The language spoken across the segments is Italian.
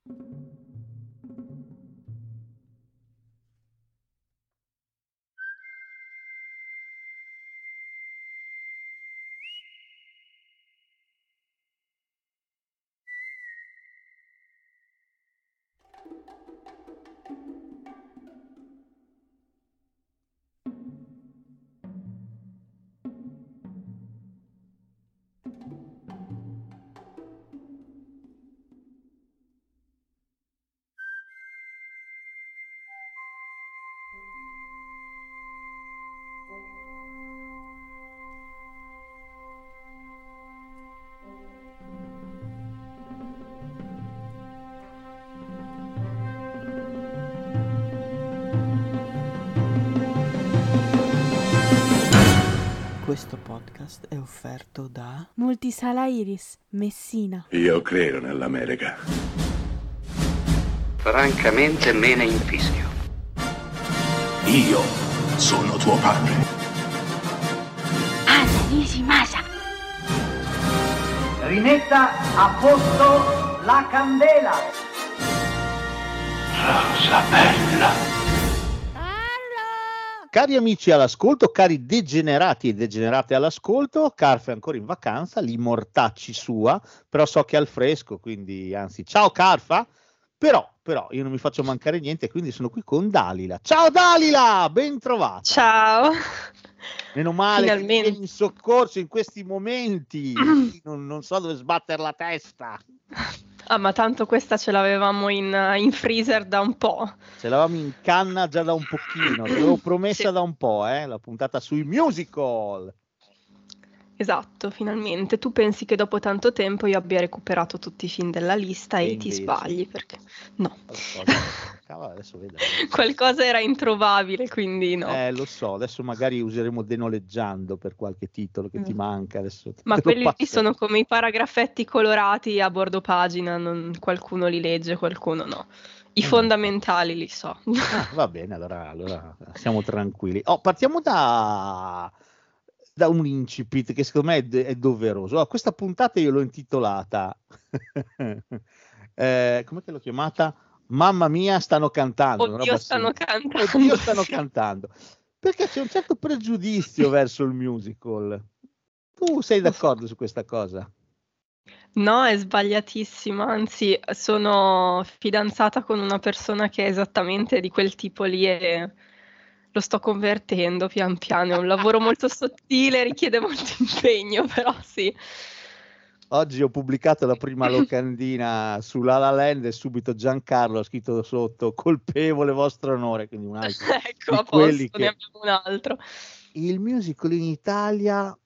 Questo podcast è offerto da Multisala Iris, Messina. Io credo nell'America. Francamente me ne infischio. Io sono tuo padre. Anna Nishimasa. Rimetta a posto la candela. Rosa bella. Cari amici all'ascolto, cari degenerati e degenerate all'ascolto, Carfa è ancora in vacanza, li mortacci sua, però so che è al fresco, quindi anzi, ciao Carfa, però io non mi faccio mancare niente, quindi sono qui con Dalila. Ciao Dalila, ben trovata. Ciao. Meno male che Finalmente. vieni in soccorso in questi momenti, non so dove sbattere la testa. Ah, ma tanto questa ce l'avevamo in freezer da un po'. Ce l'avevamo in canna già da un pochino, te l'avevo promessa Sì. da un po', la puntata sui musical. Esatto, finalmente. Tu pensi che dopo tanto tempo io abbia recuperato tutti i film della lista E e ti invece? sbagli, perché no. Cavolo, adesso vedo. Qualcosa era introvabile, quindi no. Lo so, adesso magari useremo denoleggiando per qualche titolo che ti manca. Adesso Ma te lo quelli lì passo. sono come i paragrafetti colorati a bordo pagina, qualcuno li legge, qualcuno no. I fondamentali li so. Va bene, allora siamo tranquilli. Partiamo da un incipit che secondo me è doveroso. Allora, questa puntata io l'ho intitolata come che l'ho chiamata? Mamma mia, stanno cantando. una Oddio, roba stanno simile. cantando. Oddio, stanno cantando. Perché c'è un certo pregiudizio verso il musical. Tu sei d'accordo su questa cosa? No, è sbagliatissima, anzi sono fidanzata con una persona che è esattamente di quel tipo lì e lo sto convertendo pian piano, è un lavoro molto sottile, richiede molto impegno, però sì. Oggi ho pubblicato la prima locandina su La La Land e subito Giancarlo ha scritto sotto colpevole vostro onore, quindi un altro Ecco, di a quelli posto, ne che abbiamo un altro. il musical in Italia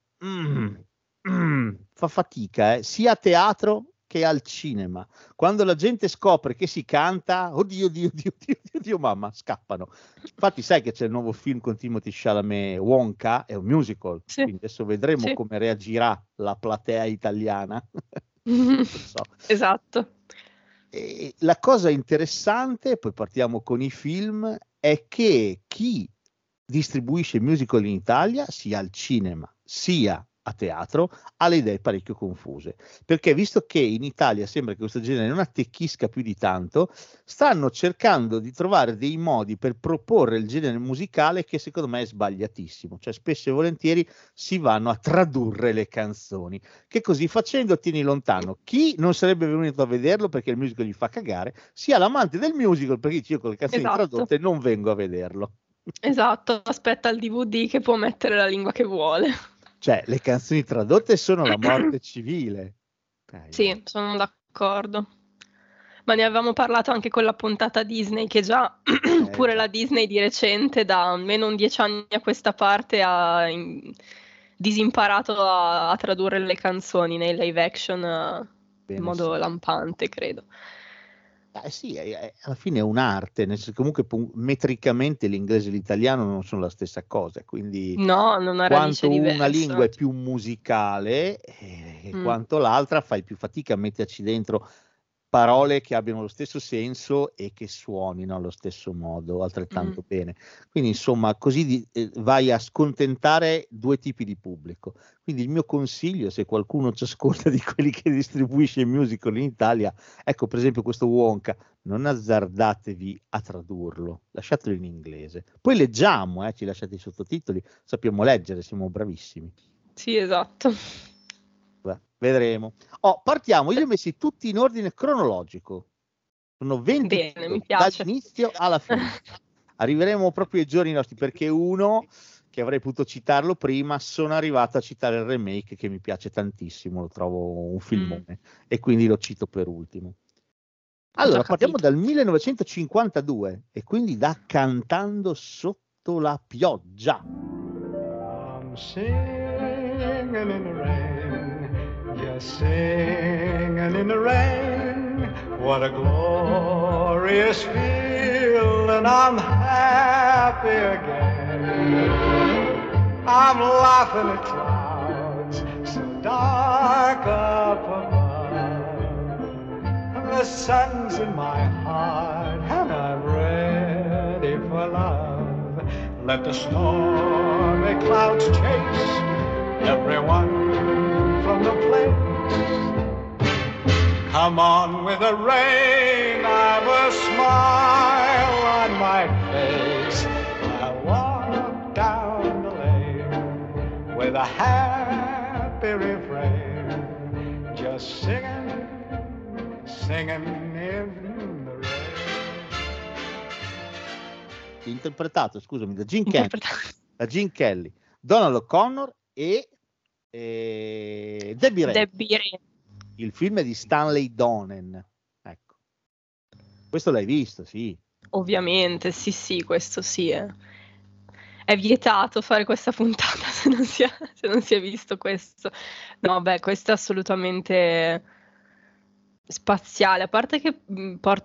fa fatica, sia a teatro che al cinema. Quando la gente scopre che si canta, oddio, mamma, scappano. Infatti sai che c'è il nuovo film con Timothée Chalamet, Wonka, è un musical, Sì. quindi adesso vedremo Sì. come reagirà la platea italiana. Non so. Esatto. E la cosa interessante, poi partiamo con i film, è che chi distribuisce musical in Italia, sia al cinema sia a teatro, ha le idee parecchio confuse, perché visto che in Italia sembra che questo genere non attecchisca più di tanto, stanno cercando di trovare dei modi per proporre il genere musicale che secondo me è sbagliatissimo, cioè spesso e volentieri si vanno a tradurre le canzoni, che così facendo tieni lontano chi non sarebbe venuto a vederlo perché il musical gli fa cagare, sia l'amante del musical perché dice io con le canzoni Esatto. tradotte non vengo a vederlo. Esatto, aspetta il DVD che può mettere la lingua che vuole. Cioè, le canzoni tradotte sono la morte civile. Sì, sono d'accordo. Ma ne avevamo parlato anche con la puntata Disney, che già pure la Disney di recente, da almeno 10 anni a questa parte, ha disimparato a tradurre le canzoni nei live action in modo lampante, credo. Sì, alla fine è un'arte, nel senso che comunque metricamente l'inglese e l'italiano non sono la stessa cosa, quindi No, non ha radice quanto una diversa. lingua è più musicale, quanto l'altra fai più fatica a metterci dentro parole che abbiano lo stesso senso e che suonino allo stesso modo, altrettanto bene. Quindi insomma così vai a scontentare due tipi di pubblico. Quindi il mio consiglio, se qualcuno ci ascolta di quelli che distribuisce il musical in Italia, ecco per esempio questo Wonka, non azzardatevi a tradurlo, lasciatelo in inglese. Poi leggiamo, ci lasciate i sottotitoli, sappiamo leggere, siamo bravissimi. Sì, esatto. Beh, vedremo. Partiamo, io li ho messi tutti in ordine cronologico. Sono 20 Bene, mi piace. dall'inizio alla fine. Arriveremo proprio ai giorni nostri, perché uno, che avrei potuto citarlo prima, sono arrivato a citare il remake che mi piace tantissimo, lo trovo un filmone e quindi lo cito per ultimo. Allora, partiamo dal 1952 e quindi da Cantando sotto la pioggia. I'm singing in the rain, just singing in the rain. What a glorious feeling, I'm happy again. I'm laughing at clouds so dark up above. The sun's in my heart and I'm ready for love. Let the stormy clouds chase everyone from the place. Come on with the rain, I've a smile on my face. I walk down the lane with a happy refrain, just singing, singing in the rain. Interpretato, scusami, da Gene Kelly, Donald O'Connor e Debbie Reynolds. Il film è di Stanley Donen. Ecco. Questo l'hai visto, sì? Ovviamente, sì, questo sì. È vietato fare questa puntata se non si è visto questo. No, beh, questo è assolutamente spaziale, a parte che porta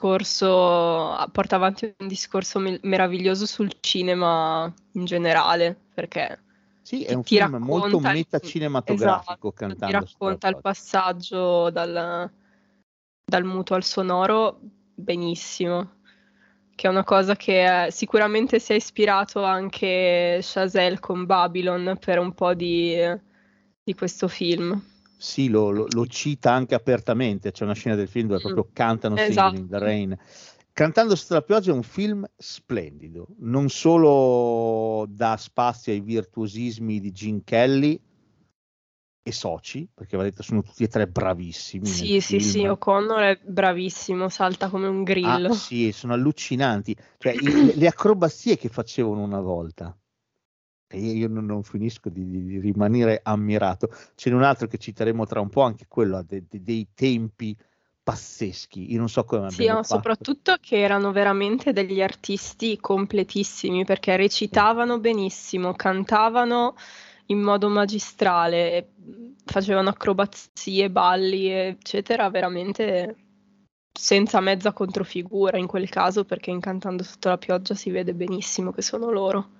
avanti un discorso meraviglioso sul cinema in generale, perché sì, è un film molto metacinematografico, esatto, ti racconta il passaggio dal muto al sonoro benissimo, che è una cosa che sicuramente si è ispirato anche Chazelle con Babylon per un po' di questo film. Sì, lo cita anche apertamente, c'è una scena del film dove proprio cantano esatto. Singing in the Rain. Cantando sotto la pioggia è un film splendido, non solo dà spazio ai virtuosismi di Gene Kelly e soci, perché va detto sono tutti e tre bravissimi. Sì, O'Connor è bravissimo, salta come un grillo. Sì, sono allucinanti, cioè le acrobazie che facevano una volta. E io non finisco di rimanere ammirato. Ce n'è un altro che citeremo tra un po', anche quello ha dei tempi pazzeschi. Io non so come abbiamo fatto. Soprattutto che erano veramente degli artisti completissimi, perché recitavano benissimo, cantavano in modo magistrale, facevano acrobazie, balli, eccetera, veramente senza mezza controfigura in quel caso, perché in Cantando sotto la pioggia si vede benissimo che sono loro.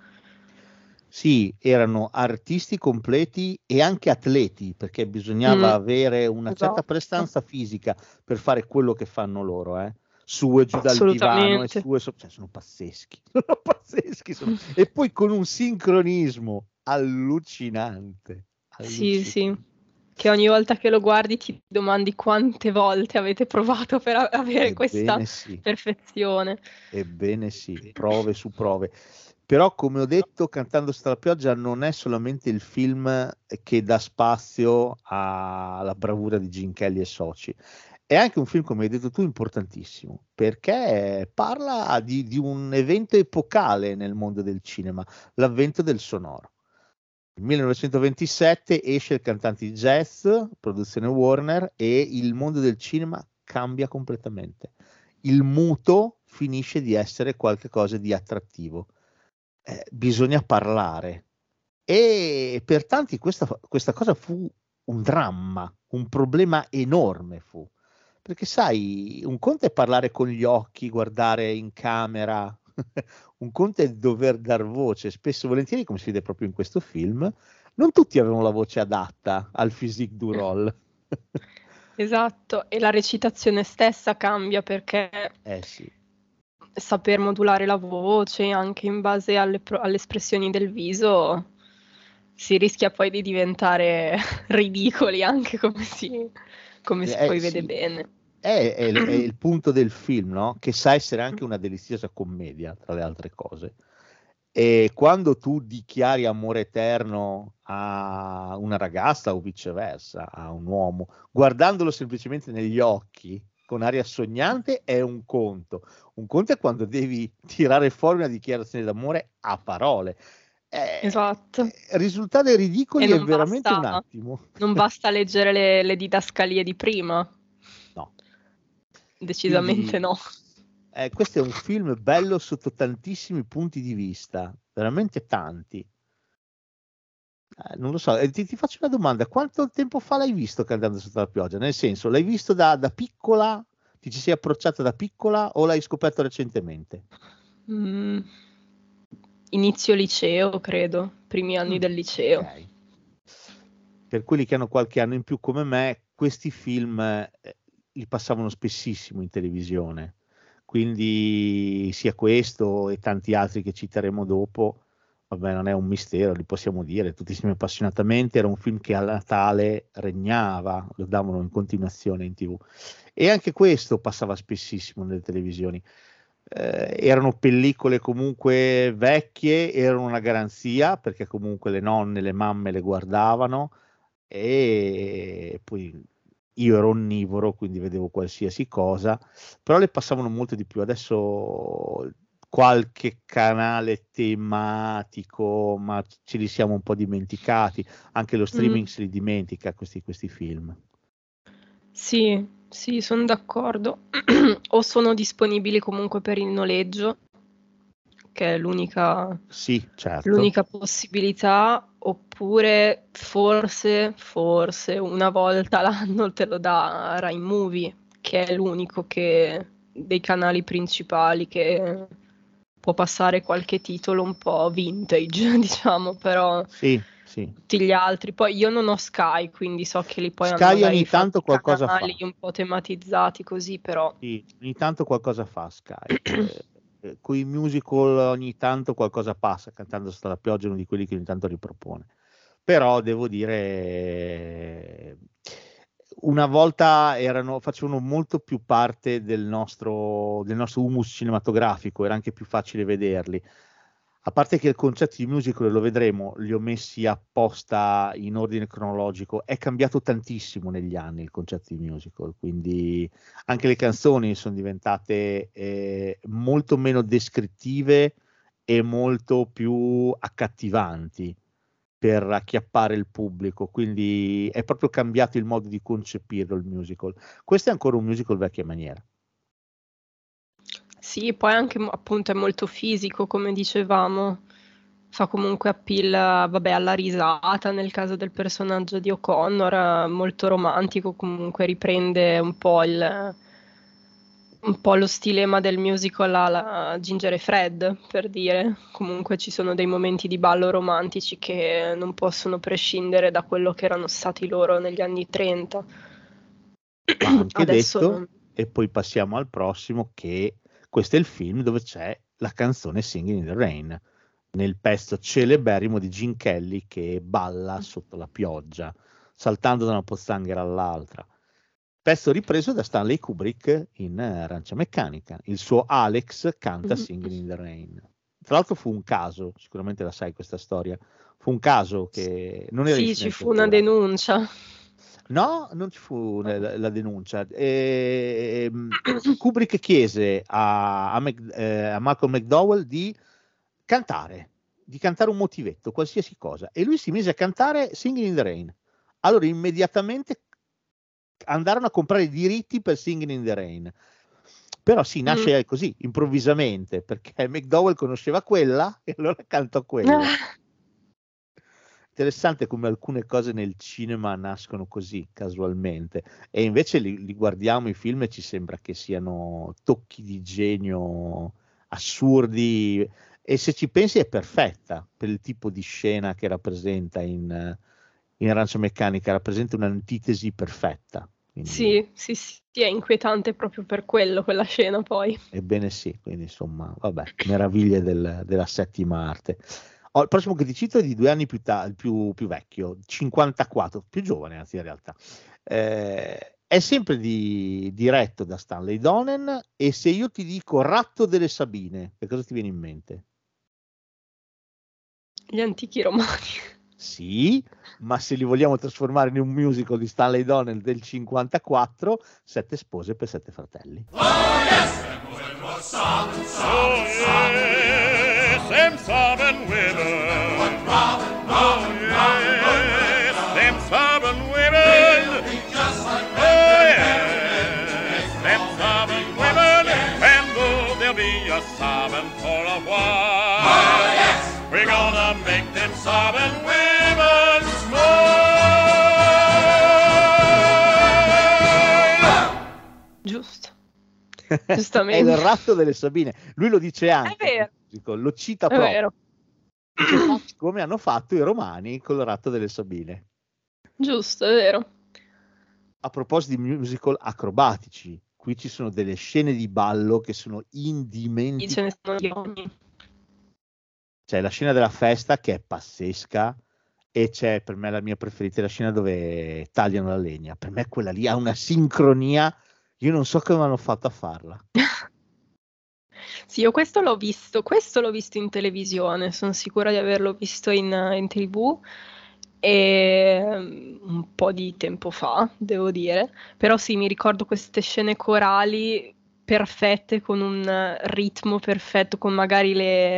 Sì, erano artisti completi e anche atleti, perché bisognava avere una certa prestanza fisica per fare quello che fanno loro, su e giù dal divano, sono pazzeschi, e poi con un sincronismo allucinante. Sì, che ogni volta che lo guardi ti domandi quante volte avete provato per avere questa perfezione. Ebbene sì, prove su prove. Però, come ho detto, Cantando sotto la pioggia non è solamente il film che dà spazio alla bravura di Gene Kelly e soci. È anche un film, come hai detto tu, importantissimo, perché parla di un evento epocale nel mondo del cinema, l'avvento del sonoro. Nel 1927 esce Il cantante di jazz, produzione Warner, e il mondo del cinema cambia completamente. Il muto finisce di essere qualcosa di attrattivo. Bisogna parlare, e per tanti questa cosa fu un dramma, un problema enorme fu, perché sai, un conto è parlare con gli occhi, guardare in camera, un conto è dover dar voce, spesso e volentieri, come si vede proprio in questo film, non tutti avevano la voce adatta al physique du rôle. Esatto, e la recitazione stessa cambia perché Sì. saper modulare la voce anche in base alle espressioni del viso si rischia poi di diventare ridicoli anche come si poi vede Sì. bene. È il punto del film, no? Che sa essere anche una deliziosa commedia, tra le altre cose. E quando tu dichiari amore eterno a una ragazza o viceversa, a un uomo, guardandolo semplicemente negli occhi, con aria sognante, è un conto. Un conto è quando devi tirare fuori una dichiarazione d'amore a parole. Esatto. Risultare ridicoli E è non veramente un basta, attimo. non basta leggere le didascalie di prima. No. Decisamente Quindi, no. questo è un film bello sotto tantissimi punti di vista, veramente tanti. Non lo so, ti faccio una domanda: quanto tempo fa l'hai visto Cantando sotto la pioggia? Nel senso, l'hai visto da piccola? Ti ci sei approcciata da piccola o l'hai scoperto recentemente? Inizio liceo, credo, primi anni del liceo. Okay. Per quelli che hanno qualche anno in più come me, questi film li passavano spessissimo in televisione, quindi sia questo e tanti altri che citeremo dopo, vabbè, non è un mistero, li possiamo dire tutti insieme appassionatamente. Era un film che a Natale regnava, lo davano in continuazione in TV, e anche questo passava spessissimo nelle televisioni. Erano pellicole comunque vecchie, erano una garanzia perché comunque le nonne, le mamme le guardavano, e poi io ero onnivoro, quindi vedevo qualsiasi cosa, però le passavano molto di più. Adesso qualche canale tematico, ma ce li siamo un po' dimenticati, anche lo streaming se li dimentica questi film. Sì, sono d'accordo. O sono disponibili comunque per il noleggio, che è l'unica possibilità, oppure forse una volta l'anno te lo dà Rai Movie, che è l'unico dei canali principali che può passare qualche titolo un po' vintage, diciamo, però sì. tutti gli altri. Poi io non ho Sky, quindi so che lì poi Sky hanno ogni tanto qualcosa canali fa. un po' tematizzati così, però Sì, ogni tanto qualcosa fa Sky. Con i musical ogni tanto qualcosa passa, Cantando sotto la pioggia è uno di quelli che ogni tanto ripropone. Però devo dire, una volta facevano molto più parte del nostro humus cinematografico, era anche più facile vederli. A parte che il concetto di musical, lo vedremo, li ho messi apposta in ordine cronologico, è cambiato tantissimo negli anni il concetto di musical, quindi anche le canzoni sono diventate molto meno descrittive e molto più accattivanti per acchiappare il pubblico, quindi è proprio cambiato il modo di concepirlo il musical. Questo è ancora un musical vecchia maniera. Sì, poi anche appunto è molto fisico, come dicevamo, fa comunque appeal, vabbè, alla risata nel caso del personaggio di O'Connor, molto romantico, comunque riprende un po' lo stilema del musical alla Ginger e Fred, per dire. Comunque ci sono dei momenti di ballo romantici che non possono prescindere da quello che erano stati loro negli anni 30. Ma anche Adesso detto, e poi passiamo al prossimo, che questo è il film dove c'è la canzone Singing in the Rain, nel pezzo celeberrimo di Gene Kelly che balla sotto la pioggia, saltando da una pozzanghera all'altra. Pezzo ripreso da Stanley Kubrick in Arancia Meccanica. Il suo Alex canta Singing in the Rain. Tra l'altro fu un caso, sicuramente la sai questa storia, fu un caso che non era in sì, ci fu sceneggiatura. una denuncia. No, non ci fu la denuncia. Kubrick chiese a Malcolm McDowell di cantare un motivetto, qualsiasi cosa, e lui si mise a cantare Singing in the Rain. Allora immediatamente andarono a comprare i diritti per Singing in the Rain. Però sì, nasce così, improvvisamente, perché McDowell conosceva quella e allora cantò quella. Interessante come alcune cose nel cinema nascono così casualmente, e invece li guardiamo i film e ci sembra che siano tocchi di genio assurdi, e se ci pensi è perfetta per il tipo di scena che rappresenta in Arancia Meccanica, rappresenta un'antitesi perfetta Sì, è inquietante proprio per quello, quella scena poi. Ebbene sì, quindi insomma, vabbè, meraviglie della settima arte. Il prossimo che ti cito è di 2 anni più vecchio, 54, più giovane anzi in realtà. È sempre diretto da Stanley Donen, e se io ti dico Ratto delle Sabine, che cosa ti viene in mente? Gli antichi romani. Sì, ma se li vogliamo trasformare in un musical di Stanley Donen del 54, 7 spose per 7 fratelli. Them sobbing women. Oh, yes. Them sobbing women. Oh, yes. Them sobbing women. And though they'll be a sobbing for a while, oh, yes. We're gonna make them sobbing women smile. Giusto. È Giustamente. il Ratto delle Sabine. Lui lo dice anche. È vero. Lo cita È proprio. vero. Dice, come hanno fatto i romani col Ratto delle Sabine. Giusto, è vero. A proposito di musical acrobatici, qui ci sono delle scene di ballo che sono indimenticabili. Ce ne sono di ogni. C'è la scena della festa che è pazzesca, e c'è per me la mia preferita, la scena dove tagliano la legna. Per me quella lì ha una sincronia, io non so come hanno fatto a farla. Sì, io questo l'ho visto in televisione, sono sicura di averlo visto in TV e un po' di tempo fa, devo dire, però sì, mi ricordo queste scene corali perfette, con un ritmo perfetto, con magari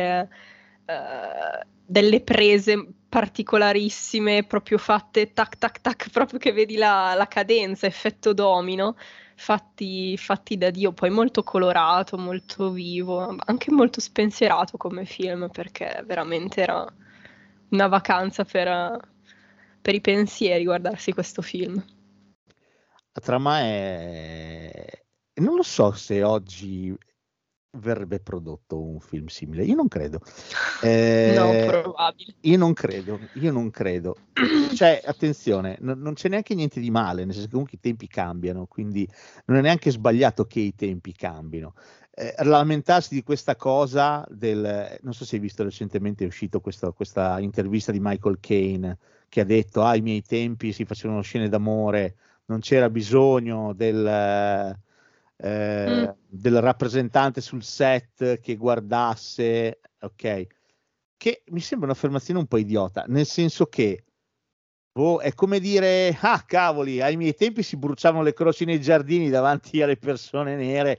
delle prese particolarissime, proprio fatte tac tac tac, proprio che vedi la cadenza, effetto domino. Fatti da Dio, poi molto colorato, molto vivo, anche molto spensierato come film, perché veramente era una vacanza per i pensieri guardarsi questo film. La trama non lo so se oggi verrebbe prodotto un film simile, io non credo. No, probabile. Io non credo. Cioè, attenzione, non c'è neanche niente di male, nel senso che comunque i tempi cambiano, quindi non è neanche sbagliato che i tempi cambino. Lamentarsi di questa cosa non so se hai visto, recentemente è uscito questa intervista di Michael Caine, che ha detto: ai miei tempi si facevano scene d'amore, non c'era bisogno del rappresentante sul set che guardasse, ok, che mi sembra un'affermazione un po' idiota, nel senso che è come dire: ah cavoli, ai miei tempi si bruciavano le croci nei giardini davanti alle persone nere.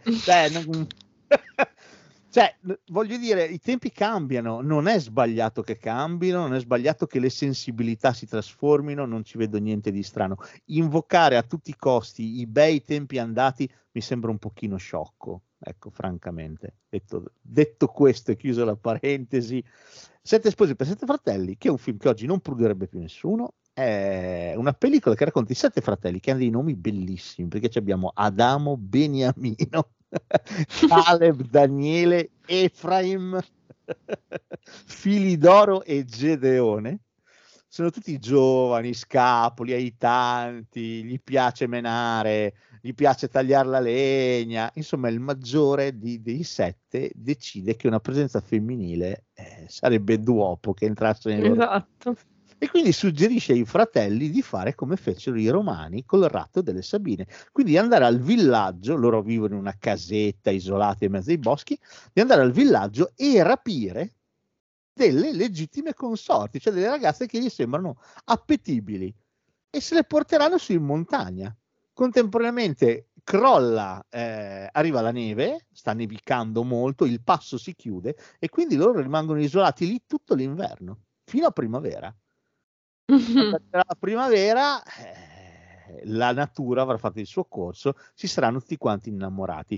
Cioè, voglio dire, i tempi cambiano, non è sbagliato che cambino, non è sbagliato che le sensibilità si trasformino, non ci vedo niente di strano. Invocare a tutti i costi i bei tempi andati mi sembra un pochino sciocco, ecco, francamente. Detto questo, e chiuso la parentesi, 7 spose per 7 fratelli, che è un film che oggi non produrrebbe più nessuno, è una pellicola che racconta i 7 fratelli, che hanno dei nomi bellissimi, perché abbiamo Adamo, Beniamino, Caleb, Daniele, Efraim, Filidoro e Gedeone. Sono tutti giovani, scapoli, aitanti, gli piace menare, gli piace tagliare la legna. Insomma, il maggiore dei 7 decide che una presenza femminile sarebbe d'uopo che entrasse nel Esatto. E quindi suggerisce ai fratelli di fare come fecero i romani col Ratto delle Sabine, quindi andare al villaggio, loro vivono in una casetta isolata in mezzo ai boschi, di andare al villaggio e rapire delle legittime consorti, cioè delle ragazze che gli sembrano appetibili, e se le porteranno su in montagna. Contemporaneamente crolla, arriva la neve, sta nevicando molto, il passo si chiude e quindi loro rimangono isolati lì tutto l'inverno, fino a primavera. La primavera la natura avrà fatto il suo corso, si saranno tutti quanti innamorati,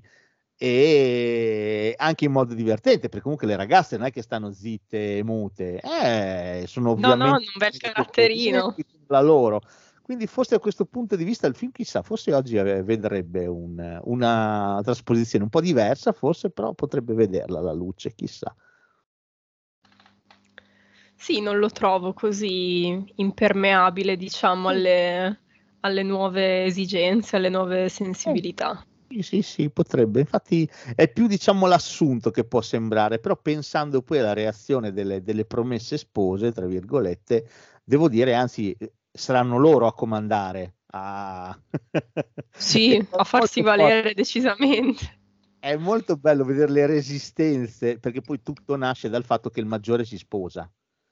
e anche in modo divertente, perché comunque le ragazze non è che stanno zitte e mute, sono ovviamente un bel caratterino la loro, quindi forse a questo punto di vista il film, chissà, forse oggi vedrebbe una trasposizione un po' diversa, forse, però potrebbe vederla alla luce, chissà. Sì, non lo trovo così impermeabile, diciamo, alle alle nuove esigenze, alle nuove sensibilità. Sì, potrebbe. Infatti è più, diciamo, l'assunto che può sembrare, però pensando poi alla reazione delle promesse spose, tra virgolette, devo dire, anzi, saranno loro a comandare. Sì, a farsi valere decisamente. È molto bello vedere le resistenze, perché poi tutto nasce dal fatto che il maggiore si sposa.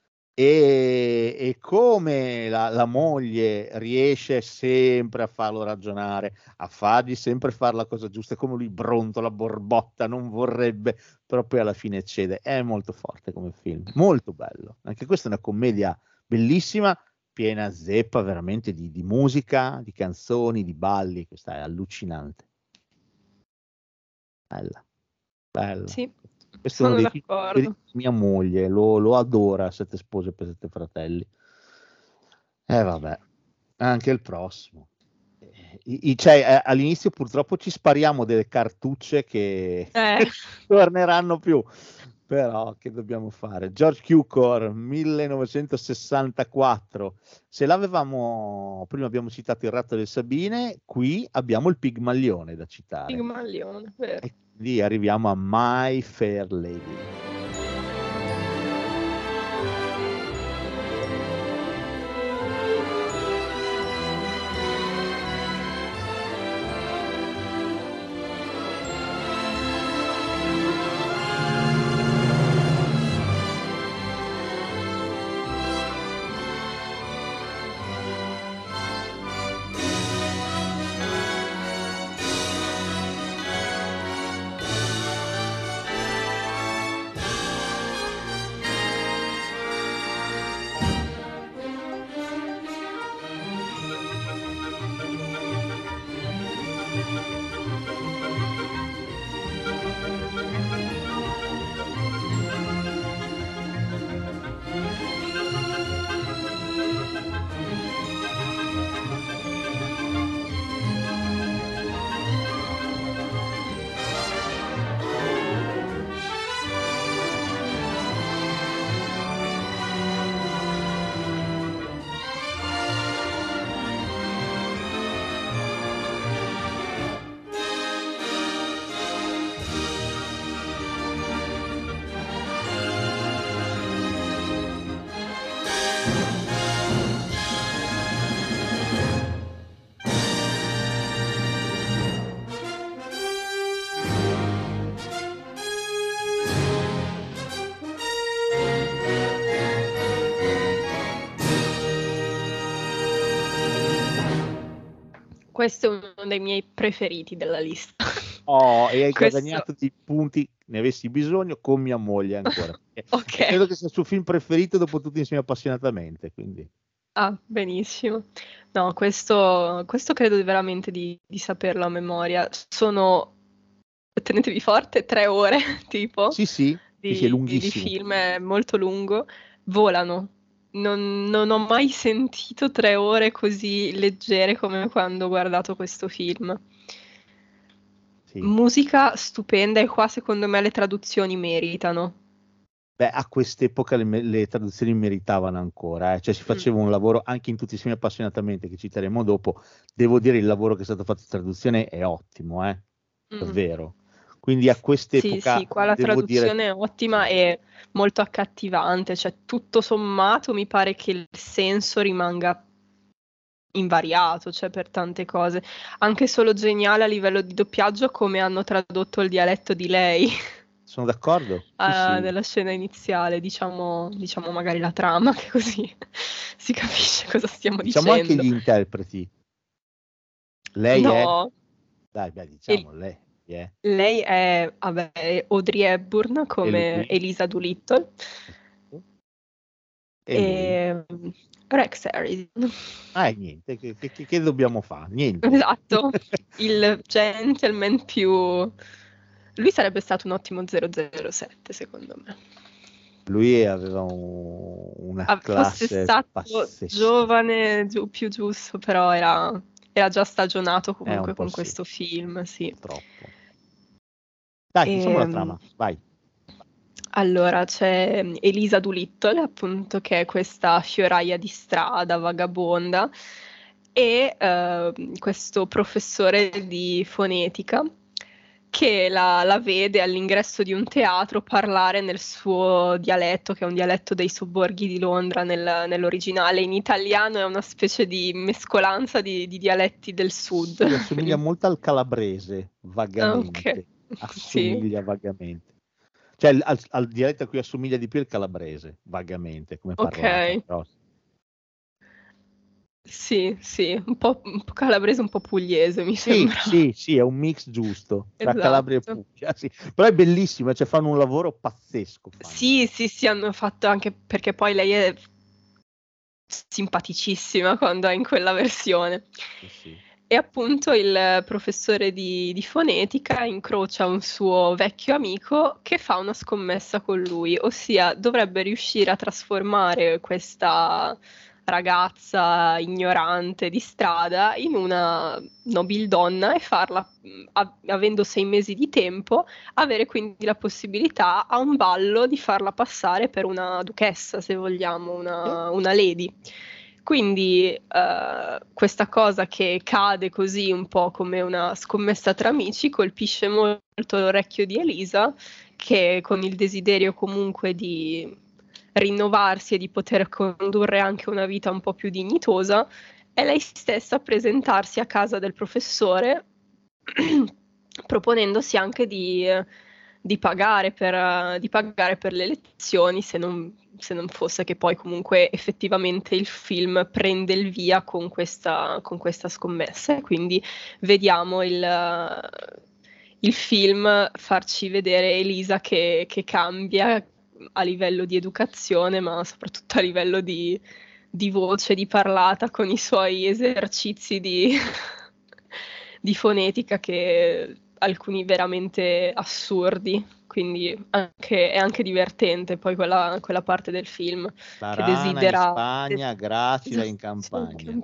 E come la moglie riesce sempre a farlo ragionare, a fargli sempre fare la cosa giusta, come lui brontola, borbotta, non vorrebbe, però poi alla fine cede. È molto forte come film, molto bello. Anche questa è una commedia bellissima, piena zeppa veramente di musica, di canzoni, di balli. Questa è allucinante. Bella. Sì. Questo è uno Sono dei d'accordo. film di mia moglie, lo adora, Sette spose per sette fratelli. Vabbè, anche il prossimo. Cioè, all'inizio purtroppo ci spariamo delle cartucce che torneranno più, però che dobbiamo fare? George Cukor, 1964. Se l'avevamo, prima abbiamo citato Il ratto delle Sabine, qui abbiamo il Pigmalione da citare. Pigmalione, vero. E quindi arriviamo a My Fair Lady. Questo è uno dei miei preferiti della lista. Oh, e hai Questo- guadagnato dei punti, ne avessi bisogno, con mia moglie ancora. Ok. Credo che sia il suo film preferito dopo tutti insieme appassionatamente, quindi. Ah, benissimo. No, questo credo veramente di saperlo a memoria. Sono, tenetevi forte, 3 ore tipo Sì, è di lunghissimo. film, è molto lungo. Volano. Non ho mai sentito 3 ore così leggere come quando ho guardato questo film. Sì. Musica stupenda e qua secondo me le traduzioni meritano. Beh, a quest'epoca le traduzioni meritavano ancora, cioè si faceva un lavoro anche in tutti insieme appassionatamente, che citeremo dopo. Devo dire, il lavoro che è stato fatto in traduzione è ottimo, davvero. Quindi a quest'epoca Sì, qua la devo traduzione dire, è ottima e molto accattivante, cioè tutto sommato mi pare che il senso rimanga invariato, cioè per tante cose. Anche solo geniale a livello di doppiaggio come hanno tradotto il dialetto di lei sono d'accordo. Sì. nella scena iniziale, diciamo magari la trama, che così si capisce cosa stiamo Diciamo anche dicendo. gli interpreti. Lei è... No, Dai, diciamo, lei è... lei è Audrey Hepburn come lui? Elisa Doolittle. E lui? Rex Harrison. Niente, che dobbiamo fare? Niente. Esatto, il gentleman più... Lui sarebbe stato un ottimo 007, secondo me. Lui aveva una Fosse classe stato pazzesca. giovane, più giusto, però era già stagionato un comunque po' con sì. questo film, sì. Troppo. Dai, diciamo la trama, vai. Allora, c'è Elisa Doolittle, appunto, che è questa fioraia di strada, vagabonda, e questo professore di fonetica che la vede all'ingresso di un teatro parlare nel suo dialetto, che è un dialetto dei sobborghi di Londra nell'originale. In italiano è una specie di mescolanza di dialetti del sud. Sì, assomiglia molto al calabrese, vagamente. Okay. Assomiglia vagamente. Cioè al dialetto a cui assomiglia di più il calabrese, vagamente, come parlata. Però. Sì, un po' calabrese, un po' pugliese, mi sembra. Sì, è un mix giusto tra Calabria e Puglia, sì. Però è bellissima, cioè fanno un lavoro pazzesco. Sì, hanno fatto, anche perché poi lei è simpaticissima quando è in quella versione. Sì. E appunto il professore di fonetica incrocia un suo vecchio amico che fa una scommessa con lui, ossia dovrebbe riuscire a trasformare questa ragazza ignorante di strada in una nobildonna e farla, avendo 6 mesi di tempo, avere quindi la possibilità a un ballo di farla passare per una duchessa, se vogliamo, una lady. Quindi questa cosa che cade così un po' come una scommessa tra amici colpisce molto l'orecchio di Elisa, che con il desiderio comunque di rinnovarsi e di poter condurre anche una vita un po' più dignitosa, è lei stessa a presentarsi a casa del professore proponendosi anche di pagare per le lezioni, se non fosse che poi comunque effettivamente il film prende il via con questa scommessa. Quindi vediamo il film farci vedere Elisa che cambia a livello di educazione, ma soprattutto a livello di voce, di parlata, con i suoi esercizi di fonetica, che alcuni veramente assurdi. Quindi è anche divertente poi quella parte del film. La che rana desidera in Spagna, gracila in campagna.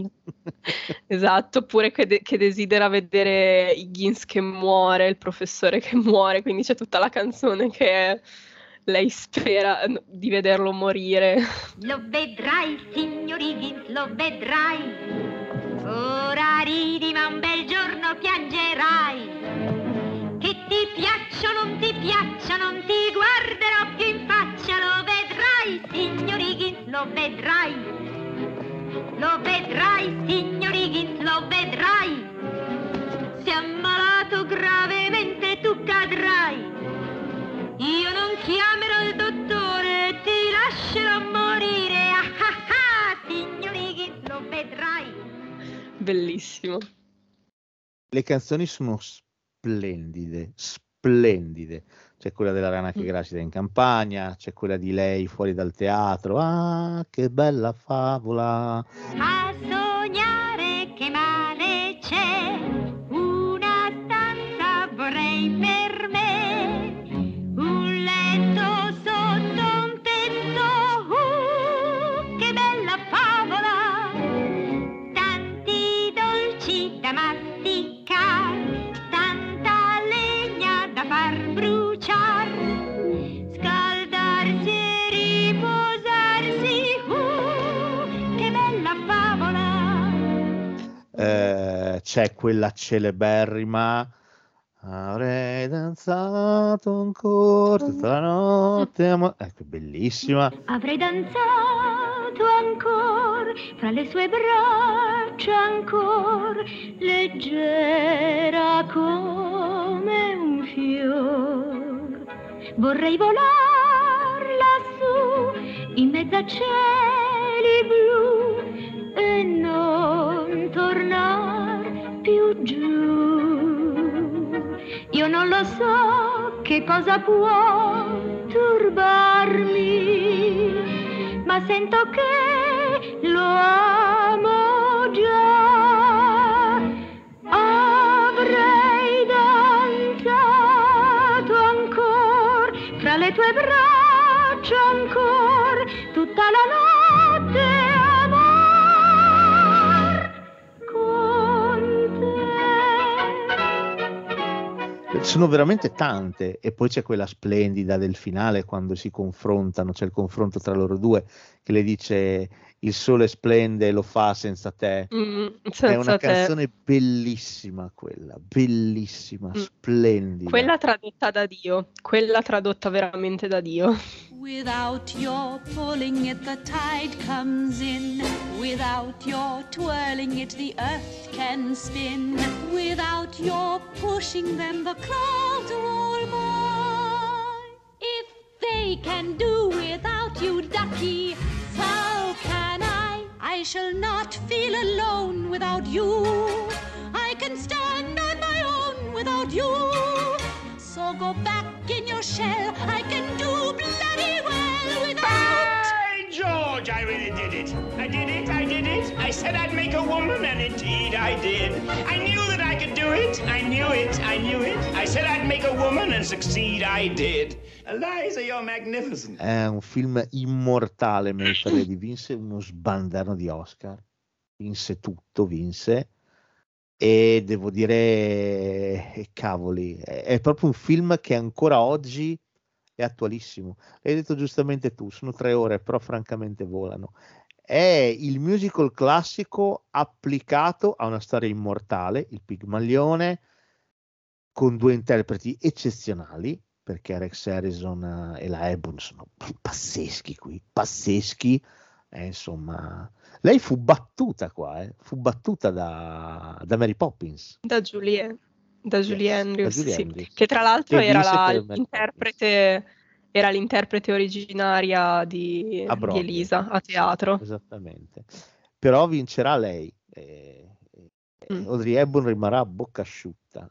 Esatto, oppure che desidera vedere Higgins che muore, il professore che muore, quindi c'è tutta la canzone che lei spera di vederlo morire. Lo vedrai, signor Higgins, lo vedrai. Ora ridi, ma un bel giorno piangerai. Che ti piaccia o non ti piaccia, non ti guarderò più in faccia. Lo vedrai, signor Higgins, lo vedrai. Lo vedrai, signor Higgins, lo vedrai. Se ammalato gravemente tu cadrai. Io non chiamerò il dottore, ti lascerò morire. Signor Higgins, lo vedrai. Bellissimo. Le canzoni sono splendide. C'è quella della rana che gracila in campagna, c'è quella di lei fuori dal teatro. Ah, che bella favola. A sognare che male c'è, una stanza vorrei per me, un letto sotto un tetto, che bella favola, tanti dolci da masticare, tanta legna da far bruciare, scaldarsi e riposarsi, che bella favola. C'è quella celeberrima. Avrei danzato ancora tutta la notte, ecco, bellissima. Avrei danzato ancora fra le sue braccia, ancora leggera come un fior. Vorrei volar lassù in mezzo a cieli blu e non tornar più giù. Io non lo so che cosa può turbarmi, ma sento che lo amo già. Avrei danzato ancora fra le tue braccia, ancora tutta la notte, amor, con te. sono veramente tante, e poi c'è quella splendida del finale quando si confrontano, c'è il confronto tra loro due, che le dice il sole splende e lo fa senza te. È una Senza te. canzone bellissima quella, bellissima, splendida. Quella tradotta da Dio, quella tradotta veramente da Dio. Without your pulling it, the tide comes in. Without your twirling it, the earth can spin. Without your pushing them, the clouds roll by. If they can do without you, ducky, so can I. I shall not feel alone without you. I can stand on my own without you. So go back in your shell. I can do bloody well without. By George, I really did it. I did it, I did it. I said I'd make a woman, and indeed I did. I knew that I could do it. I knew it, I knew it. I said I'd make a woman, and succeed I did. Eliza, you're magnificent. È un film immortale, Mayfair, vinse uno sbanderno di Oscar, vinse tutto, vinse. E devo dire, cavoli, è proprio un film che ancora oggi è attualissimo. L'hai detto giustamente tu, sono 3 ore, però francamente volano. È il musical classico applicato a una storia immortale, il Pigmalione, con 2 interpreti eccezionali, perché Rex Harrison e la Hepburn sono pazzeschi qui, pazzeschi. Insomma, lei fu battuta qua, fu battuta da Mary Poppins, Da Julie Andrews, da Julie sì. Andrews, Che tra l'altro che era vinse per Mary l'interprete originaria di Broadway. Elisa a teatro. Esattamente, però vincerà lei. Audrey Hepburn rimarrà a bocca asciutta,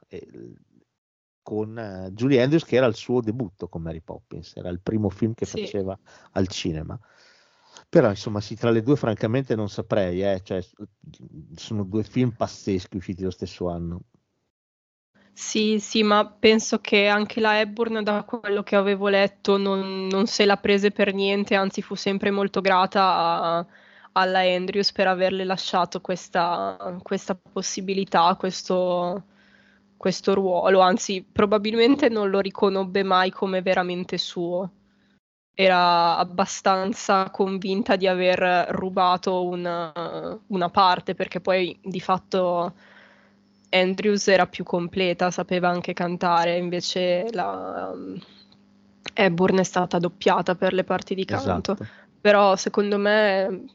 con Julie Andrews, che era il suo debutto con Mary Poppins, era il primo film che faceva al cinema. Però insomma sì, tra le due francamente non saprei, cioè, sono 2 film pazzeschi usciti lo stesso anno. Sì, ma penso che anche la Hepburn, da quello che avevo letto, non se la prese per niente, anzi fu sempre molto grata alla Andrews per averle lasciato questa possibilità, questo ruolo, anzi probabilmente non lo riconobbe mai come veramente suo. Era abbastanza convinta di aver rubato una parte, perché poi di fatto Andrews era più completa, sapeva anche cantare, invece la Hepburn è stata doppiata per le parti di canto. Esatto. Però secondo me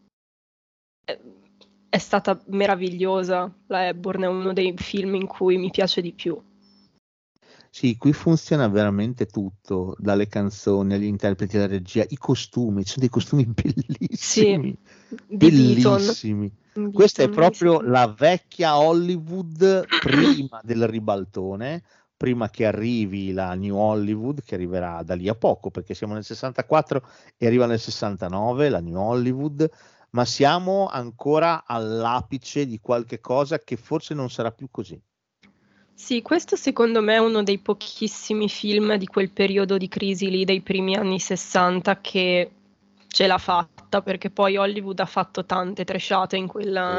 è stata meravigliosa. La Hepburn è uno dei film in cui mi piace di più. Sì, qui funziona veramente tutto, dalle canzoni agli interpreti, alla regia, i costumi, ci sono dei costumi bellissimi, bellissimi. Questa è proprio la vecchia Hollywood prima del ribaltone, prima che arrivi la New Hollywood, che arriverà da lì a poco, perché siamo nel 64 e arriva nel 69 la New Hollywood, ma siamo ancora all'apice di qualche cosa che forse non sarà più così. Sì, questo secondo me è uno dei pochissimi film di quel periodo di crisi lì, dei primi anni 60, che ce l'ha fatta, perché poi Hollywood ha fatto tante tresciate in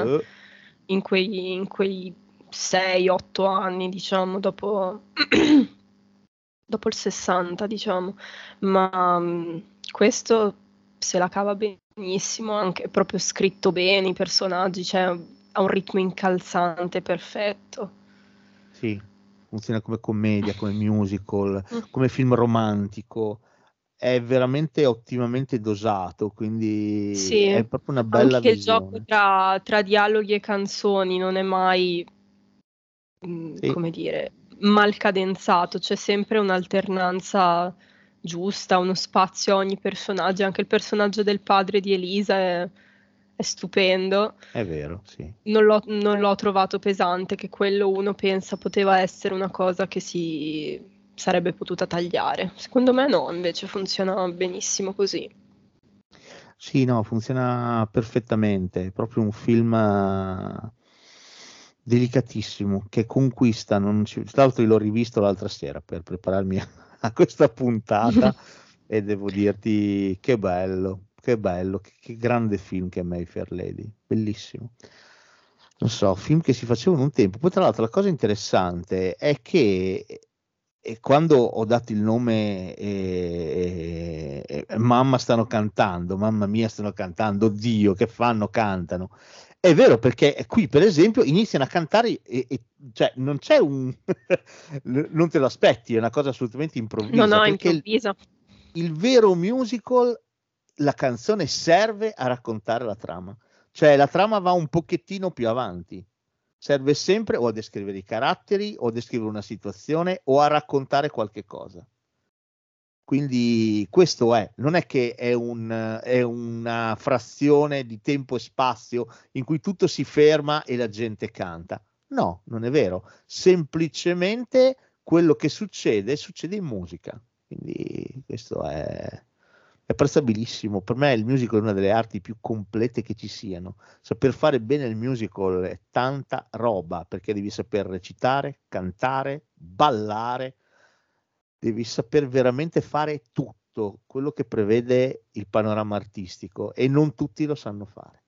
quei 6-8 anni, diciamo, dopo il 60, diciamo, ma questo se la cava benissimo, anche proprio scritto bene, i personaggi, cioè ha un ritmo incalzante perfetto. Sì, funziona come commedia, come musical, come film romantico, è veramente ottimamente dosato, quindi sì, è proprio una bella anche visione. il gioco tra dialoghi e canzoni non è mai, come dire, mal cadenzato, c'è sempre un'alternanza giusta, uno spazio a ogni personaggio, anche il personaggio del padre di Elisa è stupendo. È vero, sì. Non l'ho trovato pesante, che quello uno pensa poteva essere una cosa che si sarebbe potuta tagliare. Secondo me no, invece funziona benissimo così. Sì, no, funziona perfettamente, è proprio un film delicatissimo, che conquista, tra l'altro io l'ho rivisto l'altra sera per prepararmi a questa puntata e devo dirti che bello, che grande film che è My Fair Lady, bellissimo. Non so, film che si facevano un tempo. Poi tra l'altro la cosa interessante è che E quando ho dato il nome mamma stanno cantando, mamma mia stanno cantando, Dio che fanno, cantano. È vero, perché qui per esempio iniziano a cantare cioè non c'è un non te lo aspetti, è una cosa assolutamente improvvisa. No, perché improvvisa. il vero musical, la canzone serve a raccontare la trama, cioè la trama va un pochettino più avanti. Serve sempre o a descrivere i caratteri, o a descrivere una situazione, o a raccontare qualche cosa. Quindi questo non è che è una frazione di tempo e spazio in cui tutto si ferma e la gente canta. No, non è vero. Semplicemente quello che succede in musica. Quindi questo è apprezzabilissimo. Per me il musical è una delle arti più complete che ci siano. Saper fare bene il musical è tanta roba, perché devi saper recitare, cantare, ballare, devi saper veramente fare tutto quello che prevede il panorama artistico, e non tutti lo sanno fare.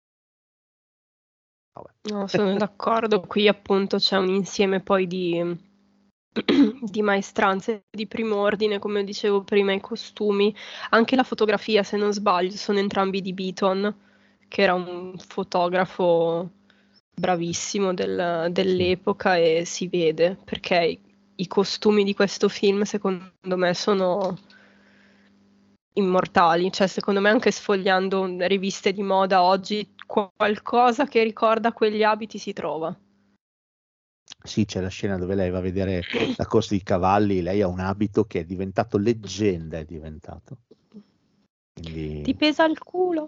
Vabbè. No, sono d'accordo. Qui appunto c'è un insieme poi di maestranze di primo ordine, come dicevo prima, i costumi, anche la fotografia, se non sbaglio, sono entrambi di Beaton, che era un fotografo bravissimo dell'epoca, e si vede, perché i costumi di questo film secondo me sono immortali, cioè secondo me anche sfogliando riviste di moda oggi qualcosa che ricorda quegli abiti si trova. Sì, c'è la scena dove lei va a vedere la corsa di cavalli, lei ha un abito che è diventato leggenda, è diventato. Quindi... Ti pesa il culo.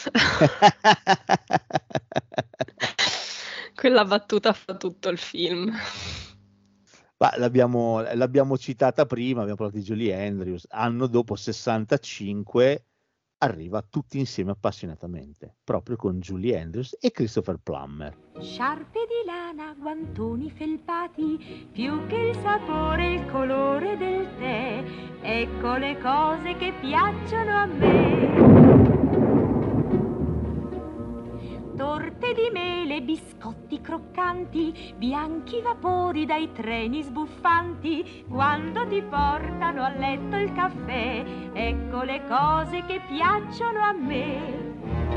Quella battuta fa tutto il film. Ma l'abbiamo citata prima, abbiamo parlato di Julie Andrews. Anno dopo, 65, arriva Tutti insieme appassionatamente, proprio con Julie Andrews e Christopher Plummer. Sciarpe di lana, guantoni felpati, più che il sapore e il colore del tè, ecco le cose che piacciono a me. Torte di mele, biscotti croccanti, bianchi vapori dai treni sbuffanti, quando ti portano a letto il caffè, ecco le cose che piacciono a me.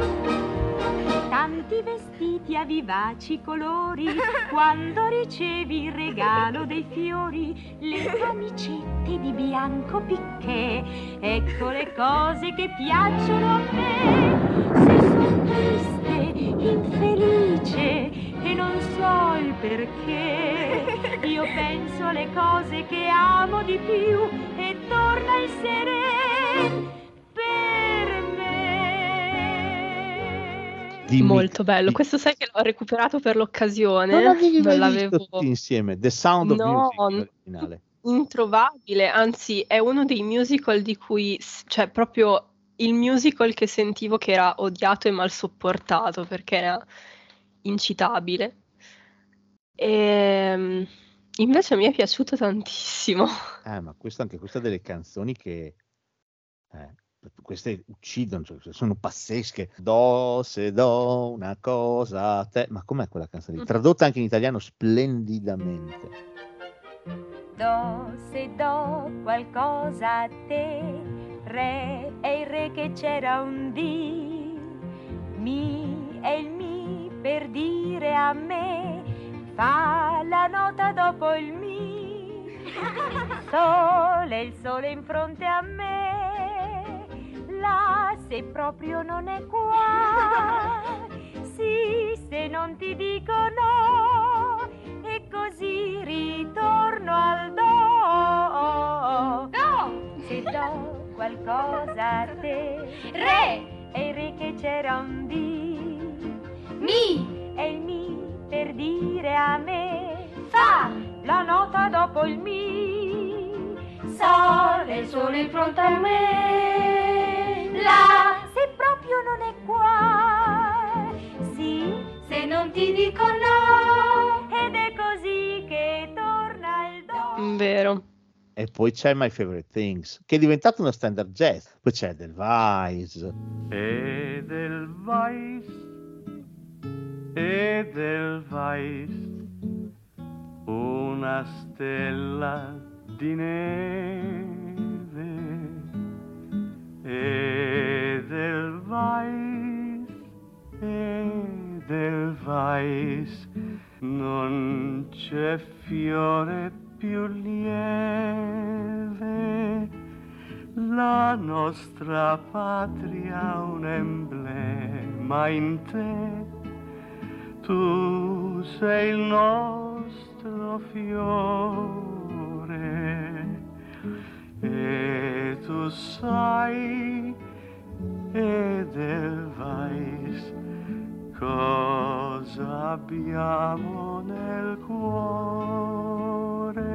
Tanti vestiti a vivaci colori, quando ricevi il regalo dei fiori, le camicette di bianco picché, ecco le cose che piacciono a me. Se son triste, infelice e non so il perché, io penso alle cose che amo di più e torna il sereno per me. Molto bello, questo sai che l'ho recuperato per l'occasione, Non l'avevi mai l'avevo visto tutti insieme, The Sound of Music originale. Introvabile, anzi è uno dei musical di cui, cioè proprio il musical che sentivo che era odiato e mal sopportato perché era incitabile, e invece mi è piaciuto tantissimo. Ma anche questa delle canzoni che queste uccidono, cioè, sono pazzesche. Do se do una cosa a te, ma com'è quella canzone? Tradotta anche in italiano splendidamente. Do se do qualcosa a te, re è il re che c'era un dì, mi è il mi per dire a me, fa la nota dopo il mi, sole il sole in fronte a me, la se proprio non è qua, sì se non ti dico no, e così ritorno al do. Do! Se do qualcosa a te, re è il re che c'era un dì, mi è il mi per dire a me, fa la nota dopo il mi, sole il sole in fronte a me, la se proprio non è qua, sì se non ti dico no, ed è così che torna il do. Vero. E poi c'è My Favorite Things, che è diventato una standard jazz. Poi c'è Edelweiss. Edelweiss, Edelweiss, una stella di neve Edelweiss, non c'è fiore più lieve, la nostra patria ha un emblema in te, tu sei il nostro fiore e tu sai, Edelweiss, cosa abbiamo nel cuore.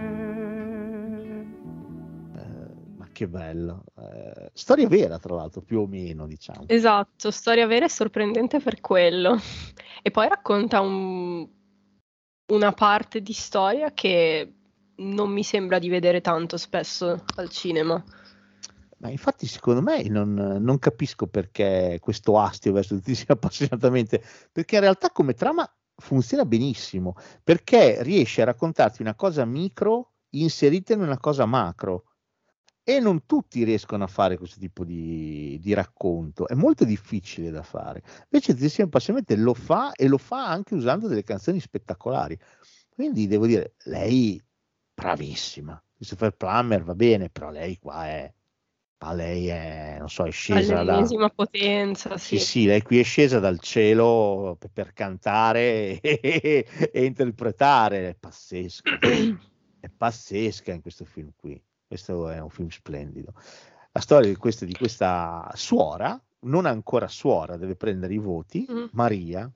Ma che bello. Storia vera, tra l'altro, più o meno, diciamo. Esatto, storia vera e sorprendente per quello. E poi racconta una parte di storia che non mi sembra di vedere tanto spesso al cinema. Ma infatti secondo me non capisco perché questo astio verso tutti appassionatamente, perché in realtà come trama funziona benissimo, perché riesce a raccontarti una cosa micro inserita in una cosa macro, e non tutti riescono a fare questo tipo di racconto, è molto difficile da fare. Invece Tutti appassionatamente lo fa, e lo fa anche usando delle canzoni spettacolari, quindi devo dire, lei bravissima. Christopher Plummer va bene, però lei qua è... lei è, non so, è scesa all'ennesima potenza, sì. Sì, lei qui è scesa dal cielo per cantare e interpretare, è pazzesco. È pazzesca in questo film qui. Questo è un film splendido. La storia di questa suora, non ancora suora, deve prendere i voti, Maria.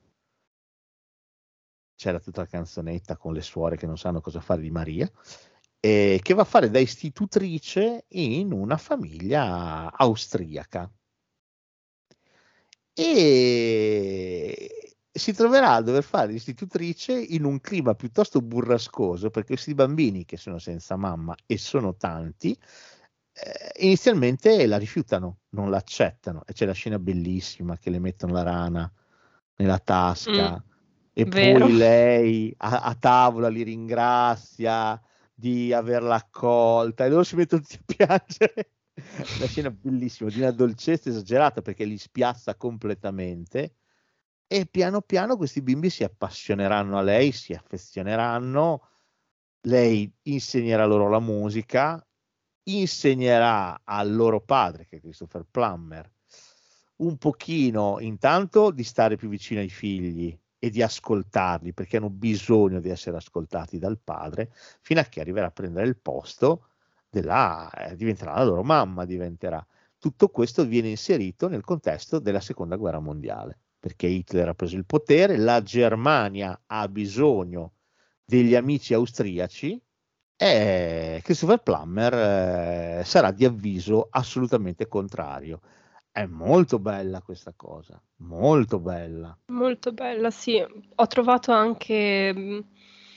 C'era tutta la canzonetta con le suore che non sanno cosa fare di Maria, che va a fare da istitutrice in una famiglia austriaca, e si troverà a dover fare l'istitutrice in un clima piuttosto burrascoso, perché questi bambini che sono senza mamma, e sono tanti, inizialmente la rifiutano, non l'accettano, e c'è la scena bellissima che le mettono la rana nella tasca, e vero. poi lei a tavola li ringrazia di averla accolta, e loro si mettono tutti a piangere. Una scena bellissima, di una dolcezza esagerata, perché li spiazza completamente, e piano piano questi bimbi si appassioneranno a lei, si affezioneranno, lei insegnerà loro la musica, insegnerà al loro padre, che è Christopher Plummer, un pochino intanto di stare più vicino ai figli e di ascoltarli, perché hanno bisogno di essere ascoltati dal padre, fino a che arriverà a prendere il posto diventerà la loro mamma, diventerà. Tutto questo viene inserito nel contesto della seconda guerra mondiale, perché Hitler ha preso il potere, la Germania ha bisogno degli amici austriaci, e Christopher Plummer sarà di avviso assolutamente contrario. È molto bella questa cosa, molto bella. Molto bella, sì. Ho trovato anche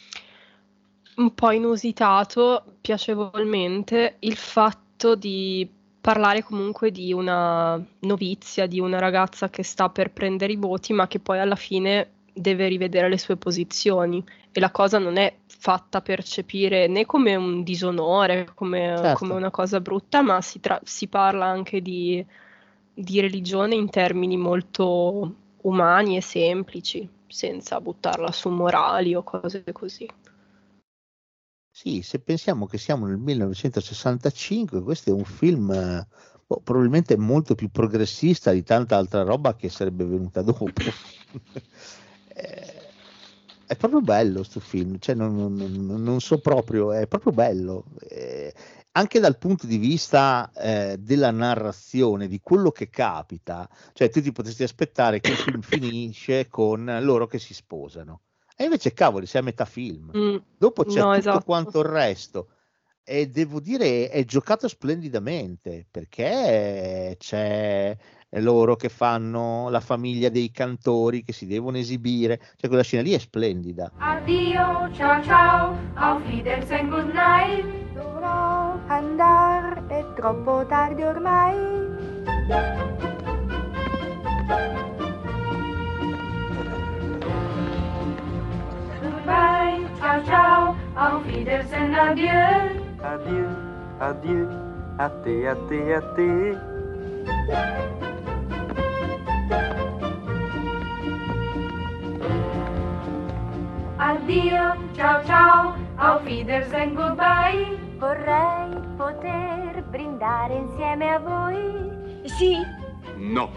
un po' inusitato, piacevolmente, il fatto di parlare comunque di una novizia, di una ragazza che sta per prendere i voti, ma che poi alla fine deve rivedere le sue posizioni, e la cosa non è fatta percepire né come un disonore, come una cosa brutta, ma si parla anche di religione in termini molto umani e semplici, senza buttarla su morali o cose così. Sì, se pensiamo che siamo nel 1965, questo è un film probabilmente molto più progressista di tanta altra roba che sarebbe venuta dopo. È proprio bello sto film, cioè non so proprio, è proprio bello. Anche dal punto di vista della narrazione, di quello che capita, cioè tu ti potresti aspettare che il film finisce con loro che si sposano, e invece cavoli, sei a metà film, dopo c'è tutto esatto. quanto il resto, e devo dire è giocato splendidamente, perché c'è loro che fanno la famiglia dei cantori che si devono esibire, cioè quella scena lì è splendida. Addio, ciao ciao, auf Wiedersehen, good night. Dovrò andare, è troppo tardi ormai. Goodbye, ciao ciao, auf Wiedersehen, adieu. Adieu, adieu, a te, a te, a te. Addio, ciao ciao, auf Wiedersehen, goodbye. Vorrei poter brindare insieme a voi. Sì. No.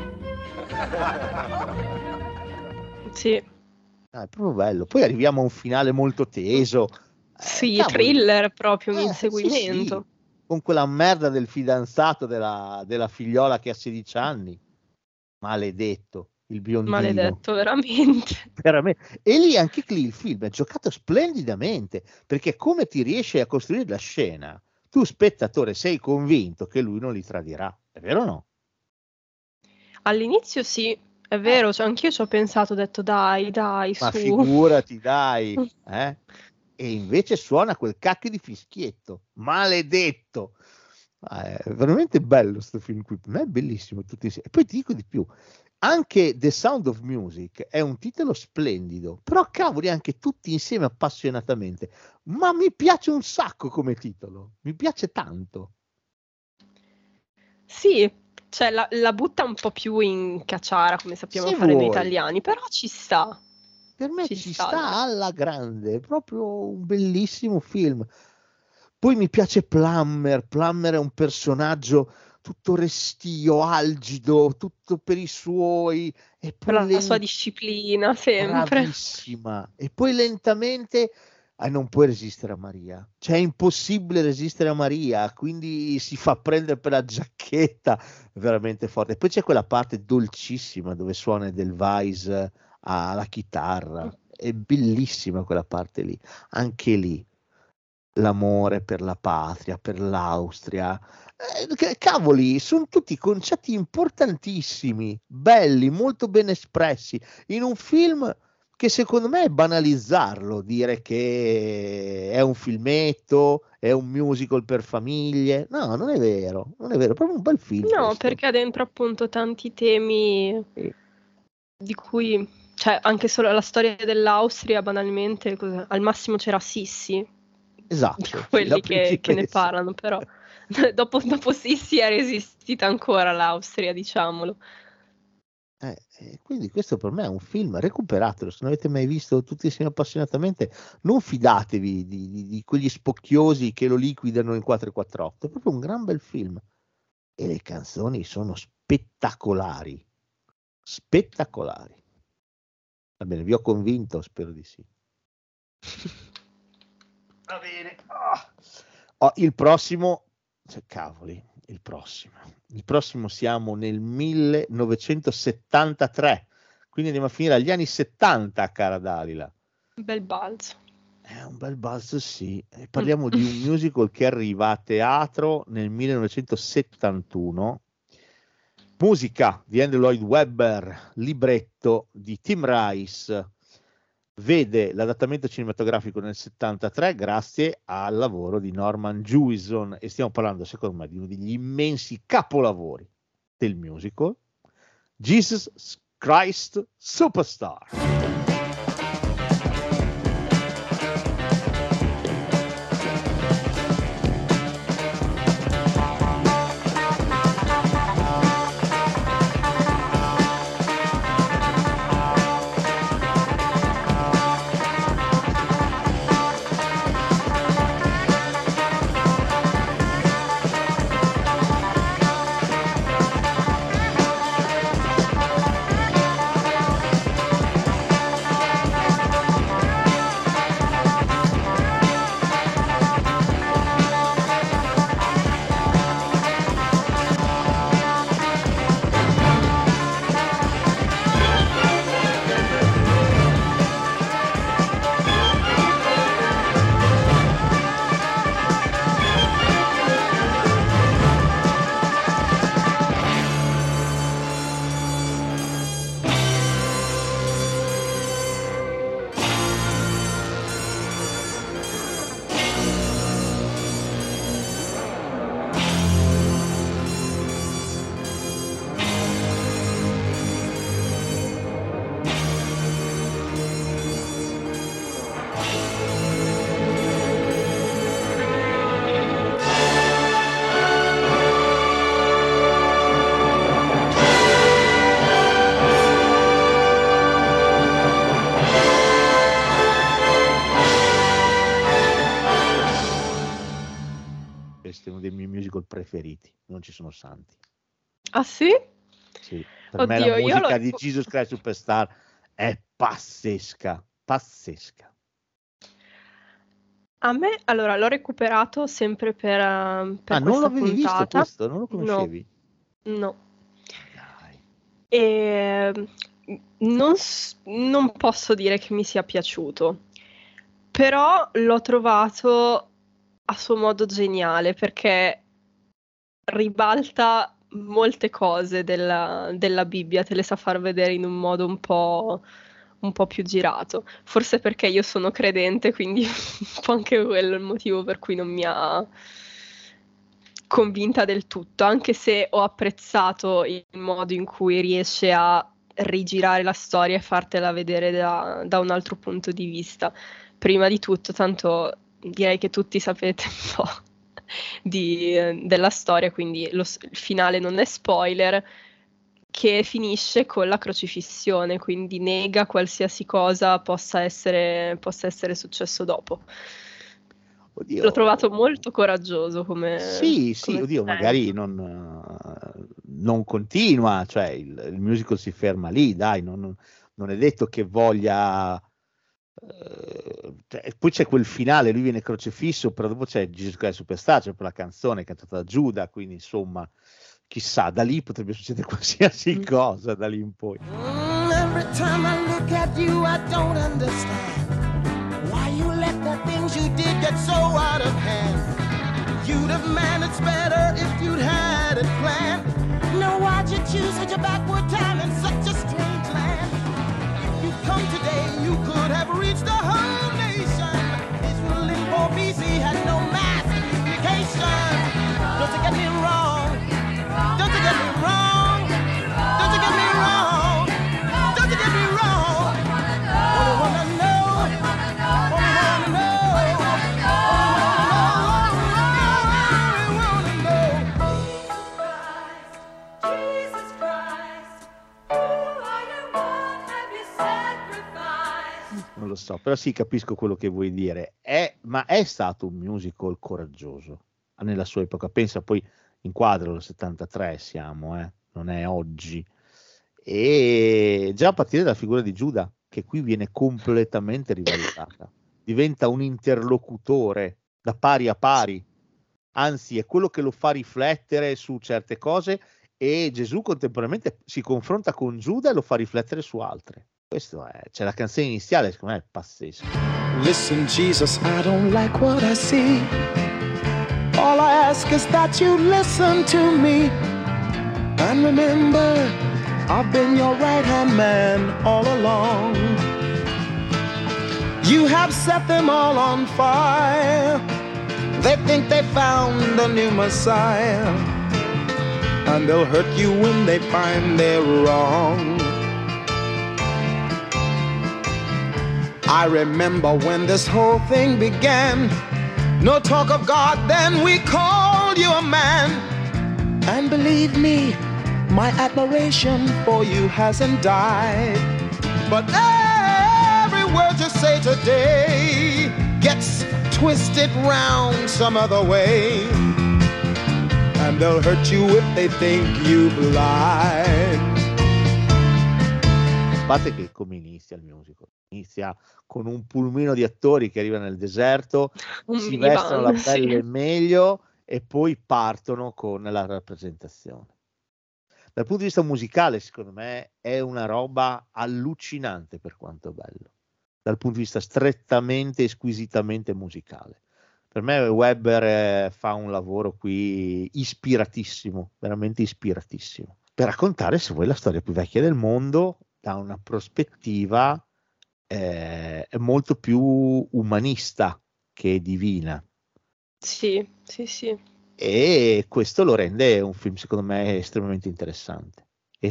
Sì. È proprio bello. Poi arriviamo a un finale molto teso. Sì, cavoli. thriller proprio, un Sì, inseguimento. sì. Con quella merda del fidanzato della figliola che ha 16 anni. Maledetto, il biondino. Maledetto, veramente. Veramente. E lì anche lì il film è giocato splendidamente, perché come ti riesci a costruire la scena, tu spettatore sei convinto che lui non li tradirà, è vero o no? All'inizio sì, è vero, cioè, anch'io ci ho pensato, ho detto dai, Ma su. figurati, dai, eh? E invece suona quel cacchio di fischietto, maledetto. È veramente bello questo film qui, per me è bellissimo tutti insieme. E poi ti dico di più, anche The Sound of Music è un titolo splendido, però cavoli anche tutti insieme appassionatamente, ma mi piace un sacco come titolo, mi piace tanto. Sì, cioè la butta un po' più in cacciara, come sappiamo Se fare noi vuoi. italiani, però ci sta. Per me Ci ci sta, sta alla grande, è proprio un bellissimo film. Poi mi piace Plummer è un personaggio tutto restio, algido, tutto per i suoi, e Per poi la sua disciplina, sempre. bravissima. E poi lentamente non puoi resistere a Maria, cioè è impossibile resistere a Maria, quindi si fa prendere per la giacchetta, veramente forte. E poi c'è quella parte dolcissima dove suona Edelweiss alla chitarra, è bellissima quella parte lì, anche lì l'amore per la patria, per l'Austria, cavoli, sono tutti concetti importantissimi, belli, molto ben espressi in un film che secondo me è banalizzarlo, dire che è un filmetto, è un musical per famiglie. No, non è vero, è proprio un bel film. No, questo. perché ha dentro appunto tanti temi di cui, cioè anche solo la storia dell'Austria, banalmente, al massimo c'era Sissi, Esatto, di quelli che ne parlano, però dopo Sissi è resistita ancora l'Austria, diciamolo. Quindi questo per me è un film, recuperatelo, se non avete mai visto tutti insieme appassionatamente, non fidatevi di quegli spocchiosi che lo liquidano in 448, è proprio un gran bel film e le canzoni sono spettacolari. Va bene, vi ho convinto, spero di sì. Va bene. Il prossimo, cioè, cavoli, il prossimo siamo nel 1973, quindi andiamo a finire agli anni 70, cara Dalila. Bel balzo. È un bel balzo, sì. E parliamo di un musical che arriva a teatro nel 1971. Musica di Andrew Lloyd Webber, libretto di Tim Rice. Vede l'adattamento cinematografico nel 73 grazie al lavoro di Norman Jewison, e stiamo parlando secondo me di uno degli immensi capolavori del musical, Jesus Christ Superstar. musical preferiti, non ci sono santi. Ah sì? Sì, per me la Oddio, musica di Jesus Christ Superstar è pazzesca. A me, allora, l'ho recuperato sempre per Non questa l'avevi visto puntata. questo? Non lo conoscevi? No. Dai. E non posso dire che mi sia piaciuto, però l'ho trovato a suo modo geniale perché ribalta molte cose della Bibbia, te le sa far vedere in un modo un po' più girato. Forse perché io sono credente, quindi un po' anche quello è il motivo per cui non mi ha convinta del tutto, anche se ho apprezzato il modo in cui riesce a rigirare la storia e fartela vedere da un altro punto di vista. Prima di tutto, tanto direi che tutti sapete un po' della storia, quindi il finale non è spoiler, che finisce con la crocifissione, quindi nega qualsiasi cosa possa essere successo dopo. Oddio. L'ho trovato molto coraggioso come Sì, come oddio, magari non continua, cioè il musical si ferma lì, dai, non è detto che voglia... poi c'è quel finale, lui viene crocifisso, però dopo c'è Jesus Christ Superstar, c'è quella canzone cantata da Giuda, quindi insomma, chissà, da lì potrebbe succedere qualsiasi cosa, da lì in poi. Every time I look at you, I don't understand why you let the things you did get so out of hand. You'd have managed better if you'd had it planned. Now why'd you choose such a backward time in such a strange land? You come today, you could have reached the whole nation. Israel in 4 BC had no mass communication. Don't you get me wrong? Don't you get me wrong? Don't you get me wrong? Don't you get me wrong? Only wanna know. Only wanna know. Only wanna know. Jesus Christ, who are you? What have you sacrificed? Non lo so, però sì, capisco quello che vuoi dire. Ma è stato un musical coraggioso nella sua epoca. Pensa, poi inquadro il 73 siamo, non è oggi. E già a partire dalla figura di Giuda, che qui viene completamente rivalutata. Diventa un interlocutore da pari a pari. Anzi, è quello che lo fa riflettere su certe cose e Gesù contemporaneamente si confronta con Giuda e lo fa riflettere su altre. Questo è, c'è la canzone iniziale, secondo me è pazzesca. Listen, Jesus, I don't like what I see. All I ask is that you listen to me. And remember, I've been your right-hand man all along. You have set them all on fire. They think they found a new Messiah. And they'll hurt you when they find they're wrong. I remember when this whole thing began. No talk of God, then we called you a man. And believe me, my admiration for you hasn't died. But every word you say today gets twisted round some other way. And they'll hurt you if they think you blind. A parte che come inizia il musical? Inizia con un pulmino di attori che arrivano nel deserto, si vestono la pelle meglio e poi partono con la rappresentazione. Dal punto di vista musicale, secondo me, è una roba allucinante per quanto è bello. Dal punto di vista strettamente, squisitamente musicale. Per me Webber fa un lavoro qui ispiratissimo, veramente ispiratissimo. Per raccontare, se vuoi, la storia più vecchia del mondo da una prospettiva è molto più umanista che divina. Sì. E questo lo rende un film, secondo me, estremamente interessante.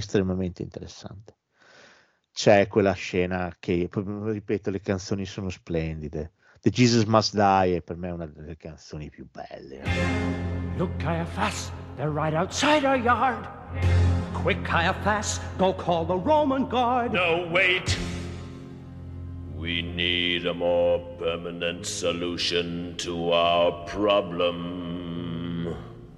C'è quella scena che, ripeto, le canzoni sono splendide. The Jesus Must Die è per me una delle canzoni più belle. Look, Caiaphas, they're right outside our yard. Quick, Caiaphas, go call the Roman guard. No, wait. We need a more permanent solution to our problem.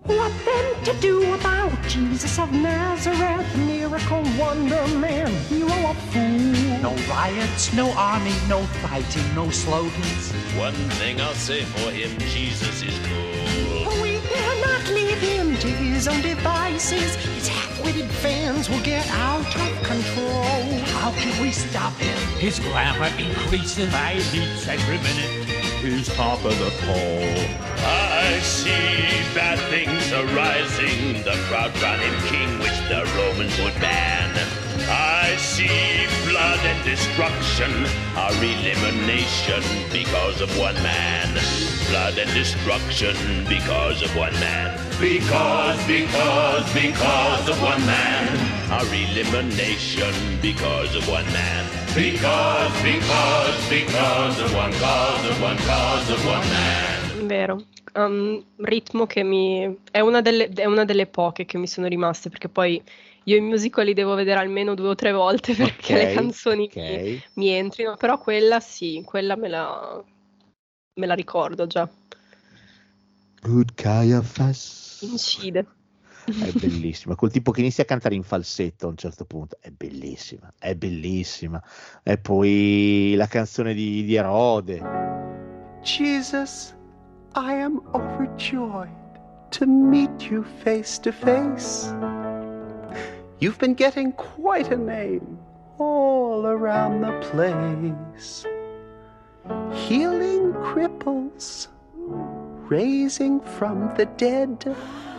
What then to do about Jesus of Nazareth, miracle wonder man, hero of fools? No riots, no army, no fighting, no slogans. One thing I'll say for him, Jesus is cool. We dare not leave him to his own devices. His half-witted fans will get out of control. How can we stop him? His glamour increases by leaps every minute. He's top of the poll. I see bad things arising. The crowd crown him king, which the Romans would ban. I see blood and destruction, our elimination because of one man. Blood and destruction because of one man. Because of one man. Our elimination because of one man. Because of one cause of one man. Vero. Ritmo che è una delle poche che mi sono rimaste, perché poi io i musical li devo vedere almeno 2 o 3 volte perché le canzoni mi entrino, però quella sì, quella me la ricordo già. Good Caiaphas. Incide. È bellissima, col tipo che inizia a cantare in falsetto a un certo punto, è bellissima. E poi la canzone di Erode. Jesus, I am overjoyed to meet you face to face. You've been getting quite a name all around the place. Healing cripples, raising from the dead.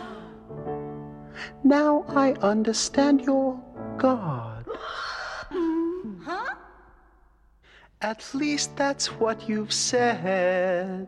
Now I understand your God. Huh? At least that's what you've said.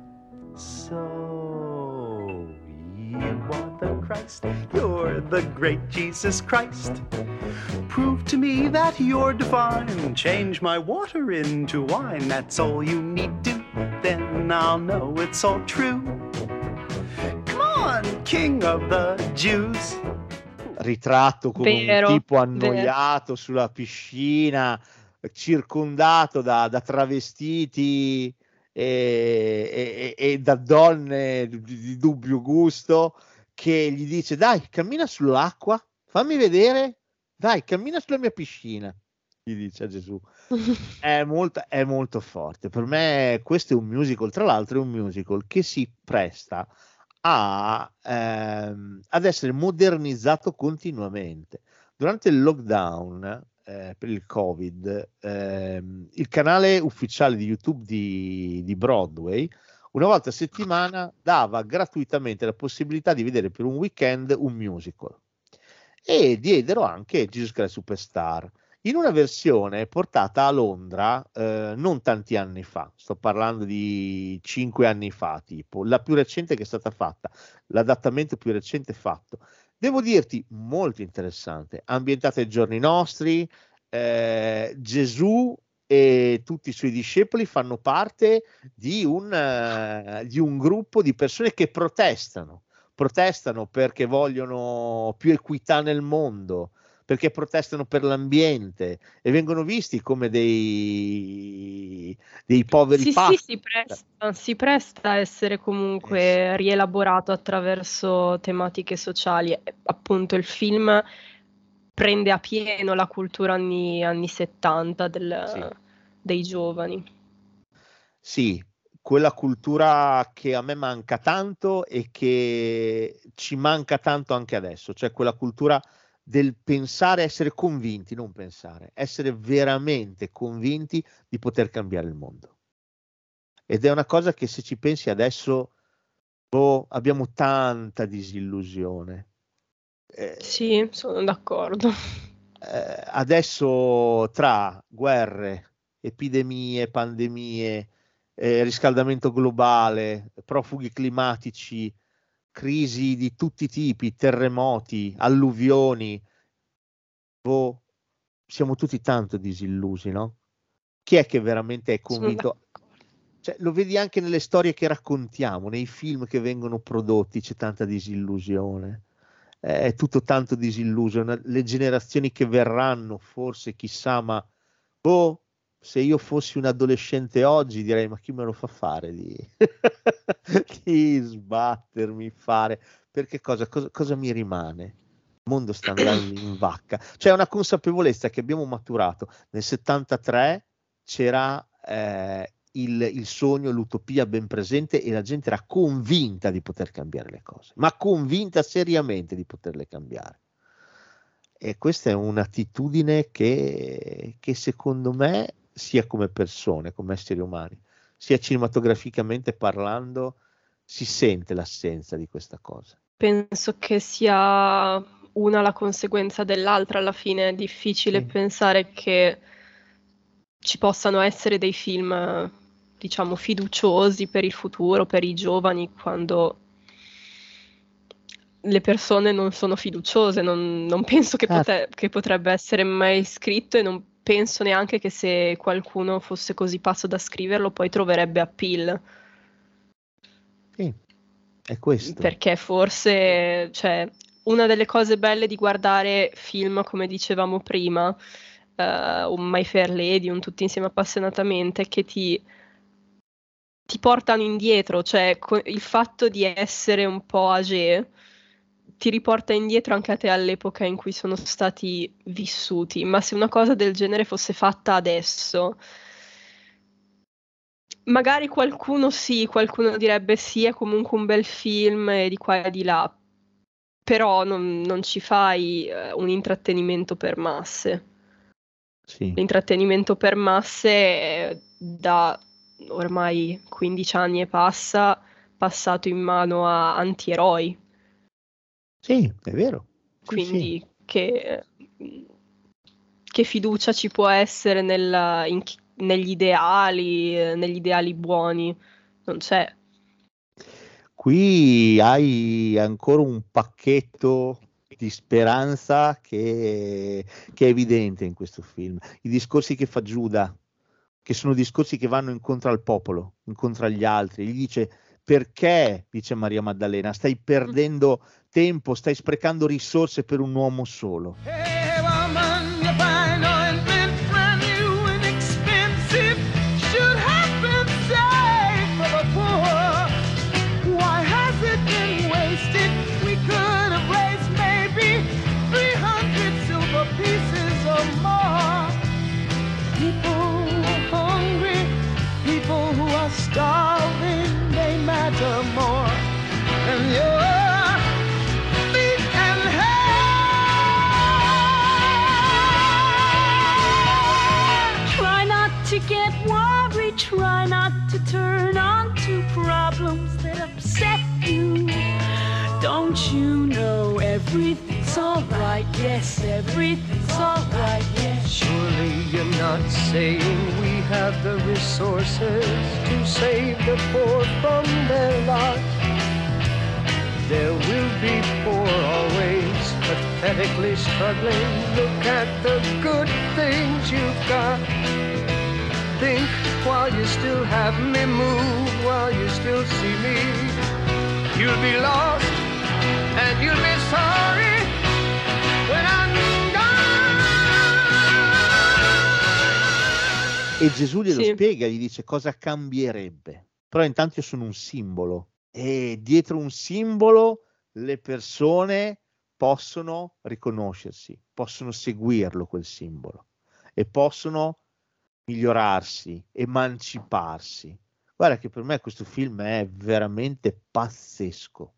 So, you are the Christ, you're the great Jesus Christ. Prove to me that you're divine. Change my water into wine. That's all you need to, then I'll know it's all true. Come on, King of the Jews. Ritratto come un tipo annoiato sulla piscina, circondato da travestiti e da donne di dubbio gusto, che gli dice: dai, cammina sull'acqua, fammi vedere, dai, cammina sulla mia piscina, gli dice a Gesù. È molto forte. Per me questo è un musical, tra l'altro è un musical che si presta ad essere modernizzato continuamente. Durante il lockdown per il Covid, il canale ufficiale di YouTube di Broadway una volta a settimana dava gratuitamente la possibilità di vedere per un weekend un musical, e diedero anche Jesus Christ Superstar in una versione portata a Londra non tanti anni fa, sto parlando di 5 anni fa, tipo la più recente che è stata fatta, l'adattamento più recente fatto. Devo dirti, molto interessante, ambientata ai giorni nostri. Gesù e tutti i suoi discepoli fanno parte di un gruppo di persone che protestano perché vogliono più equità nel mondo, perché protestano per l'ambiente e vengono visti come dei poveri pazzi. Sì, si presta a essere comunque rielaborato attraverso tematiche sociali. Appunto il film prende a pieno la cultura anni 70 dei giovani. Sì, quella cultura che a me manca tanto e che ci manca tanto anche adesso, cioè quella cultura del pensare, essere convinti, non pensare, essere veramente convinti di poter cambiare il mondo. Ed è una cosa che, se ci pensi adesso, abbiamo tanta disillusione. Sì, sono d'accordo. Adesso tra guerre, epidemie, pandemie, riscaldamento globale, profughi climatici, crisi di tutti i tipi, terremoti, alluvioni, siamo tutti tanto disillusi, no? Chi è che veramente è convinto? Cioè, lo vedi anche nelle storie che raccontiamo, nei film che vengono prodotti, c'è tanta disillusione. È tutto tanto disilluso. Le generazioni che verranno, forse, chissà, ma se io fossi un adolescente oggi direi: ma chi me lo fa fare di sbattermi, perché cosa mi rimane? Il mondo sta andando in vacca. Cioè, è una consapevolezza che abbiamo maturato. Nel 73 c'era il sogno, l'utopia ben presente e la gente era convinta di poter cambiare le cose, ma convinta seriamente di poterle cambiare. E questa è un'attitudine che secondo me, sia come persone, come esseri umani, sia cinematograficamente parlando, si sente l'assenza di questa cosa. Penso che sia una la conseguenza dell'altra alla fine. È difficile pensare che ci possano essere dei film, diciamo, fiduciosi per il futuro, per i giovani, quando le persone non sono fiduciose. Non penso che potrebbe essere mai scritto, e non penso neanche che se qualcuno fosse così pazzo da scriverlo poi troverebbe appeal. Sì, è questo. Perché forse, cioè, una delle cose belle di guardare film, come dicevamo prima, un My Fair Lady, un Tutti insieme appassionatamente, che ti portano indietro, cioè il fatto di essere un po' âgé ti riporta indietro anche a te all'epoca in cui sono stati vissuti. Ma se una cosa del genere fosse fatta adesso, magari qualcuno direbbe sì, è comunque un bel film e di qua e di là, però non ci fai un intrattenimento per masse. Sì. L'intrattenimento per masse è da ormai 15 anni e passato in mano a antieroi. Sì, è vero. Quindi che fiducia ci può essere negli ideali buoni? Non c'è. Qui hai ancora un pacchetto di speranza che è evidente in questo film. I discorsi che fa Giuda, che sono discorsi che vanno incontro al popolo, incontro agli altri, gli dice: perché, dice Maria Maddalena, stai perdendo tempo, stai sprecando risorse per un uomo solo. Starving, they matter more than your feet and hair. Try not to get worried, try not to turn on to problems that upset you. Don't you know everything's alright? Yes, everything's alright, yes. Surely you're not saying we have the resources to save the poor from their lot. There will be poor always, pathetically struggling. Look at the good things you've got. Think while you still have me, move while you still see me. You'll be lost and you'll be sorry when I'm gone. E Gesù glielo spiega, gli dice cosa cambierebbe. Però intanto io sono un simbolo, e dietro un simbolo le persone possono riconoscersi, possono seguirlo quel simbolo e possono migliorarsi, emanciparsi. Guarda che per me questo film è veramente pazzesco.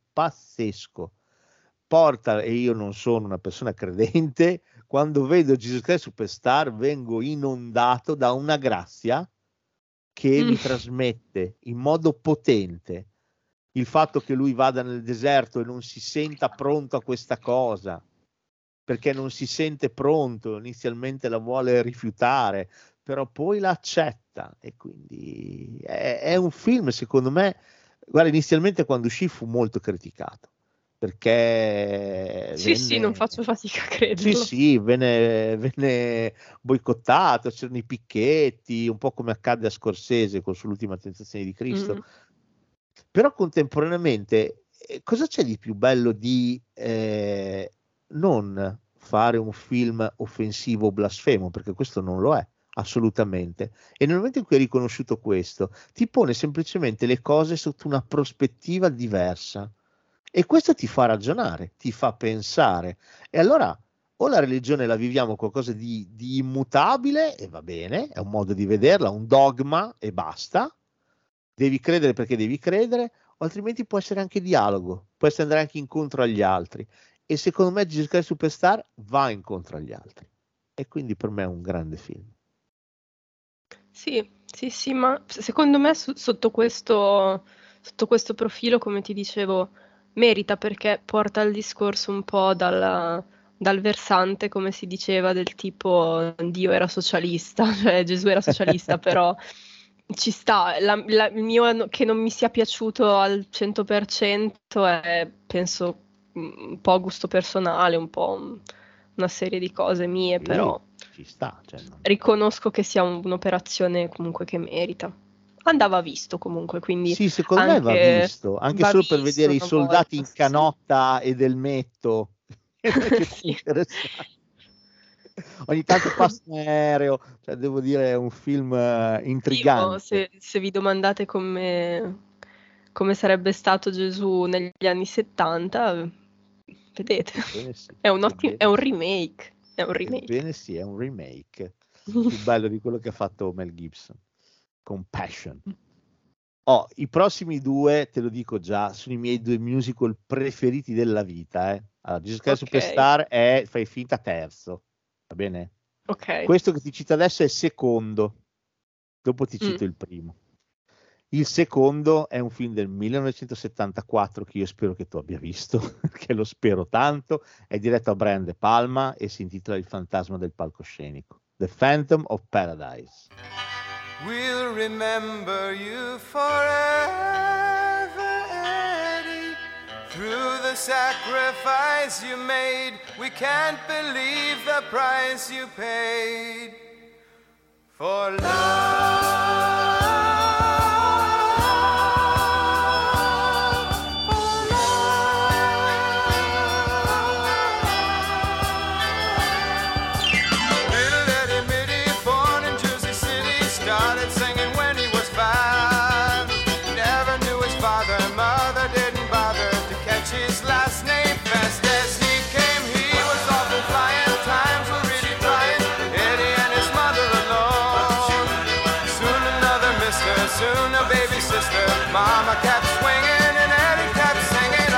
Porta, e io non sono una persona credente, quando vedo Jesus Christ Superstar vengo inondato da una grazia che mi trasmette in modo potente il fatto che lui vada nel deserto e non si senta pronto a questa cosa, perché non si sente pronto, inizialmente la vuole rifiutare, però poi la accetta. E quindi è un film, secondo me, guarda, inizialmente quando uscì fu molto criticato, perché sì, non faccio fatica a crederlo. Venne boicottato, c'erano i picchetti, un po' come accadde a Scorsese con sull'Ultima Tentazione di Cristo. Però contemporaneamente cosa c'è di più bello di non fare un film offensivo o blasfemo, perché questo non lo è assolutamente, e nel momento in cui hai riconosciuto questo ti pone semplicemente le cose sotto una prospettiva diversa, E questo ti fa ragionare, ti fa pensare. E allora o la religione la viviamo qualcosa di immutabile, e va bene, è un modo di vederla, un dogma e basta, devi credere perché devi credere, o altrimenti può essere anche dialogo, può essere andare anche incontro agli altri. E secondo me Jesus Christ Superstar va incontro agli altri. E quindi per me è un grande film. Sì, ma secondo me sotto questo profilo, come ti dicevo, merita, perché porta il discorso un po' dal versante, come si diceva, del tipo Dio era socialista, cioè Gesù era socialista, però ci sta. Il mio che non mi sia piaciuto al 100% è, penso, un po' gusto personale, un po' una serie di cose mie, però ci sta, cioè, riconosco che sia un'operazione comunque che merita. Andava visto comunque, quindi sì, secondo me va visto, anche solo per vedere i soldati in canotta e del metto. Sì. Ogni tanto passa un aereo, cioè devo dire è un film intrigante. Se vi domandate come sarebbe stato Gesù negli anni 70, vedete, sì. È un remake. Bene, sì, è un remake più bello di quello che ha fatto Mel Gibson con Passion. I prossimi due, te lo dico già, sono i miei due musical preferiti della vita. Allora, Jesus Christ Superstar è, fai finta, terzo, va bene? Ok. Questo che ti cito adesso è secondo, dopo ti cito il primo. Il secondo è un film del 1974 che io spero che tu abbia visto, perché lo spero tanto, è diretto a Brian De Palma e si intitola Il fantasma del palcoscenico, The Phantom of Paradise. We'll remember you forever, Eddie. Through the sacrifice you made, we can't believe the price you paid for love. Soon a baby sister, Mama kept swinging and Eddie kept singing.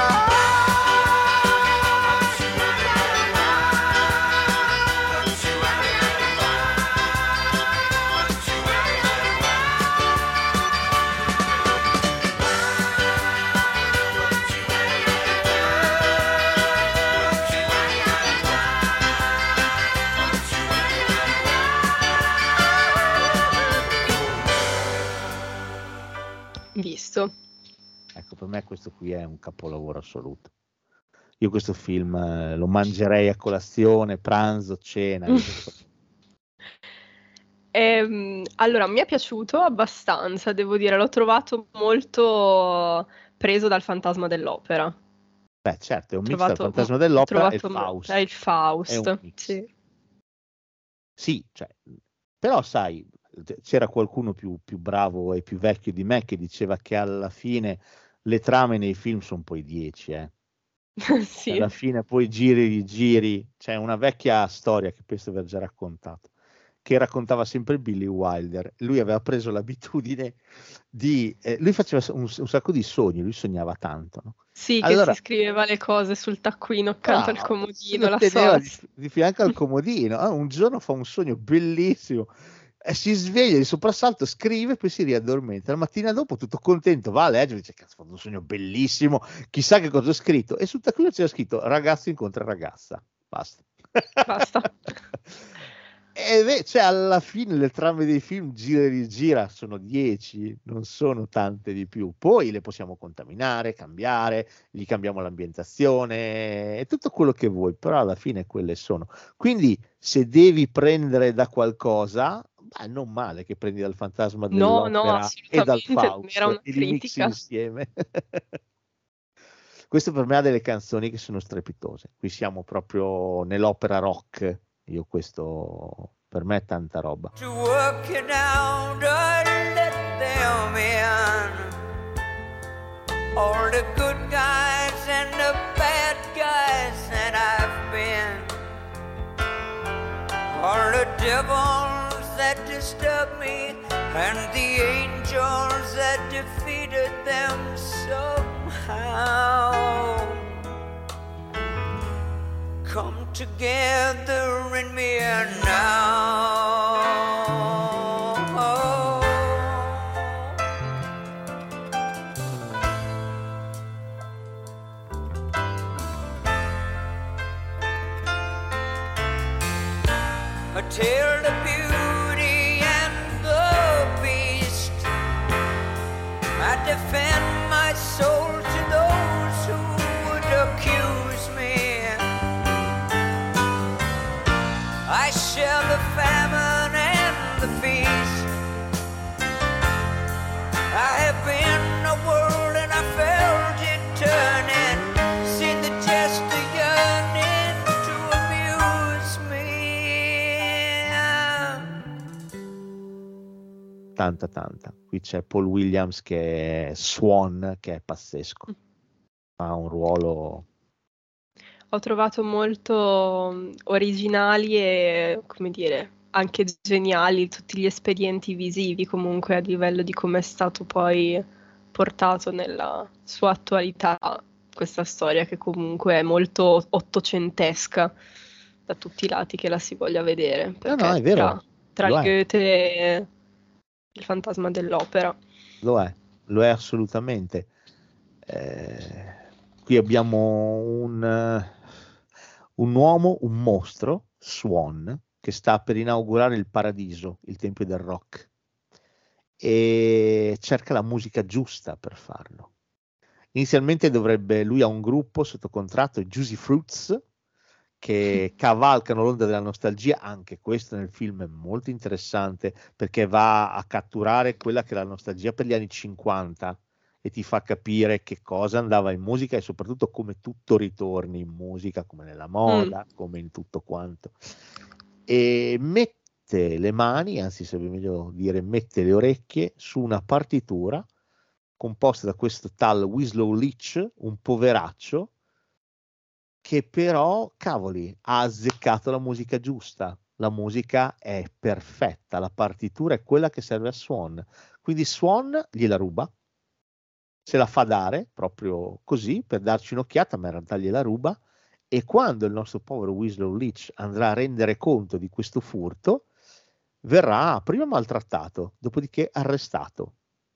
Visto. Ecco, per me questo qui è un capolavoro assoluto. Io questo film lo mangerei a colazione, pranzo, cena. Allora, mi è piaciuto abbastanza, devo dire, l'ho trovato molto preso dal fantasma dell'opera. Beh, certo, è un mix tra il fantasma dell'opera e il Faust. È il Faust, sì. Sì, cioè, però sai, c'era qualcuno più bravo e più vecchio di me che diceva che alla fine le trame nei film sono poi 10, sì. Alla fine poi giri e rigiri, c'è una vecchia storia che penso aver già raccontato, che raccontava sempre Billy Wilder. Lui aveva preso l'abitudine di lui faceva un sacco di sogni, lui sognava tanto, no? Sì, allora, che si scriveva le cose sul taccuino accanto al comodino, la teneva di fianco al comodino. Un giorno fa un sogno bellissimo, si sveglia di soprassalto, scrive, poi si riaddormenta. La mattina dopo, tutto contento, va a leggere, dice: cazzo, ho fatto un sogno bellissimo, chissà che cosa ho scritto. E sul taccuino c'era scritto: ragazzo incontra ragazza. Basta. E cioè, alla fine le trame dei film gira e rigira sono 10, non sono tante di più. Poi le possiamo contaminare, cambiare, gli cambiamo l'ambientazione e tutto quello che vuoi, però alla fine quelle sono. Quindi se devi prendere da qualcosa, non male che prendi dal fantasma dell'opera e dal Faust e li mixi insieme. Questo per me ha delle canzoni che sono strepitose. Qui siamo proprio nell'opera rock. Io questo per me è tanta roba. To work you down, don't let them in. All the good guys and the bad guys that I've been, all the devils that disturb me, and the angels that defeated them somehow come together in me now. A tale of beauty and the beast, I defend my soul to those who would accuse me. I share the famine and the feast. I have been a world and I felt it turning, seen the jest, the yearning to amuse me. Tanta. Qui c'è Paul Williams che è Swan, che è pazzesco. Ha un ruolo... Ho trovato molto originali e, come dire, anche geniali tutti gli espedienti visivi, comunque, a livello di come è stato poi portato nella sua attualità questa storia, che comunque è molto ottocentesca da tutti i lati che la si voglia vedere. Perché no, è vero. Tra Lo il è. Goethe e il fantasma dell'opera. Lo è assolutamente. Qui abbiamo un uomo, un mostro, Swan, che sta per inaugurare il paradiso, il tempio del rock, e cerca la musica giusta per farlo. Inizialmente lui ha un gruppo sotto contratto, i Juicy Fruits, che cavalcano l'onda della nostalgia. Anche questo nel film è molto interessante, perché va a catturare quella che è la nostalgia per gli anni 50 e ti fa capire che cosa andava in musica e soprattutto come tutto ritorni in musica, come nella moda, come in tutto quanto. E mette le mani, anzi sarebbe meglio dire mette le orecchie, su una partitura composta da questo tal Winslow Leach, un poveraccio, che però, cavoli, ha azzeccato la musica giusta. La musica è perfetta, la partitura è quella che serve a Swan. Quindi Swan gliela ruba, se la fa dare proprio così per darci un'occhiata, ma in realtà gliela ruba. E quando il nostro povero Winslow Leach andrà a rendere conto di questo furto, verrà prima maltrattato, dopodiché arrestato.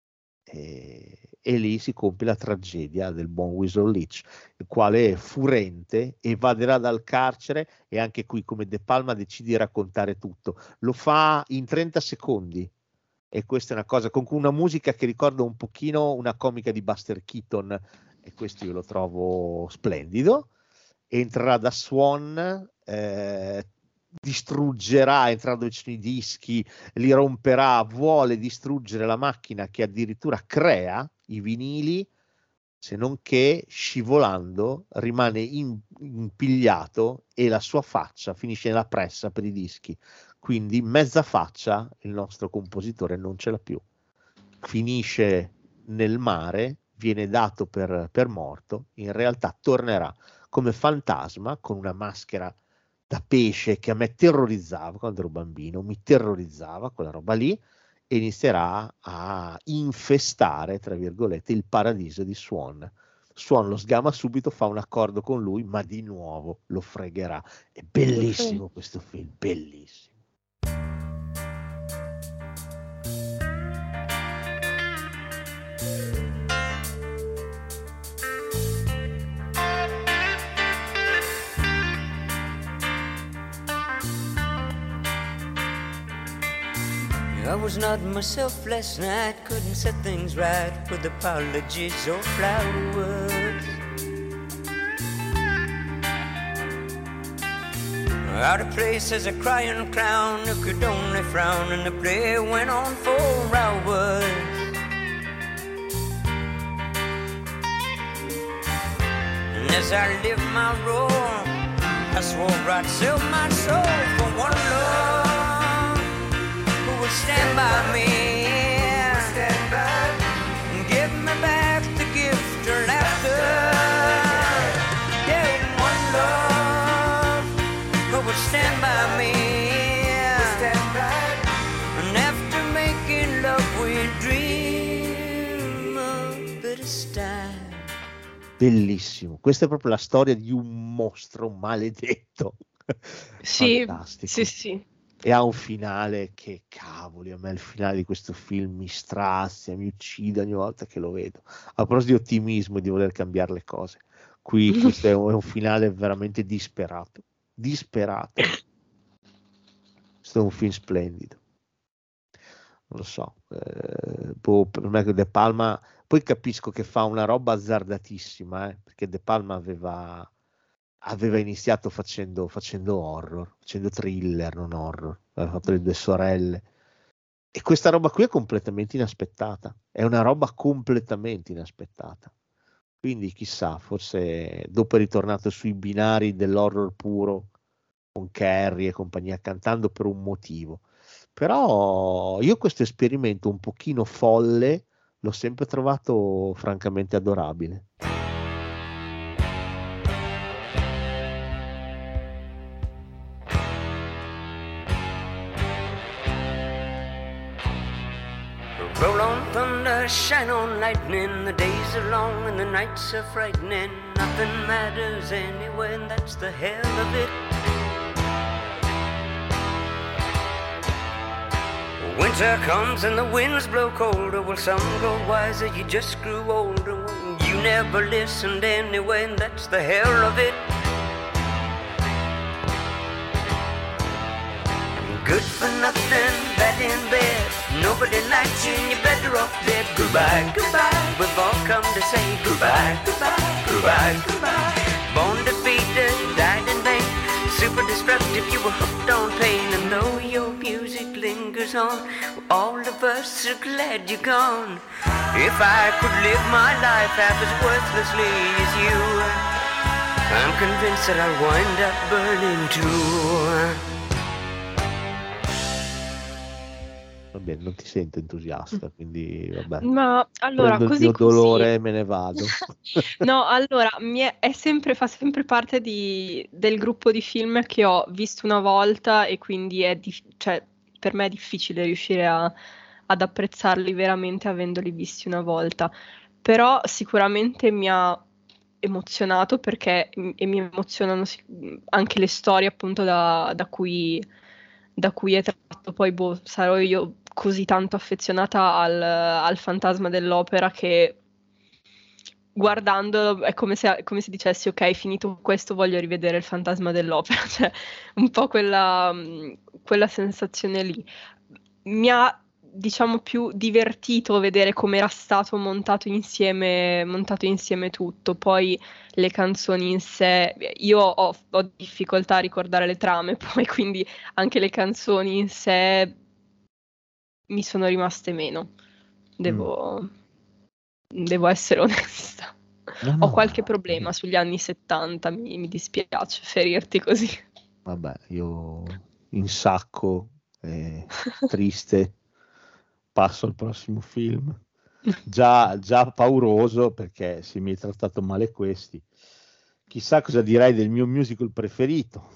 E lì si compie la tragedia del buon Winslow Leach, il quale furente evaderà dal carcere, e anche qui come De Palma decide di raccontare tutto. Lo fa in 30 secondi. E questa è una cosa con una musica che ricorda un pochino una comica di Buster Keaton, e questo io lo trovo splendido. Entrerà da Swan, distruggerà, entrando vicino i dischi, li romperà, vuole distruggere la macchina che addirittura crea i vinili, se non che scivolando rimane impigliato e la sua faccia finisce nella pressa per i dischi. Quindi mezza faccia il nostro compositore non ce l'ha più, finisce nel mare, viene dato per morto, in realtà tornerà come fantasma con una maschera da pesce che a me terrorizzava quando ero bambino, mi terrorizzava quella roba lì, e inizierà a infestare, tra virgolette, il paradiso di Swan. Swan lo sgama subito, fa un accordo con lui, ma di nuovo lo fregherà. È bellissimo questo film, bellissimo. I was not myself last night, couldn't set things right with apologies or flowers. Out of place as a crying clown who could only frown, and the play went on for hours. And as I lived my role, I swore I'd sell my soul for one love who would stand by me, and give me back the gift of laughter. bellissimo. Questa è proprio la storia di un mostro maledetto. Sì, Fantastico. sì. E ha un finale che, cavoli, a me il finale di questo film mi strazia, mi uccide ogni volta che lo vedo. A proposito di ottimismo e di voler cambiare le cose, qui questo è un finale veramente disperato. Questo è un film splendido. Non lo so, per me De Palma, poi capisco che fa una roba azzardatissima, perché De Palma aveva iniziato facendo horror, facendo thriller, non horror, aveva fatto Le due sorelle, e questa roba qui è completamente inaspettata, quindi chissà, forse dopo è ritornato sui binari dell'horror puro con Carrie e compagnia, cantando per un motivo. Però io questo esperimento un pochino folle l'ho sempre trovato francamente adorabile. Roll on thunder, shine on lightning. The days are long and the nights are frightening. Nothing matters anyway, and that's the hell of it. Winter comes and the winds blow colder. Well, some grow wiser, you just grew older. Well, you never listened anyway, and that's the hell of it. Good for nothing, bad in bed. Nobody likes you and you're better off dead. Goodbye, goodbye. We've all come to say goodbye, goodbye, goodbye, goodbye. Born defeated, died in vain. Super destructive, you were hooked on pain. And though your music lingers on, all of us are glad you're gone. If I could live my life half as worthlessly as you, I'm convinced that I'll wind up burning too. Vabbè, non ti sento entusiasta, quindi vabbè. Ma allora, prendo così il mio dolore così. e me ne vado. No, allora, fa sempre parte del gruppo di film che ho visto una volta e quindi cioè, per me è difficile riuscire ad apprezzarli veramente avendoli visti una volta. Però sicuramente mi ha emozionato perché e mi emozionano anche le storie appunto da cui è tratto. Poi sarò io così tanto affezionata al fantasma dell'opera che guardandolo è come se dicessi ok, finito questo voglio rivedere il fantasma dell'opera, cioè un po' quella sensazione lì. Mi ha diciamo più divertito vedere come era stato montato insieme tutto. Poi le canzoni in sé, io ho difficoltà a ricordare le trame, poi quindi anche le canzoni in sé mi sono rimaste meno, devo essere onesta. Ho qualche problema sugli anni 70, mi dispiace ferirti così. Vabbè, io in sacco, triste, passo al prossimo film. Già pauroso perché se mi hai trattato male questi. Chissà cosa direi del mio musical preferito,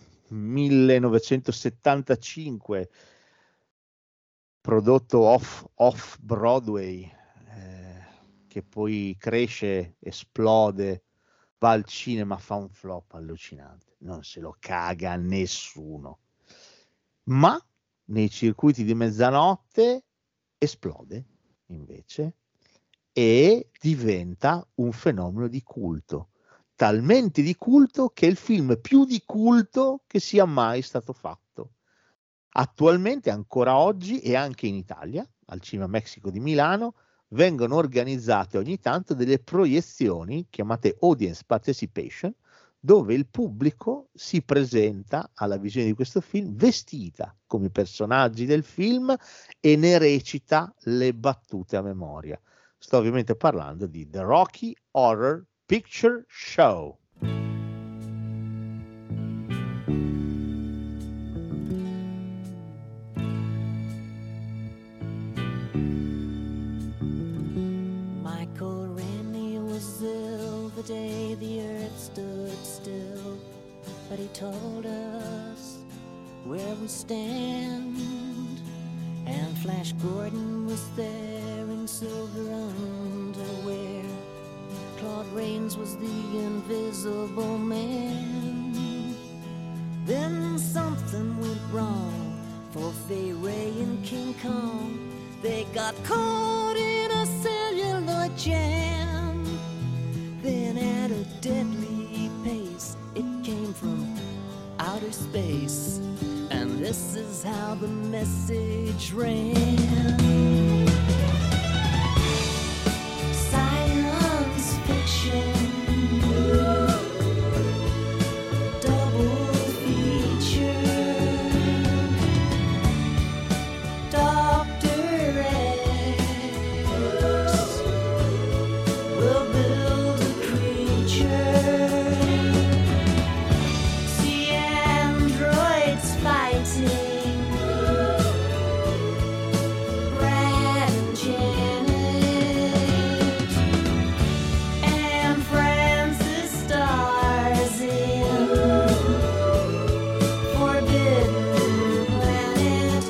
1975, prodotto off Broadway, che poi cresce, esplode, va al cinema, fa un flop allucinante, non se lo caga nessuno, ma nei circuiti di mezzanotte esplode invece e diventa un fenomeno di culto, talmente di culto che è il film più di culto che sia mai stato fatto. Attualmente, ancora oggi e anche in Italia, al Cinema Mexico di Milano, vengono organizzate ogni tanto delle proiezioni chiamate audience participation, dove il pubblico si presenta alla visione di questo film vestita come i personaggi del film e ne recita le battute a memoria. Sto ovviamente parlando di The Rocky Horror Picture Show. Michael Rennie was ill the day the earth stood still, but he told us where we stand, and Flash Gordon was there in silver underwear, Claude Rains was the invisible man. Then something went wrong for Fay Ray and King Kong. They got caught in a celluloid jam. Then at a deadly pace, it came from outer space. And this is how the message ran. Science fiction. Double feature. Dr. X will build a creature. See androids fighting. Brad and Janet and Francis stars in Forbidden Planet.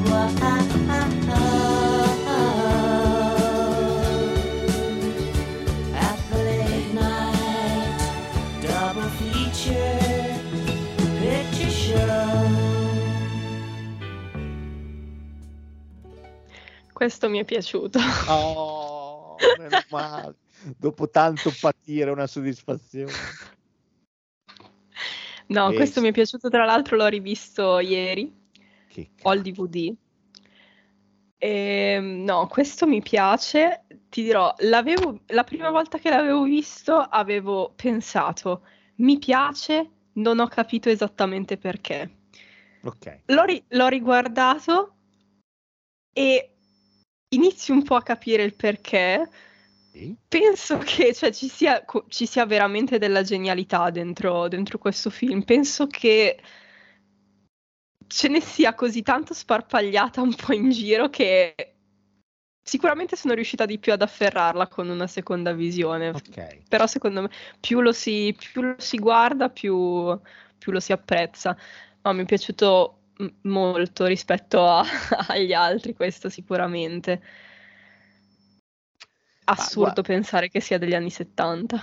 At the late night double feature picture show. Questo mi è piaciuto. Oh, meno male. Dopo tanto patire, una soddisfazione. No, E- questo mi è piaciuto, tra l'altro l'ho rivisto ieri, Che ho il DVD. No, questo mi piace, ti dirò, la prima volta che l'avevo visto avevo pensato, mi piace, non ho capito esattamente perché. Ok. L'ho riguardato e inizi un po' a capire il perché. Sì. Penso che ci sia veramente della genialità dentro questo film. Penso che ce ne sia così tanto sparpagliata un po' in giro che sicuramente sono riuscita di più ad afferrarla con una seconda visione. Ok. Però secondo me più lo si guarda, più lo si apprezza. No, mi è piaciuto molto rispetto agli altri, questo sicuramente. Assurdo pensare che sia degli anni 70.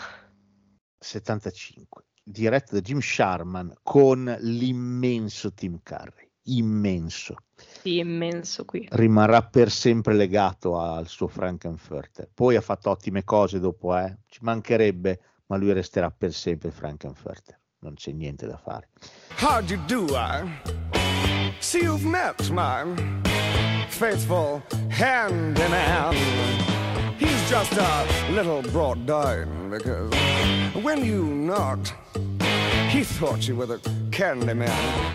75, diretto da Jim Sharman con l'immenso Tim Curry, immenso. Sì, immenso qui. Rimarrà per sempre legato al suo Frankenfurter. Poi ha fatto ottime cose dopo, ci mancherebbe, ma lui resterà per sempre Frankenfurter. Non c'è niente da fare. How do you do? I see you've met my faithful handyman. He's just a little brought down because when you knocked, he thought you were the candy man.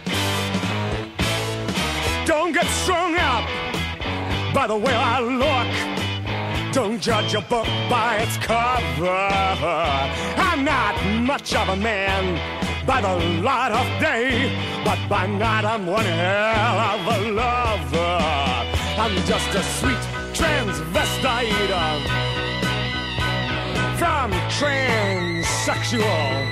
Don't get strung up by the way I look. Don't judge a book by its cover. I'm not much of a man by the light of day, but by night I'm one hell of a lover. I'm just a sweet transvestite from transsexual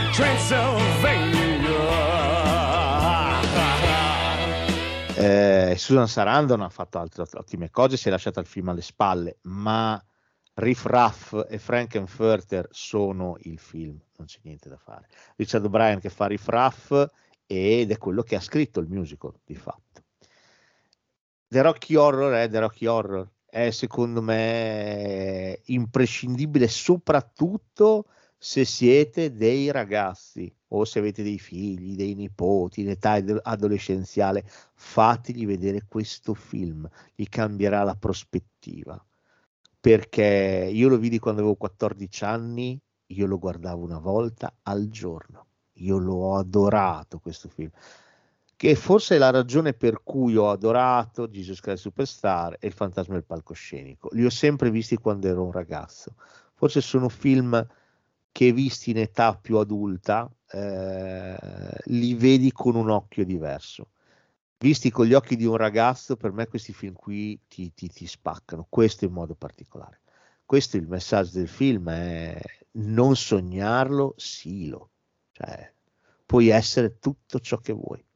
Transylvania. Susan Sarandon ha fatto altre ottime cose, si è lasciata il film alle spalle, ma Riff Raff e Frankenfurter sono il film, non c'è niente da fare. Richard O'Brien che fa Riff Raff ed è quello che ha scritto il musical di fatto. The Rocky Horror è secondo me imprescindibile, soprattutto se siete dei ragazzi o se avete dei figli, dei nipoti in età adolescenziale. Fategli vedere questo film, gli cambierà la prospettiva, perché io lo vidi quando avevo 14 anni, io lo guardavo una volta al giorno, io l'ho adorato questo film, che forse è la ragione per cui ho adorato Jesus Christ Superstar e Il fantasma del palcoscenico. Li ho sempre visti quando ero un ragazzo, forse sono film che visti in età più adulta li vedi con un occhio diverso. Visti con gli occhi di un ragazzo, per me questi film qui ti spaccano, questo in modo particolare. Questo è il messaggio del film, è non sognarlo, silo. Cioè, puoi essere tutto ciò che vuoi.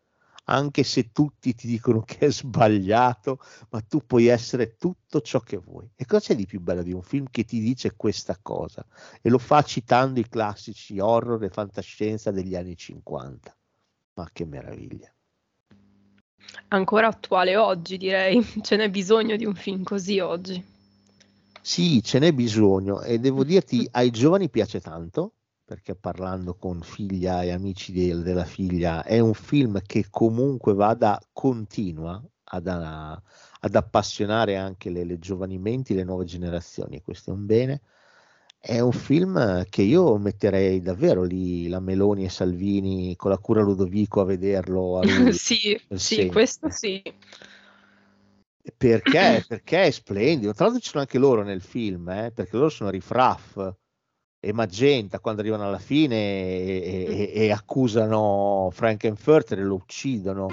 anche se tutti ti dicono che è sbagliato, ma tu puoi essere tutto ciò che vuoi. E cosa c'è di più bello di un film che ti dice questa cosa? E lo fa citando i classici horror e fantascienza degli anni 50. Ma che meraviglia. Ancora attuale oggi, direi. Ce n'è bisogno di un film così oggi. Sì, ce n'è bisogno, e devo dirti, ai giovani piace tanto, perché parlando con figlia e amici della figlia, è un film che comunque continua ad appassionare anche le giovani menti, le nuove generazioni, e questo è un bene. È un film che io metterei davvero lì la Meloni e Salvini con la cura Ludovico a vederlo. Sì, questo sì. Perché è splendido. Tra l'altro ci sono anche loro nel film, perché loro sono Riffraff e Magenta quando arrivano alla fine e accusano Frankenfurter e lo uccidono.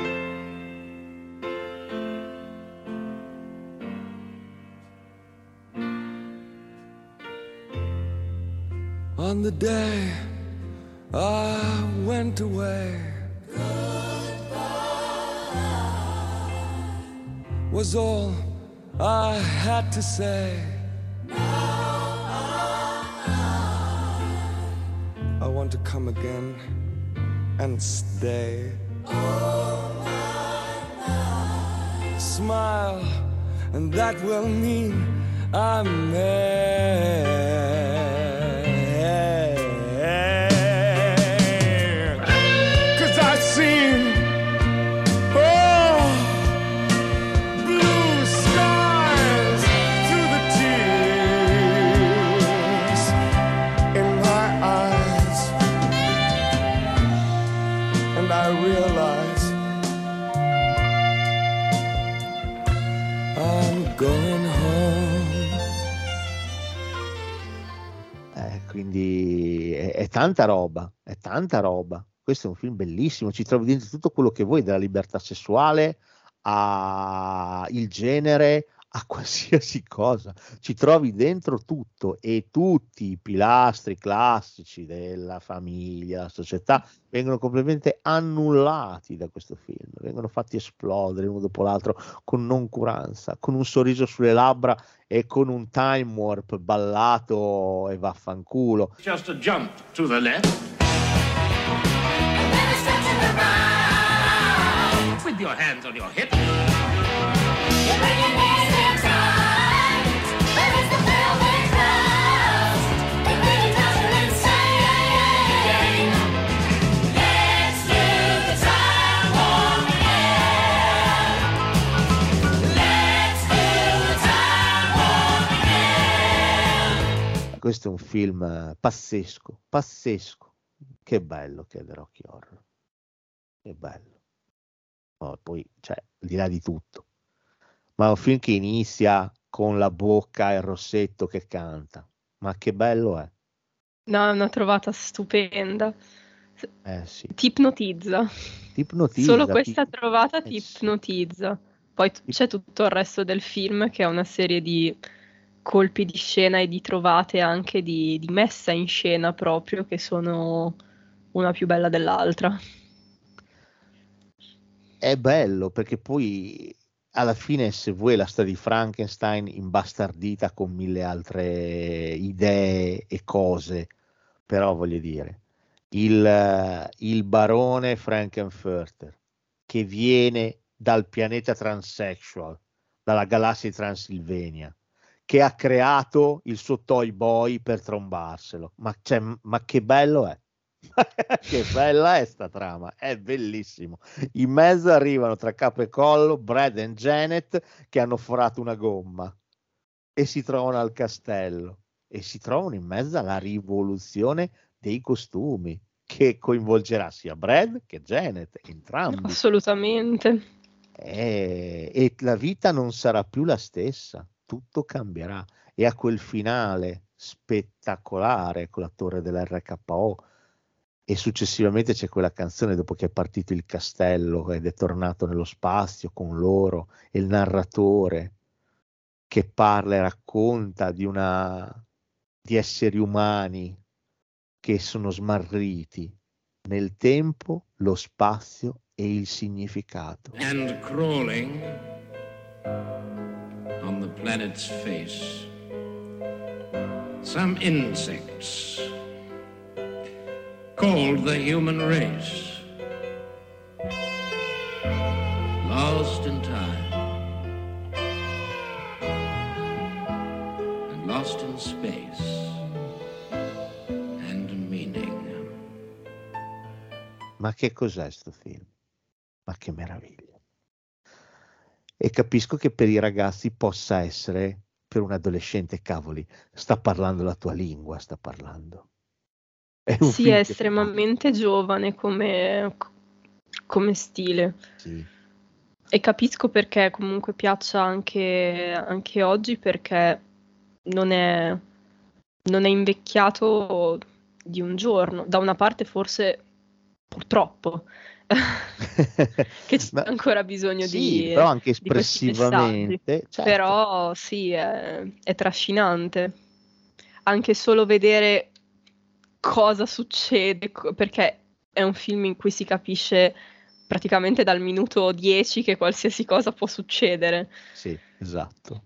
On the day I went away, was all I had to say. I want to come again and stay. Smile, and that will mean I'm there. 'Cause I've seen blue skies through the tears in my eyes, and I realize I'm going home. Quindi è tanta roba, è tanta roba. Questo è un film bellissimo, ci trovi dentro tutto quello che vuoi, dalla libertà sessuale al genere, a qualsiasi cosa, ci trovi dentro tutto, e tutti i pilastri classici della famiglia, la società vengono completamente annullati da questo film, vengono fatti esplodere uno dopo l'altro con noncuranza, con un sorriso sulle labbra e con un time warp ballato e vaffanculo. Just a jump to the left. With your hands on your hips. Questo è un film pazzesco, pazzesco. Che bello che è The Rocky Horror. Che bello. Poi, cioè, al di là di tutto. Ma è un film che inizia con la bocca e il rossetto che canta. Ma che bello è. No, è una trovata stupenda. Sì. Ti ipnotizza. Solo questa trovata ti ipnotizza. Poi c'è tutto il resto del film che è una serie di colpi di scena e di trovate anche di messa in scena proprio, che sono una più bella dell'altra. È bello perché poi alla fine, se vuoi, la storia di Frankenstein imbastardita con mille altre idee e cose, però voglio dire, il barone Frankenfurter che viene dal pianeta Transsexual, dalla galassia di Transilvania, che ha creato il suo Toy Boy per trombarselo. Ma che bello è! Che bella è sta trama, è bellissimo. In mezzo arrivano tra capo e collo Brad e Janet che hanno forato una gomma e si trovano al castello e si trovano in mezzo alla rivoluzione dei costumi che coinvolgerà sia Brad che Janet, entrambi. Assolutamente. E la vita non sarà più la stessa, tutto cambierà, e a quel finale spettacolare con la torre dell'RKO, e successivamente c'è quella canzone dopo che è partito il castello ed è tornato nello spazio con loro, e il narratore che parla e racconta di esseri umani che sono smarriti nel tempo, lo spazio e il significato. And crawling on the planet's face, some insects called the human race, lost in time and lost in space and meaning. Ma che cos'è sto film? Ma che meraviglia. E capisco che per i ragazzi possa essere, per un adolescente, cavoli, sta parlando la tua lingua, sta parlando. Sì, è estremamente giovane come stile. Sì. E capisco perché comunque piaccia anche oggi, perché non è invecchiato di un giorno. Da una parte forse, purtroppo, che c'è ancora bisogno sì, però anche di questi espressivamente, messaggi. certo. Però sì, è trascinante. Anche solo vedere cosa succede, perché è un film in cui si capisce praticamente dal minuto 10 che qualsiasi cosa può succedere. Sì, esatto.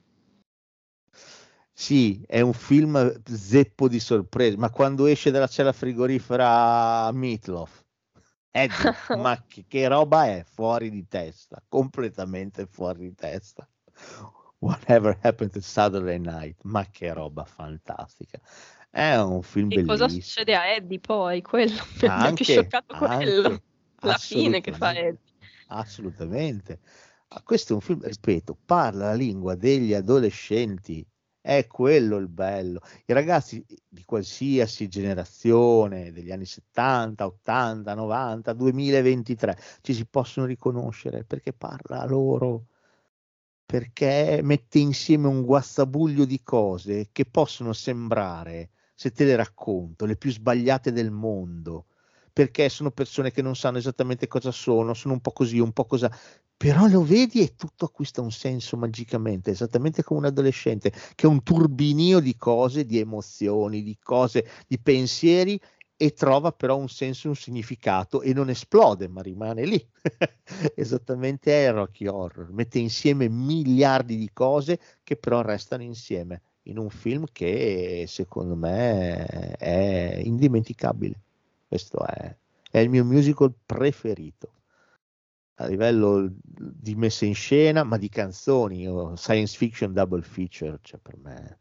Sì, è un film zeppo di sorprese, ma quando esce dalla cella frigorifera Meatloaf, ma che roba è? Fuori di testa, completamente fuori di testa. Whatever Happened to Saturday Night, ma che roba fantastica. È un film e bellissimo. Cosa succede a Eddie poi? Quello mi ha anche scioccato quello. La fine che fa Eddie. Assolutamente. Questo è un film, ripeto, parla la lingua degli adolescenti. È quello il bello. I ragazzi di qualsiasi generazione, degli anni 70, 80, 90, 2023, ci si possono riconoscere perché parla a loro, perché mette insieme un guazzabuglio di cose che possono sembrare, se te le racconto, le più sbagliate del mondo, perché sono persone che non sanno esattamente cosa sono un po' così, un po' così, però lo vedi e tutto acquista un senso magicamente, esattamente come un adolescente, che è un turbinio di cose, di emozioni, di cose, di pensieri, e trova però un senso, un significato, e non esplode, ma rimane lì. Esattamente è Rocky Horror, mette insieme miliardi di cose che però restano insieme in un film che secondo me è indimenticabile. Questo è il mio musical preferito a livello di messa in scena, ma di canzoni, science fiction double feature, cioè per me.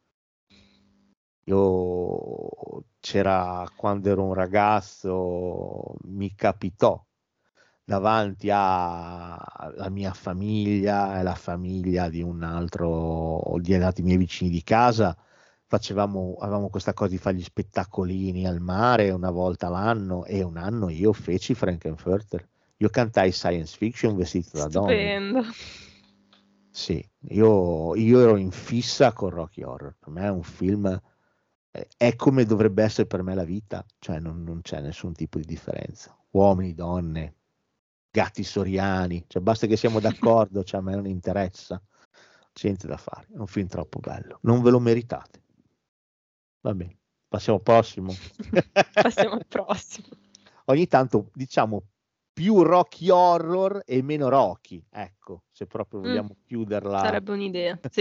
C'era, quando ero un ragazzo, mi capitò davanti alla mia famiglia e la famiglia di un altro, di altri miei vicini di casa, avevamo questa cosa di fare gli spettacolini al mare una volta l'anno, e un anno io feci Frankenfurter. Io cantai science fiction vestito da donna. Stupendo. Sì, io ero in fissa con Rocky Horror. Per me è un film, è come dovrebbe essere per me la vita, cioè non c'è nessun tipo di differenza. Uomini, donne, gatti soriani, cioè basta che siamo d'accordo, cioè a me non interessa, c'è niente da fare, è un film troppo bello, non ve lo meritate. Va bene, passiamo al prossimo. Passiamo al prossimo. Ogni tanto diciamo più Rocky Horror e meno Rocky, ecco, se proprio vogliamo chiuderla. Sarebbe un'idea, sì.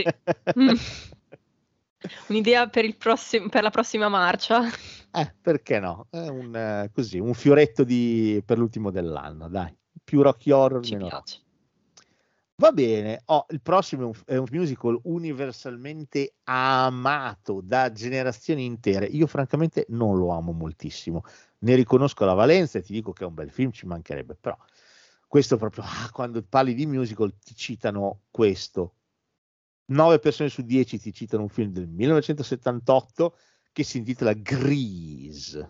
Un'idea per la prossima marcia. Perché no? È un fioretto per l'ultimo dell'anno, dai. Più Rocky Horror, Ci meno piace. Rocky. Va bene, il prossimo è un musical universalmente amato da generazioni intere. Io francamente non lo amo moltissimo, ne riconosco la valenza e ti dico che è un bel film, ci mancherebbe, però questo proprio, quando parli di musical ti citano questo. 9 persone su 10 ti citano un film del 1978 che si intitola Grease.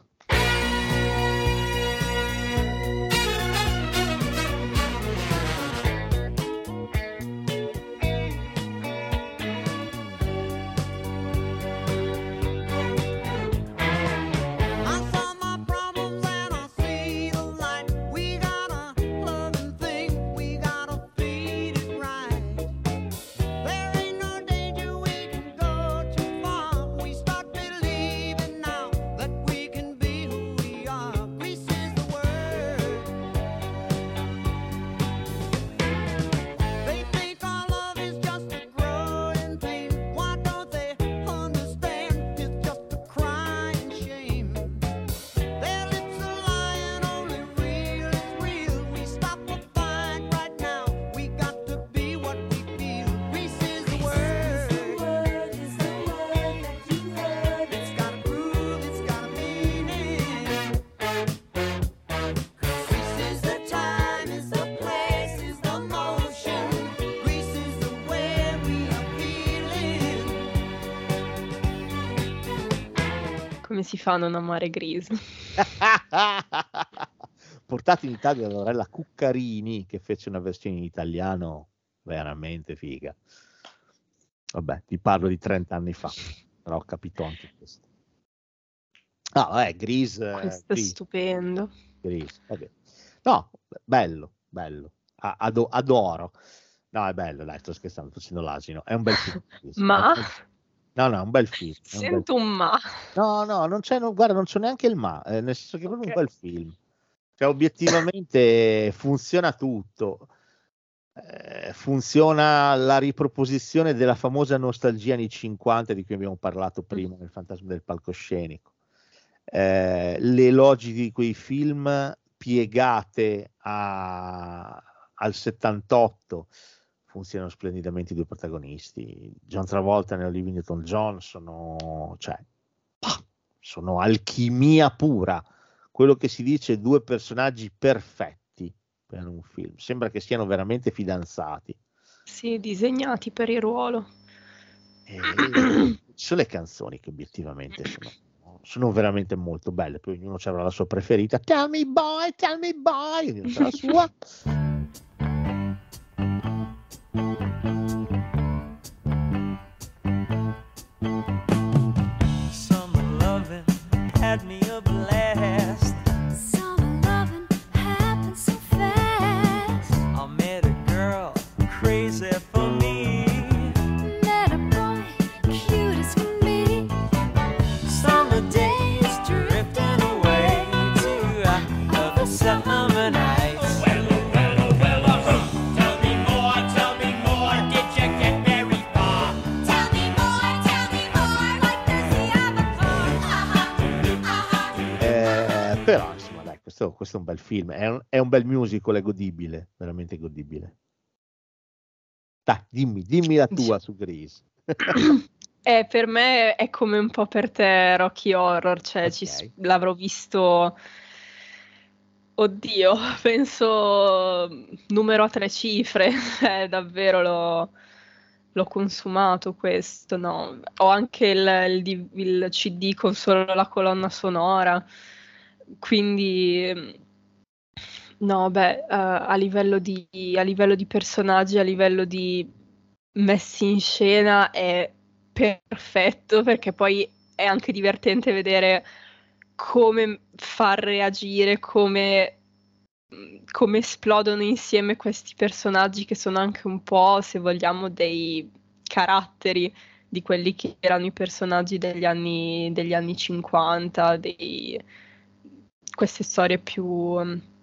We start believing now that we can be si fa a non amare Grease? Portato in Italia da Lorella Cuccarini, che fece una versione in italiano veramente figa. Vabbè, ti parlo di 30 anni fa, però ho capito anche questo. Grease. Questo è stupendo. Grease, vabbè. No, bello. Adoro. No, è bello, dai, sto scherzando, sto facendo l'asino. È un bel film. Ma? No, è un bel film. Sento un ma. No, non c'è, guarda, non c'è neanche il ma, nel senso che è proprio un bel film. Cioè, obiettivamente funziona tutto. Funziona la riproposizione della famosa nostalgia anni 50 di cui abbiamo parlato prima nel Fantasma del palcoscenico. Le elogi di quei film piegate al 78 funzionano splendidamente i due protagonisti. John Travolta e Olivia Newton-John sono alchimia pura, quello che si dice due personaggi perfetti per un film, sembra che siano veramente fidanzati. Sì, disegnati per il ruolo. Ci sono le canzoni che obiettivamente sono veramente molto belle, poi ognuno avrà la sua preferita. Tell me boy, ognuno c'ha la sua. Summer loving had me a blast. Summer loving happened so fast. I met a girl crazy for me. Met a boy cute as can be. Summer days drifting away to other summer nights. Però insomma dai, questo è un bel film, è un bel musical, è godibile, veramente godibile. Dai, dimmi la tua su Grease. Per me è come un po' per te Rocky Horror, cioè l'avrò visto, oddio, penso numero a 3 cifre, davvero l'ho consumato questo, no? Ho anche il CD con solo la colonna sonora, quindi no, a livello di personaggi, a livello di messi in scena è perfetto, perché poi è anche divertente vedere come far reagire, come esplodono insieme questi personaggi che sono anche un po', se vogliamo, dei caratteri di quelli che erano i personaggi degli anni 50, queste storie più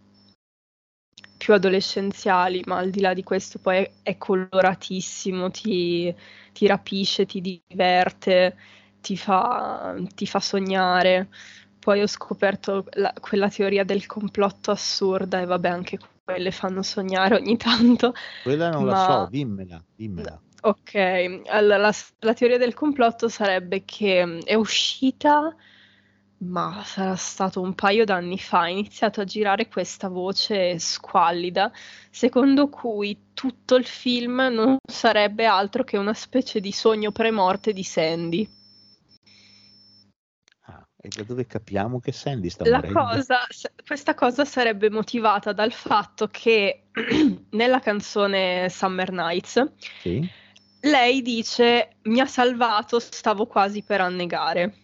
adolescenziali, ma al di là di questo poi è coloratissimo, ti rapisce, ti diverte, ti fa sognare. Poi ho scoperto quella teoria del complotto assurda e vabbè, anche quelle fanno sognare ogni tanto. Quella non la so, dimmela. Ok, allora, la teoria del complotto sarebbe che è uscita, ma sarà stato un paio d'anni fa, ha iniziato a girare questa voce squallida, secondo cui tutto il film non sarebbe altro che una specie di sogno pre-morte di Sandy. E da dove capiamo che Sandy sta morendo? Questa cosa sarebbe motivata dal fatto che nella canzone Summer Nights lei dice: mi ha salvato, stavo quasi per annegare.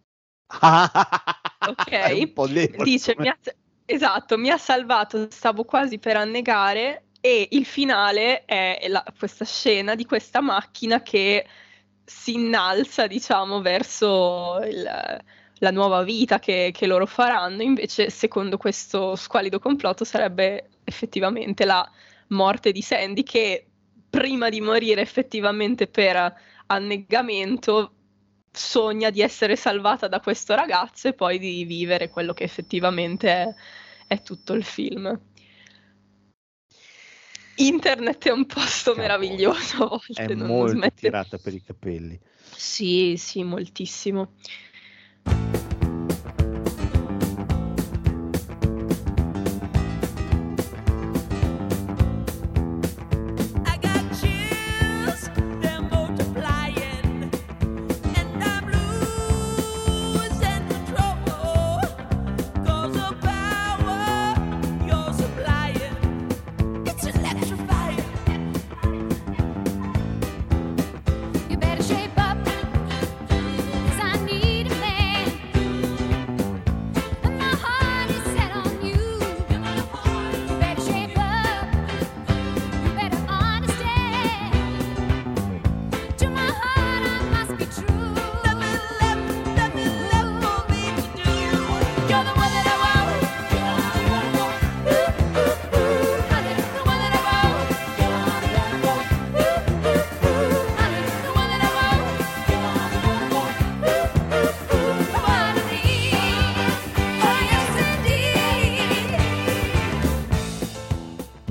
Ok? Dice mi ha salvato, stavo quasi per annegare, e il finale è questa scena di questa macchina che si innalza, diciamo, verso la nuova vita che loro faranno. Invece, secondo questo squallido complotto, sarebbe effettivamente la morte di Sandy, che prima di morire effettivamente per annegamento sogna di essere salvata da questo ragazzo e poi di vivere quello che effettivamente è tutto il film. Internet è un posto meraviglioso a volte, è non molto smette. tirata per i capelli. Sì, moltissimo. They're multiplying, and I'm losing control.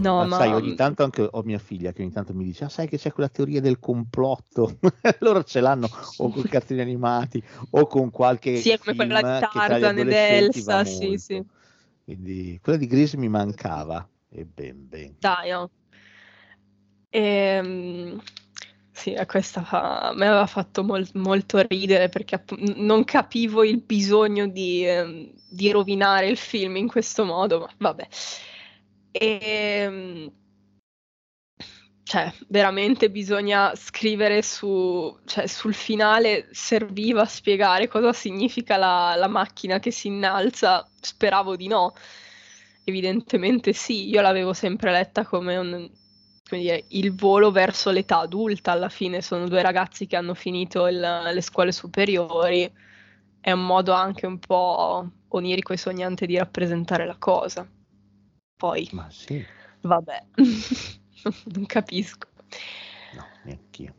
No, ma sai, ogni tanto anche ho mia figlia che ogni tanto mi dice: sai che c'è quella teoria del complotto? Loro ce l'hanno o con i cartoni animati o con qualche sì, è come film quella di che tra gli Tarzan ed adolescenti va Elsa, sì, molto. sì. Quindi quella di Grease mi mancava, e ben. Dai, no. Sì, questa mi aveva fatto molto ridere perché non capivo il bisogno di rovinare il film in questo modo, ma vabbè. Cioè, veramente bisogna scrivere sul finale, serviva a spiegare cosa significa la macchina che si innalza. Speravo di no. Evidentemente sì, io l'avevo sempre letta come il volo verso l'età adulta. Alla fine sono due ragazzi che hanno finito le scuole superiori, è un modo anche un po' onirico e sognante di rappresentare la cosa. Poi, ma sì, vabbè, non capisco. No, neanch'io.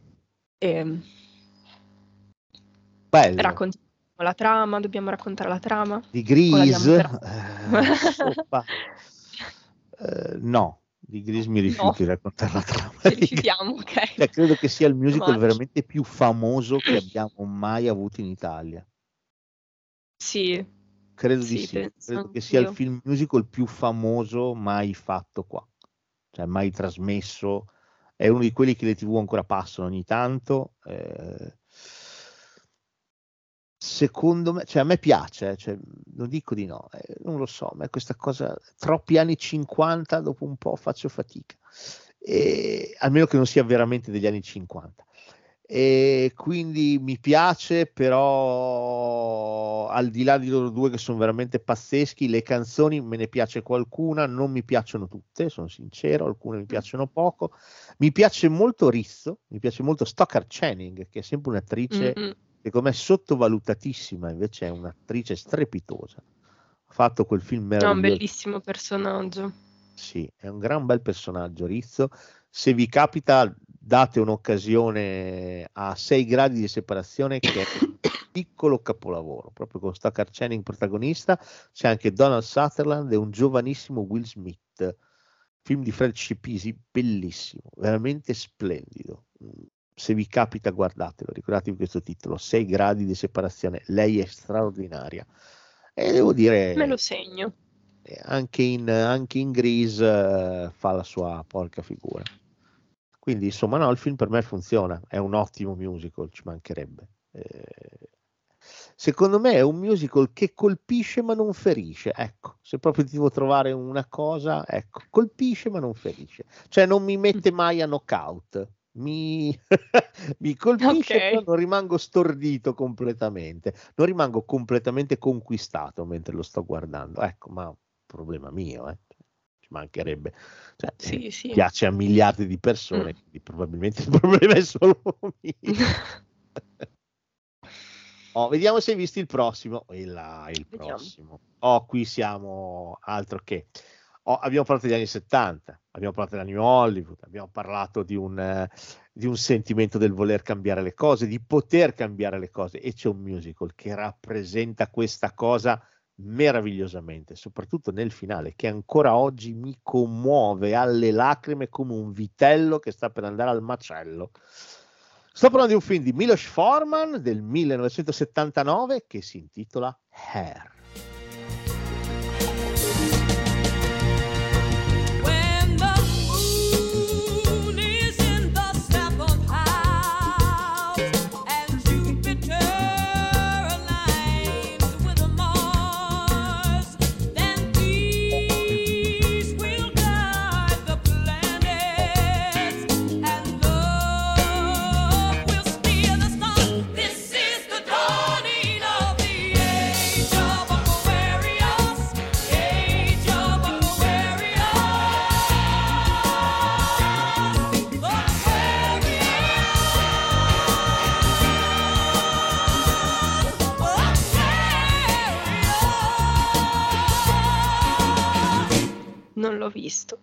Bello. Raccontiamo la trama, dobbiamo raccontare la trama? Di Grease? No, di Grease mi rifiuto di raccontare la trama. Ci rifiutiamo, ok. Cioè, credo che sia il musical veramente più famoso che abbiamo mai avuto in Italia. Sì. Credo di sì. Credo che sia il film musical più famoso mai fatto qua. Cioè, mai trasmesso. È uno di quelli che le TV ancora passano ogni tanto. Secondo me, cioè a me piace, cioè, non dico di no, non lo so, ma questa cosa, troppi anni 50, dopo un po' faccio fatica, almeno che non sia veramente degli anni 50, e quindi mi piace, però al di là di loro due che sono veramente pazzeschi, le canzoni me ne piace qualcuna, non mi piacciono tutte, sono sincero, alcune mi piacciono poco, mi piace molto Rizzo, mi piace molto Stockard Channing, che è sempre un'attrice secondo me sottovalutatissima, invece è un'attrice strepitosa. Ha fatto quel film meraviglioso. È un bellissimo personaggio. Sì, è un gran bel personaggio Rizzo. Se vi capita, date un'occasione a 6 gradi di separazione, che è un piccolo capolavoro, proprio con Stockard Channing protagonista. C'è anche Donald Sutherland e un giovanissimo Will Smith. Film di Fred Schipisi, bellissimo, veramente splendido. Se vi capita, guardatelo, ricordatevi questo titolo, 6 gradi di separazione, lei è straordinaria, e devo dire, me lo segno, anche in Grease fa la sua porca figura, quindi insomma no, il film per me funziona, è un ottimo musical, ci mancherebbe, secondo me è un musical che colpisce ma non ferisce, ecco, se proprio ti devo trovare una cosa, ecco, colpisce ma non ferisce, cioè non mi mette mai a knockout, mi colpisce, okay, però non rimango stordito completamente, non rimango completamente conquistato mentre lo sto guardando, ecco, ma problema mio, ci mancherebbe, cioè, sì. Piace a miliardi di persone, quindi probabilmente il problema è solo mio. Vediamo se hai visto il prossimo, prossimo, qui siamo altro che abbiamo parlato degli anni 70, abbiamo parlato della New Hollywood, abbiamo parlato di un sentimento del voler cambiare le cose, di poter cambiare le cose, e c'è un musical che rappresenta questa cosa meravigliosamente, soprattutto nel finale, che ancora oggi mi commuove alle lacrime come un vitello che sta per andare al macello. Sto parlando di un film di Milos Forman del 1979 che si intitola Hair. Non l'ho visto.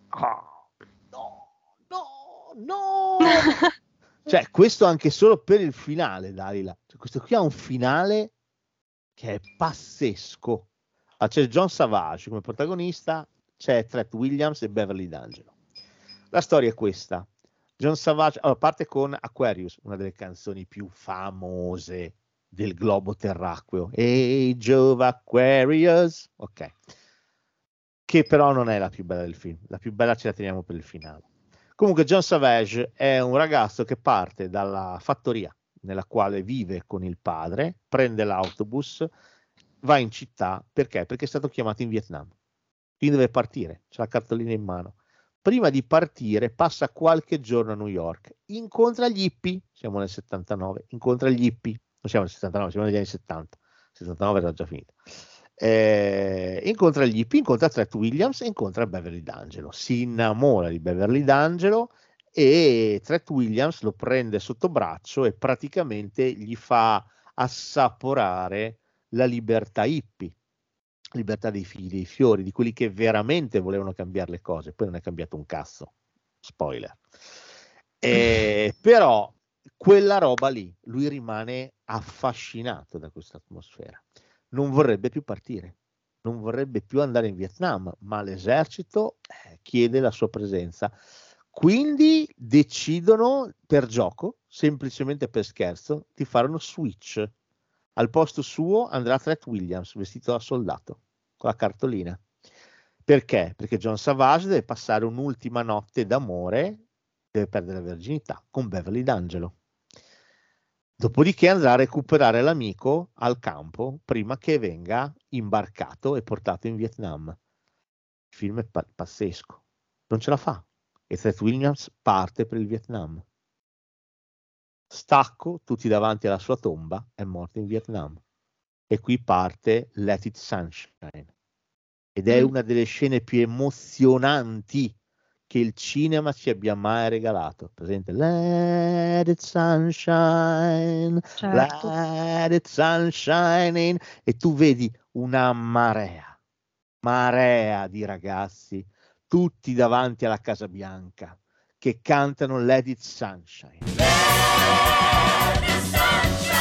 No. Cioè, questo anche solo per il finale, Dalila. Cioè, questo qui ha un finale che è pazzesco. C'è John Savage come protagonista, c'è Treat Williams e Beverly D'Angelo. La storia è questa. John Savage parte con Aquarius, una delle canzoni più famose del globo terracqueo. Age of Aquarius, ok, che però non è la più bella del film, la più bella ce la teniamo per il finale. Comunque John Savage è un ragazzo che parte dalla fattoria nella quale vive con il padre, prende l'autobus, va in città, perché? Perché è stato chiamato in Vietnam, quindi deve partire, c'ha la cartolina in mano. Prima di partire passa qualche giorno a New York, incontra gli hippie, siamo nel 79, incontra gli hippie, non siamo nel 79, siamo negli anni 70, 79 era già finito. Incontra gli hippie, incontra Treat Williams e incontra Beverly D'Angelo, si innamora di Beverly D'Angelo e Treat Williams lo prende sotto braccio e praticamente gli fa assaporare la libertà hippie, libertà dei figli dei fiori, di quelli che veramente volevano cambiare le cose. Poi non è cambiato un cazzo, spoiler. Però quella roba lì, lui rimane affascinato da questa atmosfera, non vorrebbe più partire, non vorrebbe più andare in Vietnam, ma l'esercito chiede la sua presenza, quindi decidono per gioco, semplicemente per scherzo, di fare uno switch. Al posto suo andrà Treat Williams vestito da soldato con la cartolina. Perché? Perché John Savage deve passare un'ultima notte d'amore, deve perdere la virginità con Beverly D'Angelo. Dopodiché andrà a recuperare l'amico al campo prima che venga imbarcato e portato in Vietnam. Il film è pazzesco, non ce la fa e Treat Williams parte per il Vietnam. Stacco, tutti davanti alla sua tomba, è morto in Vietnam. E qui parte Let It Sunshine. Ed è una delle scene più emozionanti che il cinema ci abbia mai regalato. Presente? Let it sunshine, certo. Let it sunshine. E tu vedi una marea di ragazzi, tutti davanti alla Casa Bianca, che cantano Let It Sunshine. Let it sunshine.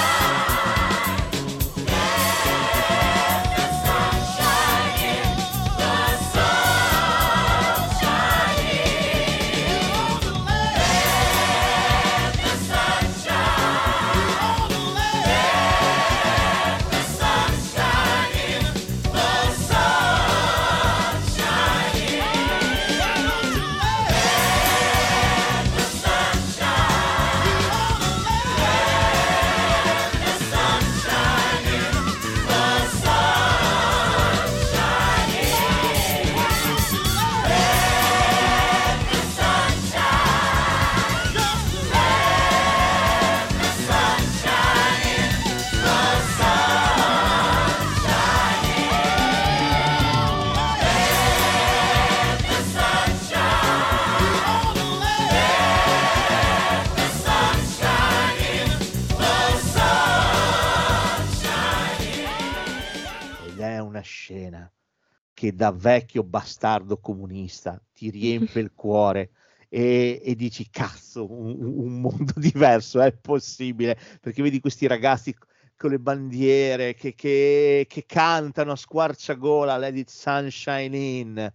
Scena che da vecchio bastardo comunista ti riempie il cuore e dici cazzo, un mondo diverso è possibile, perché vedi questi ragazzi con le bandiere che cantano a squarciagola Let It Sunshine In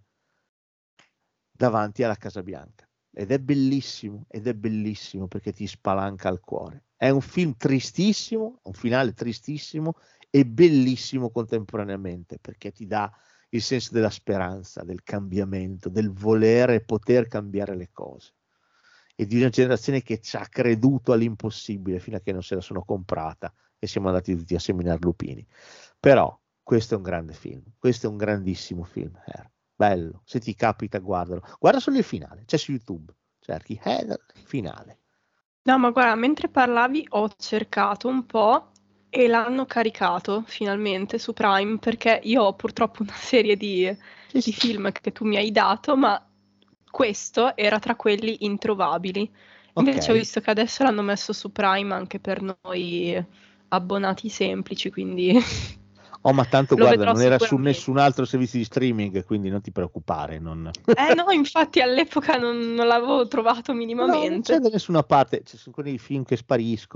davanti alla Casa Bianca, ed è bellissimo perché ti spalanca il cuore. È un film tristissimo, un finale tristissimo e bellissimo contemporaneamente, perché ti dà il senso della speranza, del cambiamento, del volere poter cambiare le cose, e di una generazione che ci ha creduto all'impossibile fino a che non se la sono comprata e siamo andati tutti a seminare lupini. Però questo è un grande film, questo è un grandissimo film, bello, se ti capita guardalo, guarda solo il finale, c'è su YouTube, cerchi finale. No, ma guarda, mentre parlavi ho cercato un po' e l'hanno caricato finalmente su Prime, perché io ho purtroppo una serie di film che tu mi hai dato, ma questo era tra quelli introvabili. Invece ho visto che adesso l'hanno messo su Prime anche per noi abbonati semplici, quindi... Oh, ma tanto guarda, non era su nessun altro servizio di streaming, quindi non ti preoccupare. No, infatti all'epoca non l'avevo trovato minimamente. No, non c'è da nessuna parte, ci sono quei film che spariscono.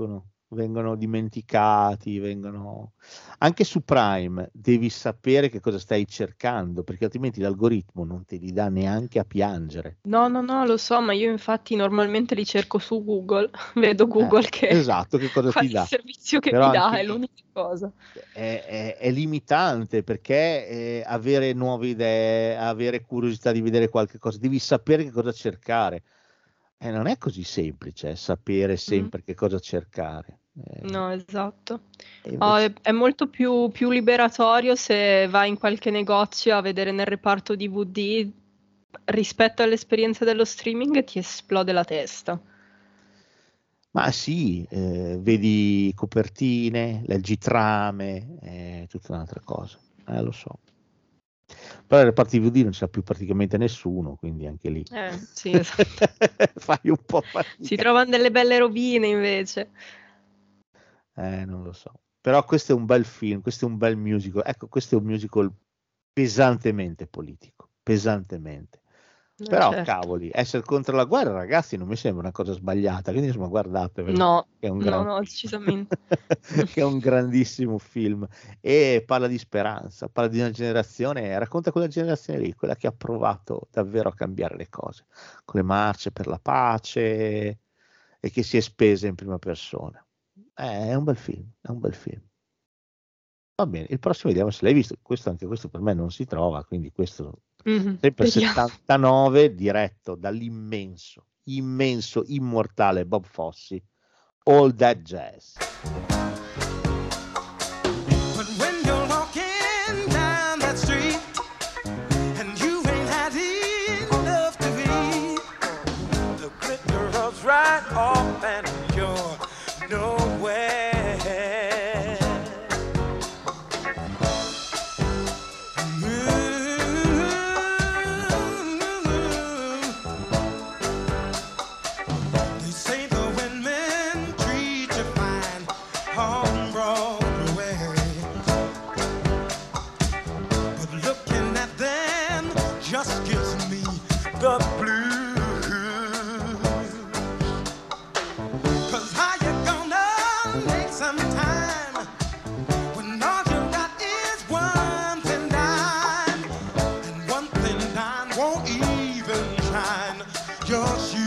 vengono dimenticati, anche su Prime devi sapere che cosa stai cercando, perché altrimenti l'algoritmo non te li dà neanche a piangere. No, lo so, ma io infatti normalmente li cerco su Google, vedo Google che esatto, che cosa qual ti è dà. il servizio che Però mi dà, anche è lì l'unica cosa. è limitante, perché avere nuove idee, avere curiosità di vedere qualche cosa, devi sapere che cosa cercare. Non è così semplice sapere sempre che cosa cercare. No, esatto. E invece- È molto più liberatorio se vai in qualche negozio a vedere nel reparto DVD rispetto all'esperienza dello streaming, ti esplode la testa. Ma sì, vedi copertine, leggi trame, è tutta un'altra cosa. Lo so. Però nel reparto DVD non c'è più praticamente nessuno, quindi anche lì Sì, esatto. fai un po' fatica. Si trovano delle belle robine invece. Non lo so. Però questo è un bel film, questo è un bel musical. Ecco, questo è un musical pesantemente politico, pesantemente. Però certo. cavoli, essere contro la guerra, ragazzi, non mi sembra una cosa sbagliata, quindi insomma guardatevelo. No, che è un no, decisamente. che è un grandissimo film e parla di speranza, parla di una generazione, racconta quella generazione lì, quella che ha provato davvero a cambiare le cose, con le marce per la pace e che si è spesa in prima persona. È un bel film, è un bel film. Va bene, il prossimo vediamo se l'hai visto. Anche questo per me non si trova, quindi questo sempre vediamo. 79, diretto dall'immenso, immortale Bob Fosse, All That Jazz. But when you're walking down that street and you ain't had enough to eat, the glitter rubs right off and you're nowhere. They say the women treat you fine on Broadway, but looking at them just gives me the blues. 'Cause how you gonna make some time when all you got is one thin dime, and one thin dime won't even shine your shoes.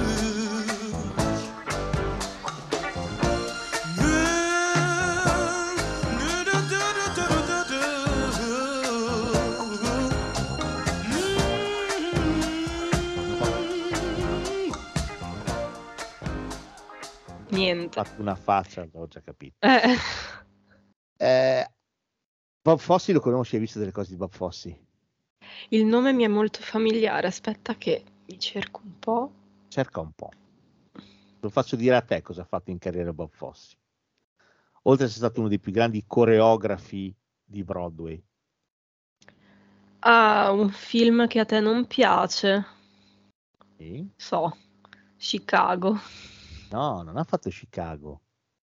Niente. Ho fatto una faccia, l'ho già capito. Bob Fosse lo conosci? Hai visto delle cose di Bob Fosse? Il nome mi è molto familiare, aspetta che mi cerco un po'. Cerca un po'. Lo faccio dire a te cosa ha fatto in carriera Bob Fosse. Oltre ad essere stato uno dei più grandi coreografi di Broadway. Un film che a te non piace. Sì? So, Chicago. No, non ha fatto Chicago.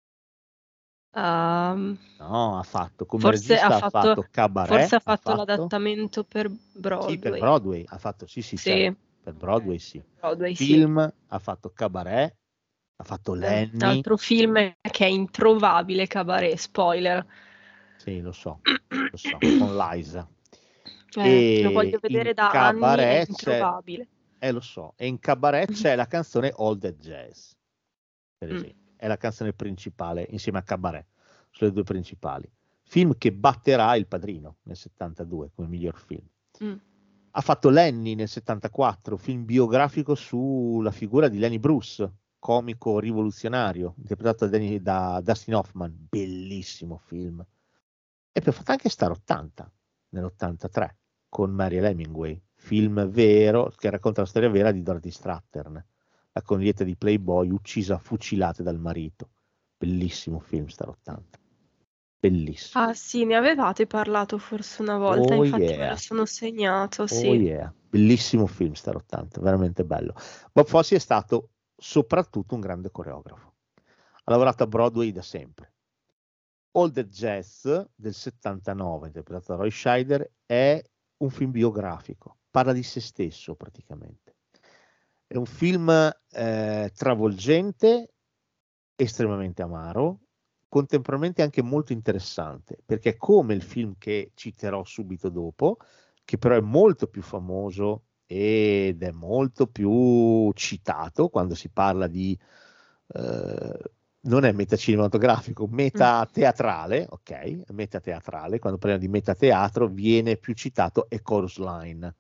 No, ha fatto come forse regista, ha fatto Cabaret. Forse ha fatto l'adattamento per Broadway. Sì, per Broadway ha fatto, sì. Certo, per Broadway sì. Broadway, film, sì. Ha fatto Cabaret, ha fatto Lenny. Un altro film che è introvabile, Cabaret, spoiler. Sì, lo so, con Liza. Lo voglio vedere da anni, è introvabile. Lo so, e in Cabaret c'è la canzone All That Jazz, per esempio. È la canzone principale insieme a Cabaret, sono le due principali. Film che batterà Il Padrino nel 72 come miglior film. Ha fatto Lenny nel 74, film biografico sulla figura di Lenny Bruce, comico rivoluzionario, interpretato da Dustin Hoffman, bellissimo film. E poi ha fatto anche Star 80 nell'83 con Mariel Hemingway, film vero che racconta la storia vera di Dorothy Strattern, la coniglietta di Playboy uccisa a fucilate dal marito. Bellissimo film Star 80. Bellissimo. Ah sì, ne avevate parlato forse una volta, infatti me lo sono segnato, sì. Yeah. Bellissimo film Star 80, veramente bello. Bob Fosse è stato soprattutto un grande coreografo. Ha lavorato a Broadway da sempre. All That Jazz del 79, interpretato da Roy Scheider, è un film biografico, parla di se stesso praticamente. È un film travolgente estremamente amaro, contemporaneamente anche molto interessante, perché come il film che citerò subito dopo, che però è molto più famoso ed è molto più citato quando si parla di non è metacinematografico, metateatrale, ok? Metateatrale, quando parliamo di metateatro viene più citato A Chorus Line.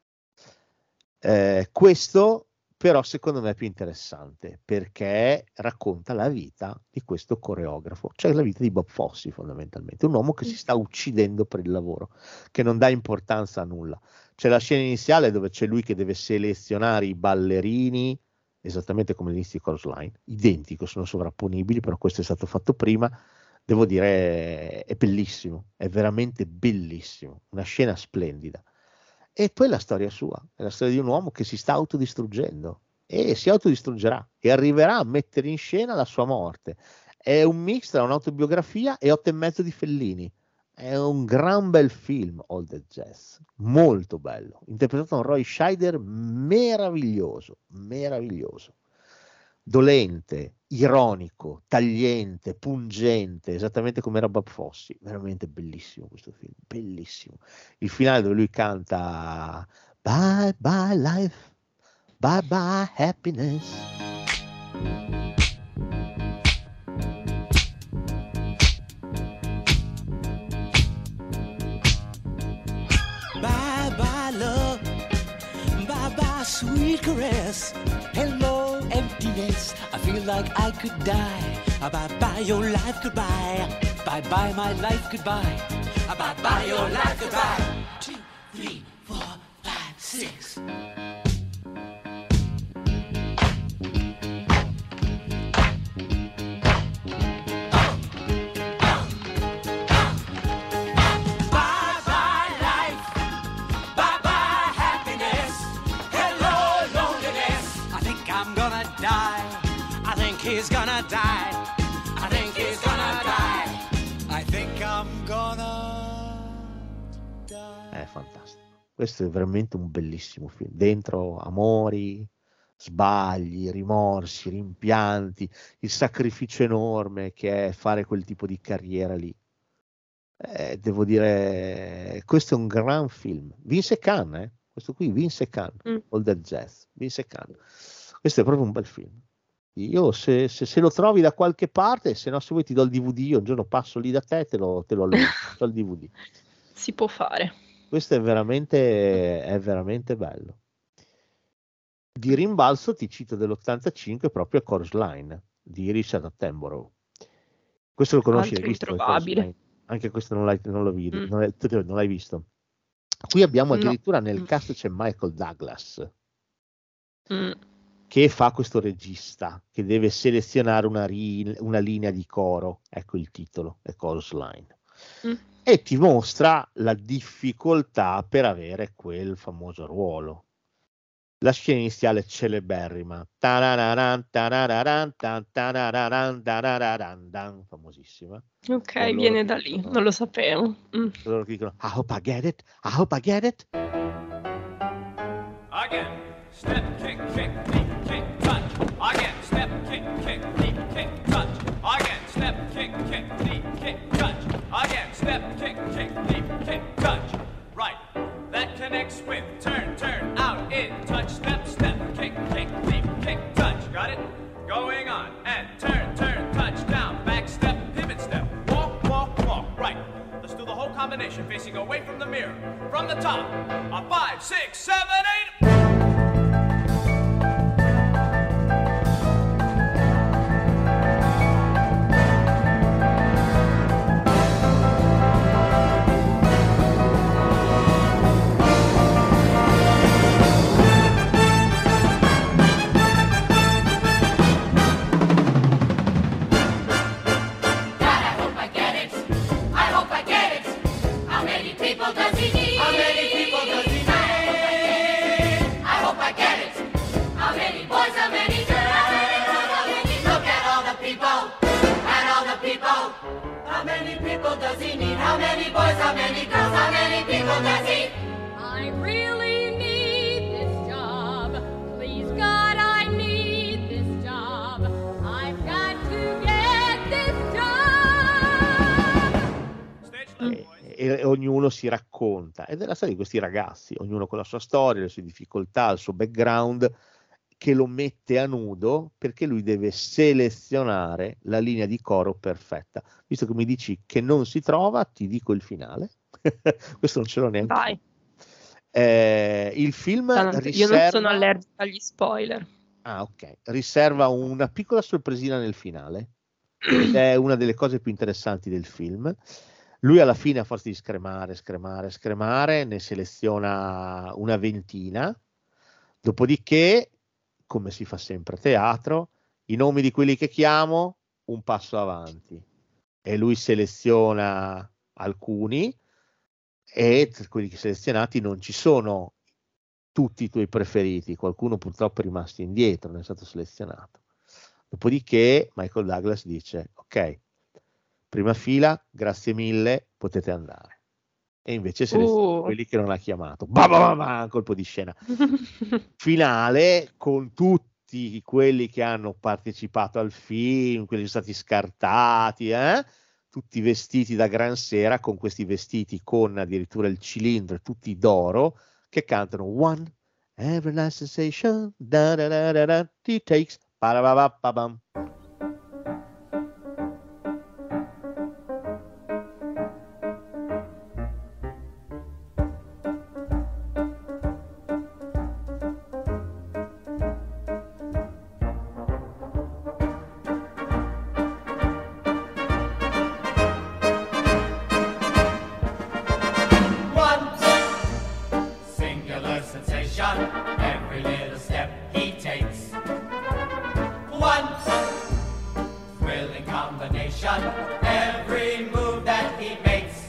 Questo però secondo me è più interessante perché racconta la vita di questo coreografo, cioè la vita di Bob Fosse fondamentalmente, un uomo che si sta uccidendo per il lavoro, che non dà importanza a nulla. C'è la scena iniziale dove c'è lui che deve selezionare i ballerini, esattamente come all'inizio di Chorus Line, identico, sono sovrapponibili, però questo è stato fatto prima. Devo dire è bellissimo, è veramente bellissimo, una scena splendida. E poi la storia sua, è la storia di un uomo che si sta autodistruggendo e si autodistruggerà e arriverà a mettere in scena la sua morte. È un mix tra un'autobiografia e 8,5 di Fellini. È un gran bel film, All That Jazz, molto bello, interpretato da Roy Scheider, meraviglioso, dolente, ironico, tagliente, pungente, esattamente come era Bob Fosse. Veramente bellissimo questo film, bellissimo. Il finale dove lui canta Bye bye life, bye bye happiness. Bye bye love, bye bye sweet caress. Hello emptiness, I feel like I could die. Bye bye your life goodbye. Bye bye my life goodbye. Bye bye your life goodbye. 2, 3, 4, 5, 6. He's gonna die. I think he's gonna die. I think I'm gonna die. È fantastico. Questo è veramente un bellissimo film. Dentro amori, sbagli, rimorsi, rimpianti, il sacrificio enorme che è fare quel tipo di carriera lì. Devo dire, questo è un gran film. Vinse Cannes, questo qui vinse Cannes, All That Jazz, vinse Cannes. Questo è proprio un bel film. Io se lo trovi da qualche parte, se no se vuoi ti do il DVD, io un giorno passo lì da te, te lo allungo, do il DVD. Si può fare. Questo è veramente bello. Di rimbalzo ti cito dell'85 proprio A Chorus Line di Richard Attenborough. Questo lo conosci, l'hai visto? Improbabile. Anche questo non lo vedi, non l'hai visto. Qui abbiamo addirittura nel cast c'è Michael Douglas. Che fa questo regista che deve selezionare una linea di coro, ecco il titolo, è Chorus Line, e ti mostra la difficoltà per avere quel famoso ruolo. La scena iniziale è celeberrima, famosissima. Ok, viene da lì, non lo sapevo. Loro dicono I hope I get it, I hope I get it. Again, step, kick, kick, leap, kick, touch. Again, step, kick, kick, leap, kick, touch. Again, step, kick, kick, leap, kick, touch. Again, step, kick, kick, leap, kick, touch. Right, that connects with turn, turn, out, in, touch, step, step, kick, kick, leap, kick, touch. Got it? Going on and turn, turn, touch, down, back step, pivot step, walk, walk, walk. Right, let's do the whole combination facing away from the mirror. From the top, a 5, 6, 7, 8. How many people does he need? How many boys? How many girls? How many people does he? I really need this job. Please God, I need this job. I've got to e ognuno si racconta, ed è la storia di questi ragazzi, ognuno con la sua storia, le sue difficoltà, il suo background, che lo mette a nudo perché lui deve selezionare la linea di coro perfetta. Visto che mi dici che non si trova, ti dico il finale. Questo non ce l'ho neanche. Vai. Il film Io non sono allergica agli spoiler. Ah, ok. Riserva una piccola sorpresina nel finale. È una delle cose più interessanti del film. Lui alla fine, a forza di scremare, ne seleziona una ventina. Dopodiché, come si fa sempre a teatro, i nomi di quelli che chiamo, un passo avanti. E lui seleziona alcuni, e tra quelli selezionati non ci sono tutti i tuoi preferiti, qualcuno purtroppo è rimasto indietro, non è stato selezionato. Dopodiché Michael Douglas dice: ok, prima fila, grazie mille, potete andare. E invece seleziona quelli che non ha chiamato. Colpo di scena finale con tutti quelli che hanno partecipato al film, quelli che sono stati scartati, tutti vestiti da gran sera, con questi vestiti con addirittura il cilindro, tutti d'oro, che cantano One Every Nice Sensation, da da da da da, it takes, parabababam. Every little step he takes. One thrilling combination, every move that he makes.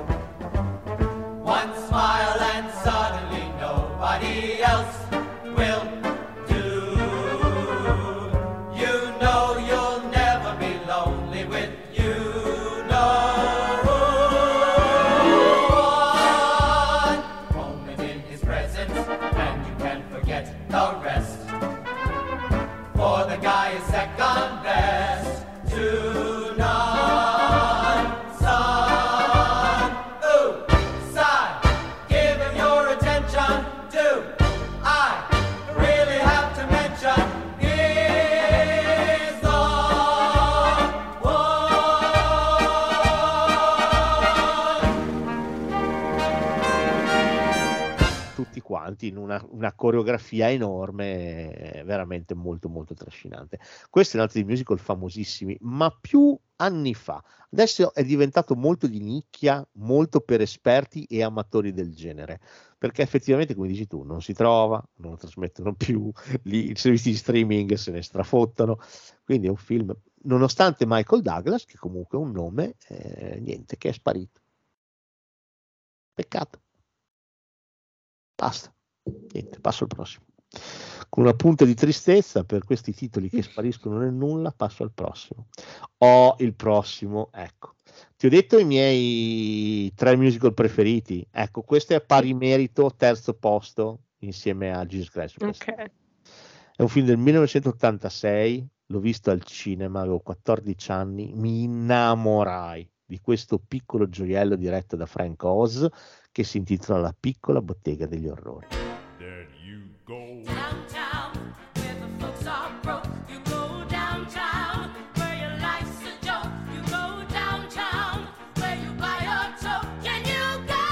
One smile and suddenly nobody else will do. You know you'll never be lonely with you. The rest, for the guy is second best to none. Son, ooh, sigh, give him your attention. Do I really have to mention he's the one. Tutti quanti in una coreografia enorme, veramente molto molto trascinante. Questo è un altro dei musical famosissimi, ma più anni fa. Adesso è diventato molto di nicchia, molto per esperti e amatori del genere, perché effettivamente, come dici tu, non si trova, non lo trasmettono più, i servizi di streaming se ne strafottono, quindi è un film, nonostante Michael Douglas, che comunque è un nome, niente, che è sparito. Peccato. Basta, niente, passo al prossimo. Con una punta di tristezza per questi titoli che spariscono nel nulla, passo al prossimo. Il prossimo, ecco. Ti ho detto i miei 3 musical preferiti. Ecco, questo è a pari merito, terzo posto, insieme a Jesus Christ. Okay. È un film del 1986, l'ho visto al cinema, avevo 14 anni, mi innamorai di questo piccolo gioiello diretto da Frank Oz, che si intitola La piccola bottega degli orrori. There you go. Downtown, where the folks are broke. You go downtown, where your life's a joke. You go downtown, where you buy a toke. Can you go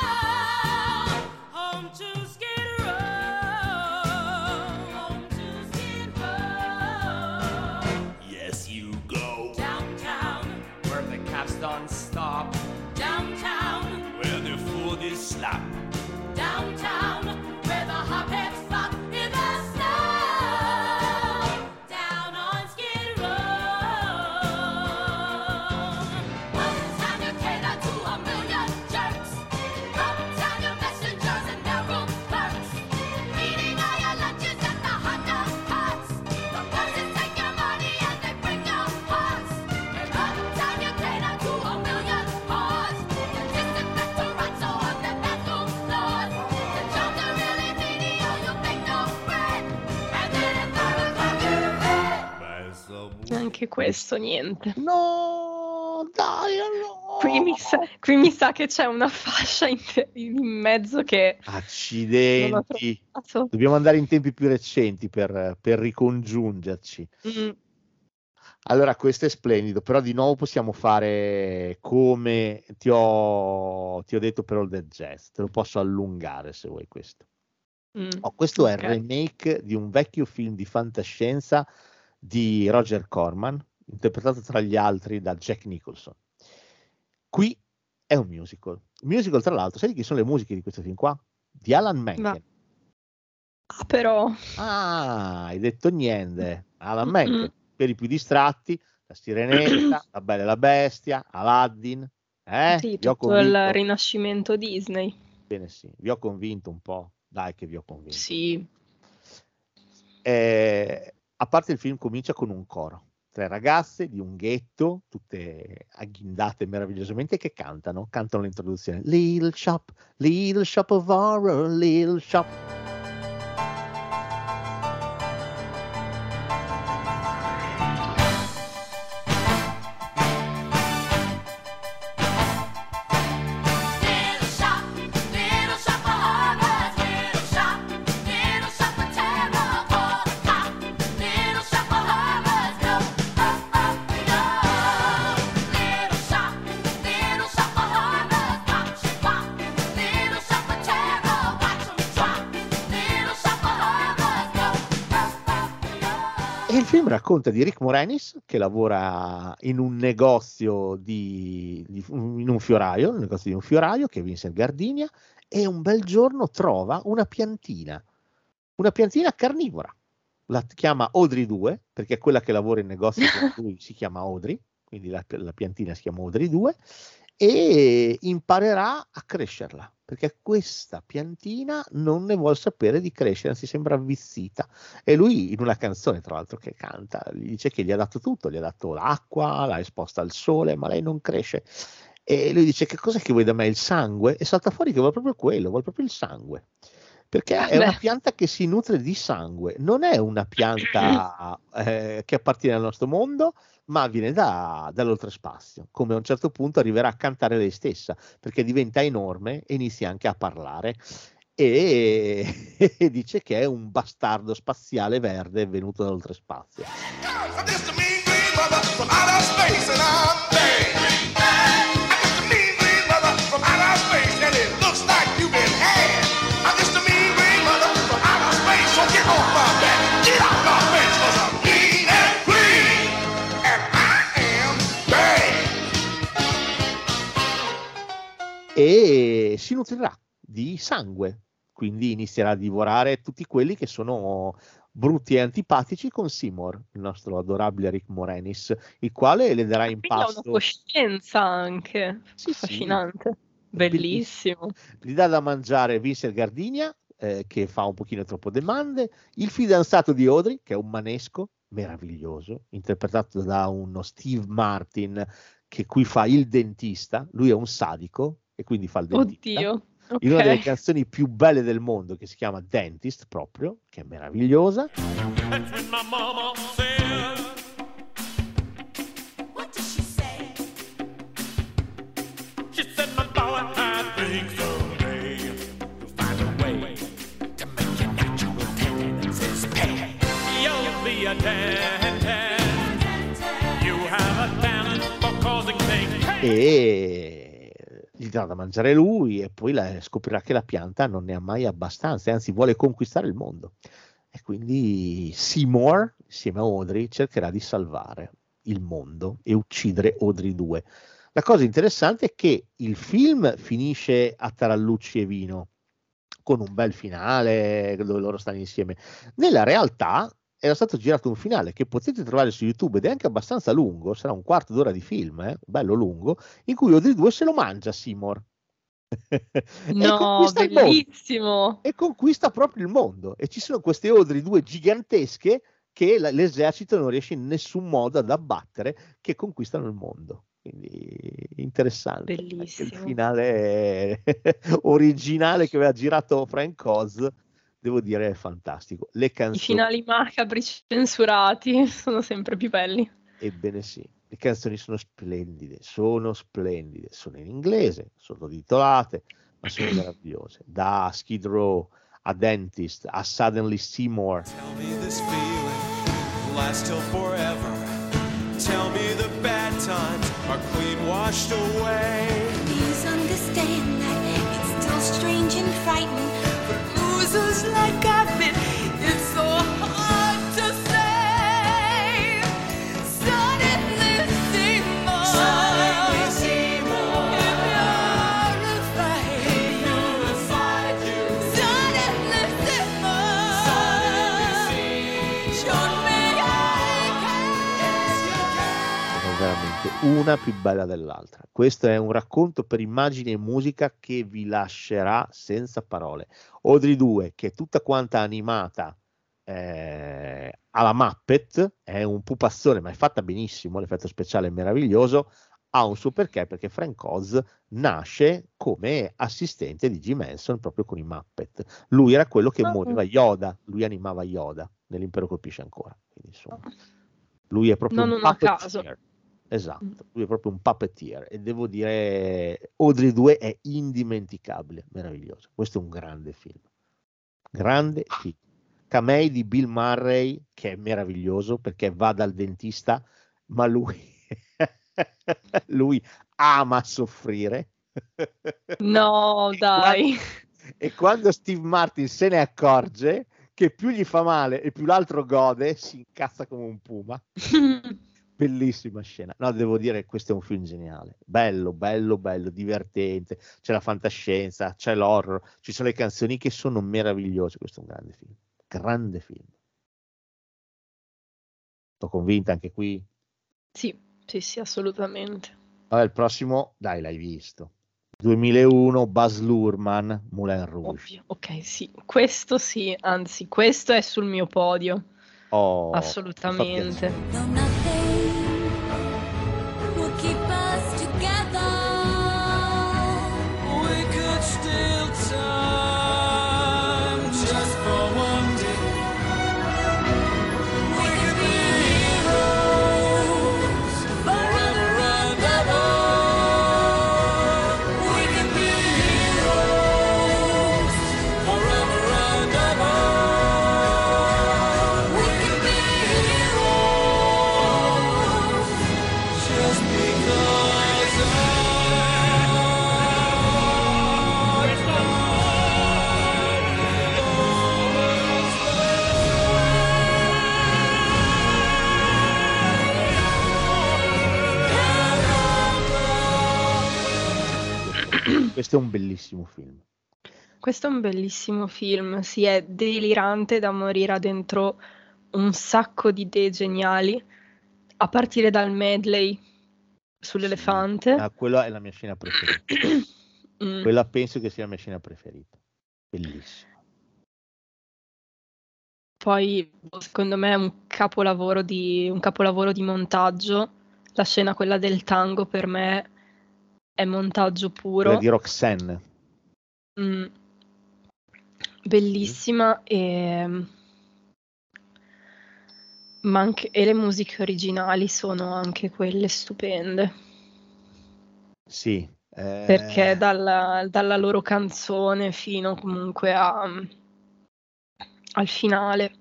home to Skid Row? Home to Skid Row. Yes, you go. Downtown, where the cabs don't stop. Downtown, where the food is slop. Downtown, where the hopheads flop in the snow. Down on Skid Row. Uptown, you cater to a million jerks. Uptown, your messengers and their room clerks. Eating all your lunches at the hot dog carts. The bosses take your money and they bring your hearts. And uptown, you cater to a million whores. You disinfect the rats on the bathroom floors. The jobs are really meaty or you'll make no bread. And then at 5 o'clock you're in bed. Anche questo niente. No, dai, allora. Qui mi sa che c'è una fascia in mezzo che accidenti, dobbiamo andare in tempi più recenti per ricongiungerci. Allora, questo è splendido, però di nuovo possiamo fare come ti ho detto per All That Jazz, te lo posso allungare se vuoi questo. Questo è il remake di un vecchio film di fantascienza di Roger Corman, interpretato tra gli altri da Jack Nicholson. Qui è un musical. Musical, tra l'altro, sai di chi sono le musiche di questo film qua? Di Alan Menken. Però... hai detto niente. Alan Menken. Per i più distratti, La Sirenetta, La Bella e la Bestia, Aladdin. Sì, tutto il rinascimento Disney. Bene, sì. Vi ho convinto un po'. Dai che vi ho convinto. Sì. A parte il film comincia con un coro. 3 ragazze di un ghetto, tutte agghindate meravigliosamente, che cantano l'introduzione. Little shop of horror, little shop. Racconta di Rick Moranis che lavora in un negozio in un negozio di un fioraio, che è Vincent Gardenia, e un bel giorno trova una piantina carnivora. La chiama Audrey 2, perché quella che lavora in negozio con lui si chiama Audrey, quindi la piantina si chiama Audrey 2, e imparerà a crescerla, perché questa piantina non ne vuol sapere di crescere, anzi sembra avvizzita. E lui, in una canzone tra l'altro che canta, gli dice che gli ha dato tutto, gli ha dato l'acqua, l'ha esposta al sole, ma lei non cresce. E lui dice: che cos'è che vuoi da me, il sangue? E salta fuori che vuole proprio quello, vuole proprio il sangue, perché è una pianta che si nutre di sangue, non è una pianta che appartiene al nostro mondo, ma viene dall'oltrespazio. Come a un certo punto arriverà a cantare lei stessa, perché diventa enorme e inizia anche a parlare, e dice che è un bastardo spaziale verde venuto dall'oltrespazio. E si nutrirà di sangue, quindi inizierà a divorare tutti quelli che sono brutti e antipatici con Seymour, il nostro adorabile Rick Moranis, il quale le darà in pasto. Ha una coscienza anche affascinante, bellissimo. Gli dà da mangiare Vincent Gardenia, che fa un pochino troppo domande, il fidanzato di Audrey, che è un manesco meraviglioso, interpretato da uno Steve Martin, che qui fa il dentista. Lui è un sadico e quindi fa il dentista. Oddio, okay. In una delle canzoni più belle del mondo, che si chiama Dentist, proprio, che è meravigliosa. E gli darà da mangiare lui, e poi scoprirà che la pianta non ne ha mai abbastanza, anzi vuole conquistare il mondo, e quindi Seymour insieme a Audrey cercherà di salvare il mondo e uccidere Audrey 2. La cosa interessante è che il film finisce a tarallucci e vino, con un bel finale dove loro stanno insieme. Nella realtà era stato girato un finale che potete trovare su YouTube, ed è anche abbastanza lungo, sarà un quarto d'ora di film, bello lungo, in cui Audrey 2 se lo mangia Seymour. No, bellissimo! E conquista proprio il mondo, e ci sono queste Audrey 2 gigantesche che l'esercito non riesce in nessun modo ad abbattere, che conquistano il mondo. Quindi interessante. Bellissimo. Il finale originale che aveva girato Frank Oz, devo dire, è fantastico. Le canzoni... I finali macabri censurati sono sempre più belli. Ebbene sì. Le canzoni sono splendide, sono in inglese, sottotitolate, ma sono meravigliose. Da Skid Row a Dentist a Suddenly Seymour. Tell me this feeling lasts till forever. Tell me the bad times are clean washed away. Please understand that it's still strange and frightening for losers like I've been. It's so hard to say. Suddenly Seymour. Suddenly Seymour. If you're afraid, Suddenly Seymour. Suddenly Seymour. Veramente una più bella dell'altra. Questo è un racconto per immagini e musica che vi lascerà senza parole. Audrey 2, che è tutta quanta animata alla Muppet, è un pupazzone, ma è fatta benissimo, l'effetto speciale è meraviglioso, ha un suo perché Frank Oz nasce come assistente di Jim Henson proprio con i Muppet. Lui era quello che muoveva Yoda, lui animava Yoda nell'Impero colpisce ancora. Quindi, insomma, lui è proprio Non un a caso. puppeteer. Esatto, lui è proprio un puppeteer e devo dire Audrey 2 è indimenticabile, meraviglioso. Questo è un grande film. Camei di Bill Murray, che è meraviglioso perché va dal dentista, ma lui ama soffrire. No, dai. E quando Steve Martin se ne accorge che più gli fa male e più l'altro gode, si incazza come un puma. Bellissima scena. No, devo dire, questo è un film geniale. Bello, divertente. C'è la fantascienza, c'è l'horror, ci sono le canzoni che sono meravigliose. Questo è un grande film. Grande film. Sto convinta anche qui? Sì, assolutamente. Vabbè, il prossimo, dai, l'hai visto. 2001, Baz Luhrmann, Moulin Rouge. Ovvio. Ok, sì. Questo sì, anzi, questo è sul mio podio. Oh, assolutamente. Will keep us together. We could steal time just for one day. We could be heroes forever and ever. We could be heroes forever and ever. We could be heroes just because Questo è un bellissimo film. Questo è un bellissimo film, sì, è delirante da morire, ha dentro un sacco di idee geniali, a partire dal medley sull'elefante. Quella è la mia scena preferita. Quella penso che sia la mia scena preferita. Bellissima. Poi, secondo me, è un capolavoro di montaggio. La scena, quella del tango, per me è montaggio puro. Quella di Roxanne. Bellissima ma anche le musiche originali sono anche quelle stupende. Sì. Perché dalla loro canzone fino comunque al finale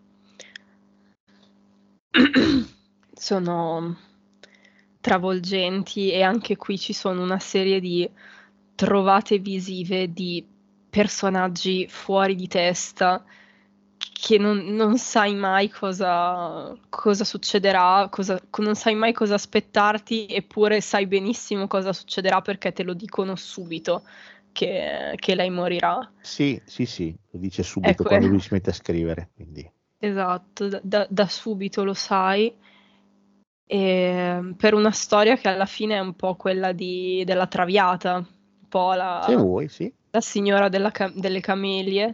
sono travolgenti, e anche qui ci sono una serie di trovate visive di personaggi fuori di testa che non sai mai cosa succederà, non sai mai cosa aspettarti, eppure sai benissimo cosa succederà perché te lo dicono subito che lei morirà. Sì, lo dice subito quando lui si mette a scrivere. Quindi. Esatto, da subito lo sai. E per una storia che alla fine è un po' quella della Traviata, un po' se vuoi, sì. La signora delle camelie,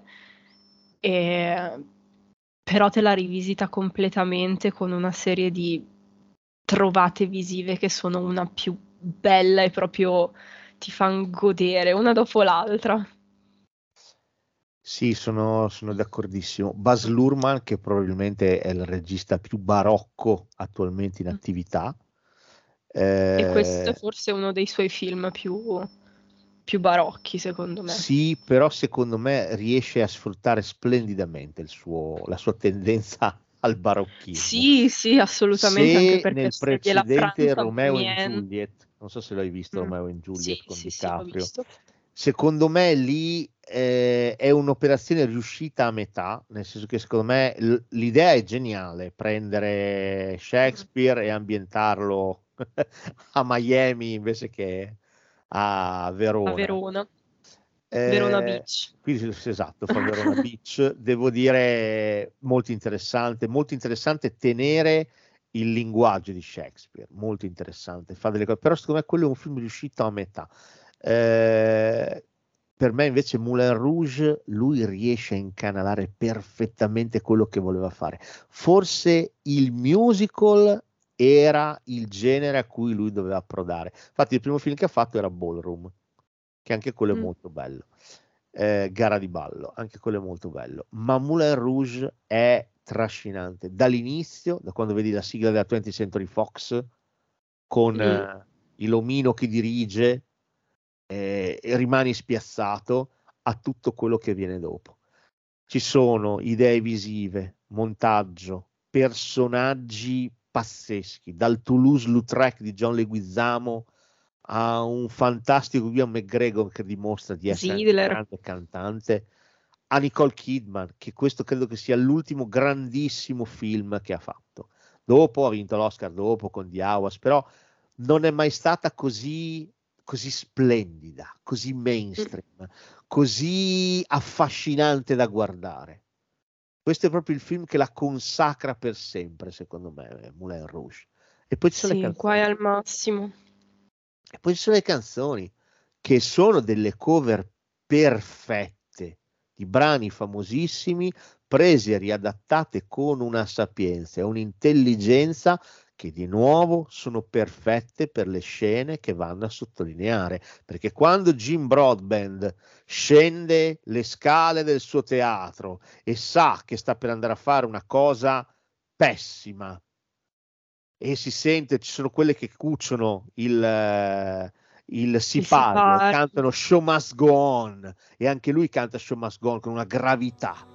però te la rivisita completamente con una serie di trovate visive che sono una più bella e proprio ti fanno godere una dopo l'altra. Sì, sono d'accordissimo. Baz Luhrmann, che probabilmente è il regista più barocco attualmente in attività, E questo è forse uno dei suoi film più barocchi, secondo me. Sì, però secondo me riesce a sfruttare splendidamente la sua tendenza al barocchismo. Sì, assolutamente. Anche perché nel sceglie la precedente Francia Romeo e Amiens. Juliet, non so se l'hai visto, Romeo e Juliet con Sì, l'ho DiCaprio. visto. Secondo me lì è un'operazione riuscita a metà, nel senso che secondo me l'idea è geniale, prendere Shakespeare e ambientarlo a Miami invece che a Verona. A Verona. Verona Beach. Quindi, esatto, fa Verona Beach. Devo dire molto interessante tenere il linguaggio di Shakespeare, molto interessante, fa delle cose, però secondo me quello è un film riuscito a metà. Per me invece Moulin Rouge, lui riesce a incanalare perfettamente quello che voleva fare. Forse il musical era il genere a cui lui doveva approdare. Infatti il primo film che ha fatto era Ballroom, che anche quello è molto bello. Gara di ballo, anche quello è molto bello. Ma Moulin Rouge è trascinante dall'inizio, da quando vedi la sigla della 20th Century Fox con il omino che dirige, e rimani spiazzato a tutto quello che viene dopo. Ci sono idee visive, montaggio, personaggi pazzeschi, dal Toulouse-Lautrec di John Leguizamo a un fantastico Ian McGregor che dimostra di essere un grande cantante, a Nicole Kidman, che questo credo che sia l'ultimo grandissimo film che ha fatto. Dopo ha vinto l'Oscar dopo con The Hours, però non è mai stata così splendida, così mainstream, così affascinante da guardare. Questo è proprio il film che la consacra per sempre, secondo me, Moulin Rouge. E poi ci sono le canzoni. Qua è al massimo. E poi ci sono le canzoni, che sono delle cover perfette di brani famosissimi, prese e riadattate con una sapienza e un'intelligenza che di nuovo sono perfette per le scene che vanno a sottolineare, perché quando Jim Broadbent scende le scale del suo teatro e sa che sta per andare a fare una cosa pessima e si sente, ci sono quelle che cuciono il sipario, cantano Show Must Go On, e anche lui canta Show Must Go On con una gravità.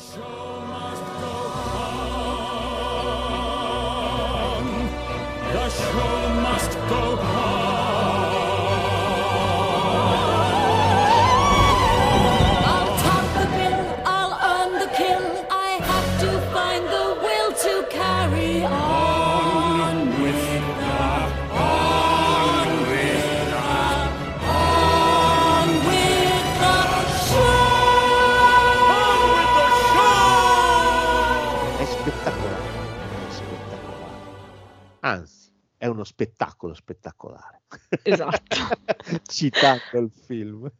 The show must go on. I'll top the bill, I'll earn the kill. I have to find the will to carry on with the, on with the, on with the show. On with the show. È spettacolare, anzi è uno spettacolo spettacolare. Esatto. Citando il film.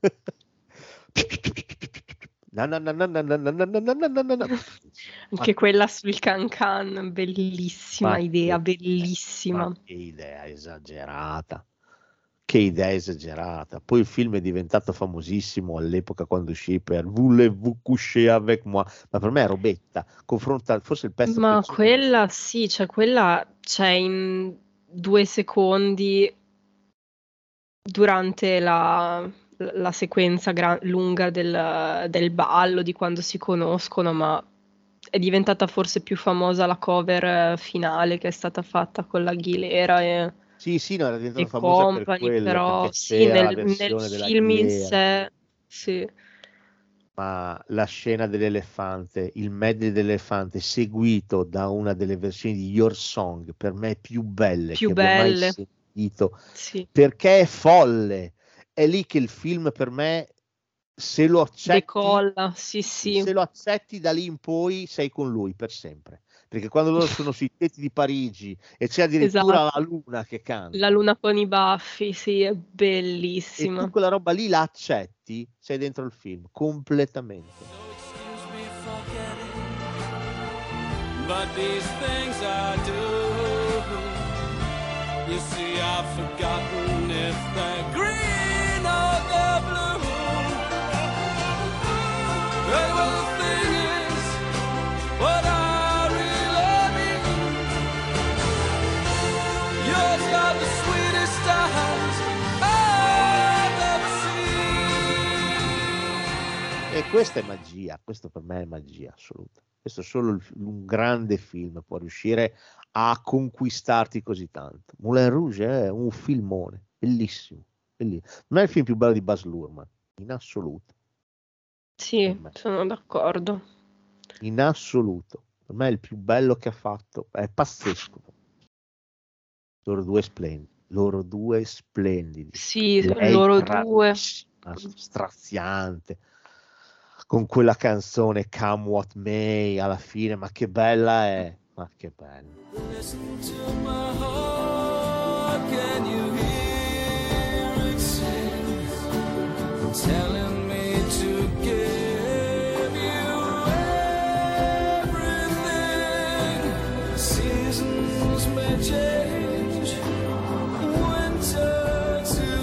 Anche quella sul can-can, bellissima idea, bellissima. Ma che idea esagerata. Che idea esagerata. Poi il film è diventato famosissimo all'epoca quando uscì per Voulez-vous coucher avec moi, ma per me è robetta. Confronta forse il pezzo. Ma quella sì, cioè quella c'è in 2 secondi durante la sequenza lunga del ballo, di quando si conoscono, ma è diventata forse più famosa la cover finale che è stata fatta con la Aguilera e sì, no, era diventata famosa company, per quello, però sì, nel film in sé sì. Ma la scena dell'elefante, il medley dell'elefante seguito da una delle versioni di Your Song, per me è più belle che abbia mai sentito, sì. Perché è folle. È lì che il film per me, se lo accetti, decolla, sì. Se lo accetti, da lì in poi sei con lui per sempre. Perché quando loro sono sui tetti di Parigi e c'è addirittura la luna che canta. La luna con i baffi, sì, è bellissima. E tu quella roba lì la accetti, sei dentro il film, completamente. But these things I do, you see I've forgotten if they're green or they're blue. Hey, well, the thing is, what I really mean, yours got the sweet E questa è magia, questo per me è magia assoluta. Questo solo un grande film può riuscire a conquistarti così tanto. Moulin Rouge è un filmone, bellissimo, bellissimo. Non è il film più bello di Baz Luhrmann, in assoluto. Sì, sono d'accordo. In assoluto. Per me è il più bello che ha fatto, è pazzesco. Loro due splendidi. Sì, Lei loro due. Straziante. Con quella canzone Come What May alla fine, ma che bella è, ma che bella. Listen to my heart, can you hear it sing? Telling me to give you everything. Seasons may change, winter to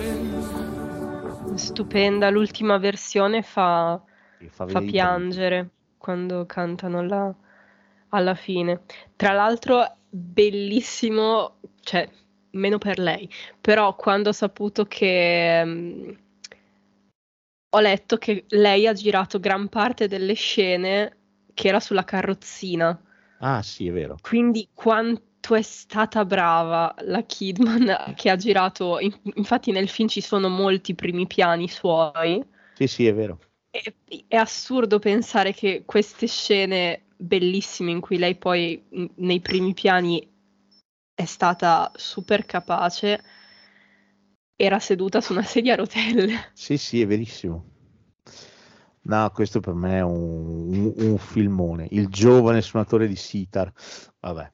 spring. Stupenda, l'ultima versione fa venire i piangere quando cantano alla fine. Tra l'altro bellissimo, cioè meno per lei, però quando ho saputo che ho letto che lei ha girato gran parte delle scene che era sulla carrozzina. Ah sì, è vero. Quindi quanto è stata brava la Kidman che ha girato, infatti nel film ci sono molti primi piani suoi. Sì, è vero. È assurdo pensare che queste scene bellissime in cui lei poi nei primi piani è stata super capace, era seduta su una sedia a rotelle. Sì, è verissimo. No, questo per me è un filmone. Il giovane suonatore di sitar. Vabbè.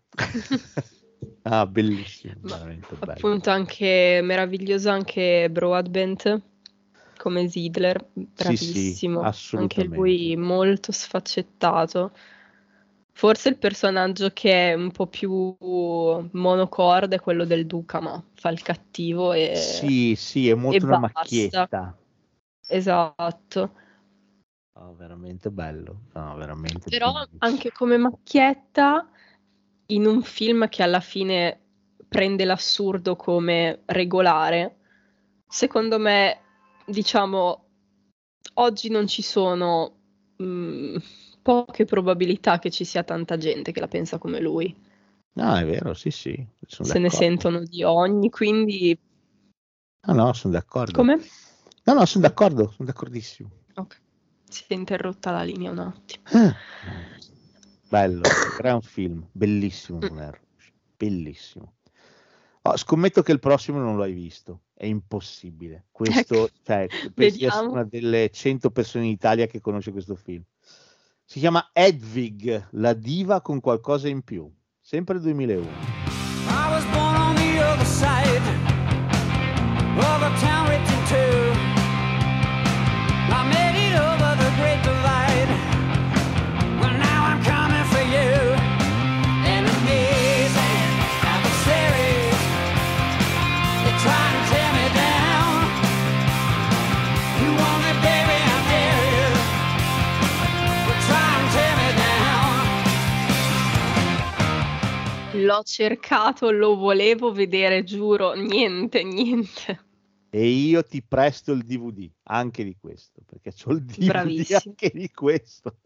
Ah, bellissimo, veramente bello. Appunto anche meraviglioso anche Broadbent come Zidler, bravissimo. Sì, anche lui molto sfaccettato. Forse il personaggio che è un po' più monocorde è quello del duca, ma fa il cattivo e sì, è molto una macchietta. Esatto. Veramente bello. No, veramente Però bellissimo. anche come macchietta in un film che alla fine prende l'assurdo come regolare, secondo me, diciamo, oggi non ci sono poche probabilità che ci sia tanta gente che la pensa come lui. No, è vero, sì. Se ne sentono di ogni, quindi... No, sono d'accordo. Come? No, sono d'accordo, sono d'accordissimo. Ok, si è interrotta la linea un attimo. Bello, è un film, bellissimo, bellissimo. Scommetto che il prossimo non l'hai visto, è impossibile. Questo, cioè, penso di essere una delle 100 persone in Italia che conosce questo film. Si chiama Hedwig, la diva con qualcosa in più, sempre 2001. I was born on the other side of a town written to. I made it over the great divide. Well, now I'm coming for you. And amazing adversaries, they try to tear me down. You want me, baby, I dare you. But try and tear me down. L'ho cercato, lo volevo vedere, giuro, niente. E io ti presto il DVD anche di questo, perché c'ho il DVD Bravissimo. anche di questo.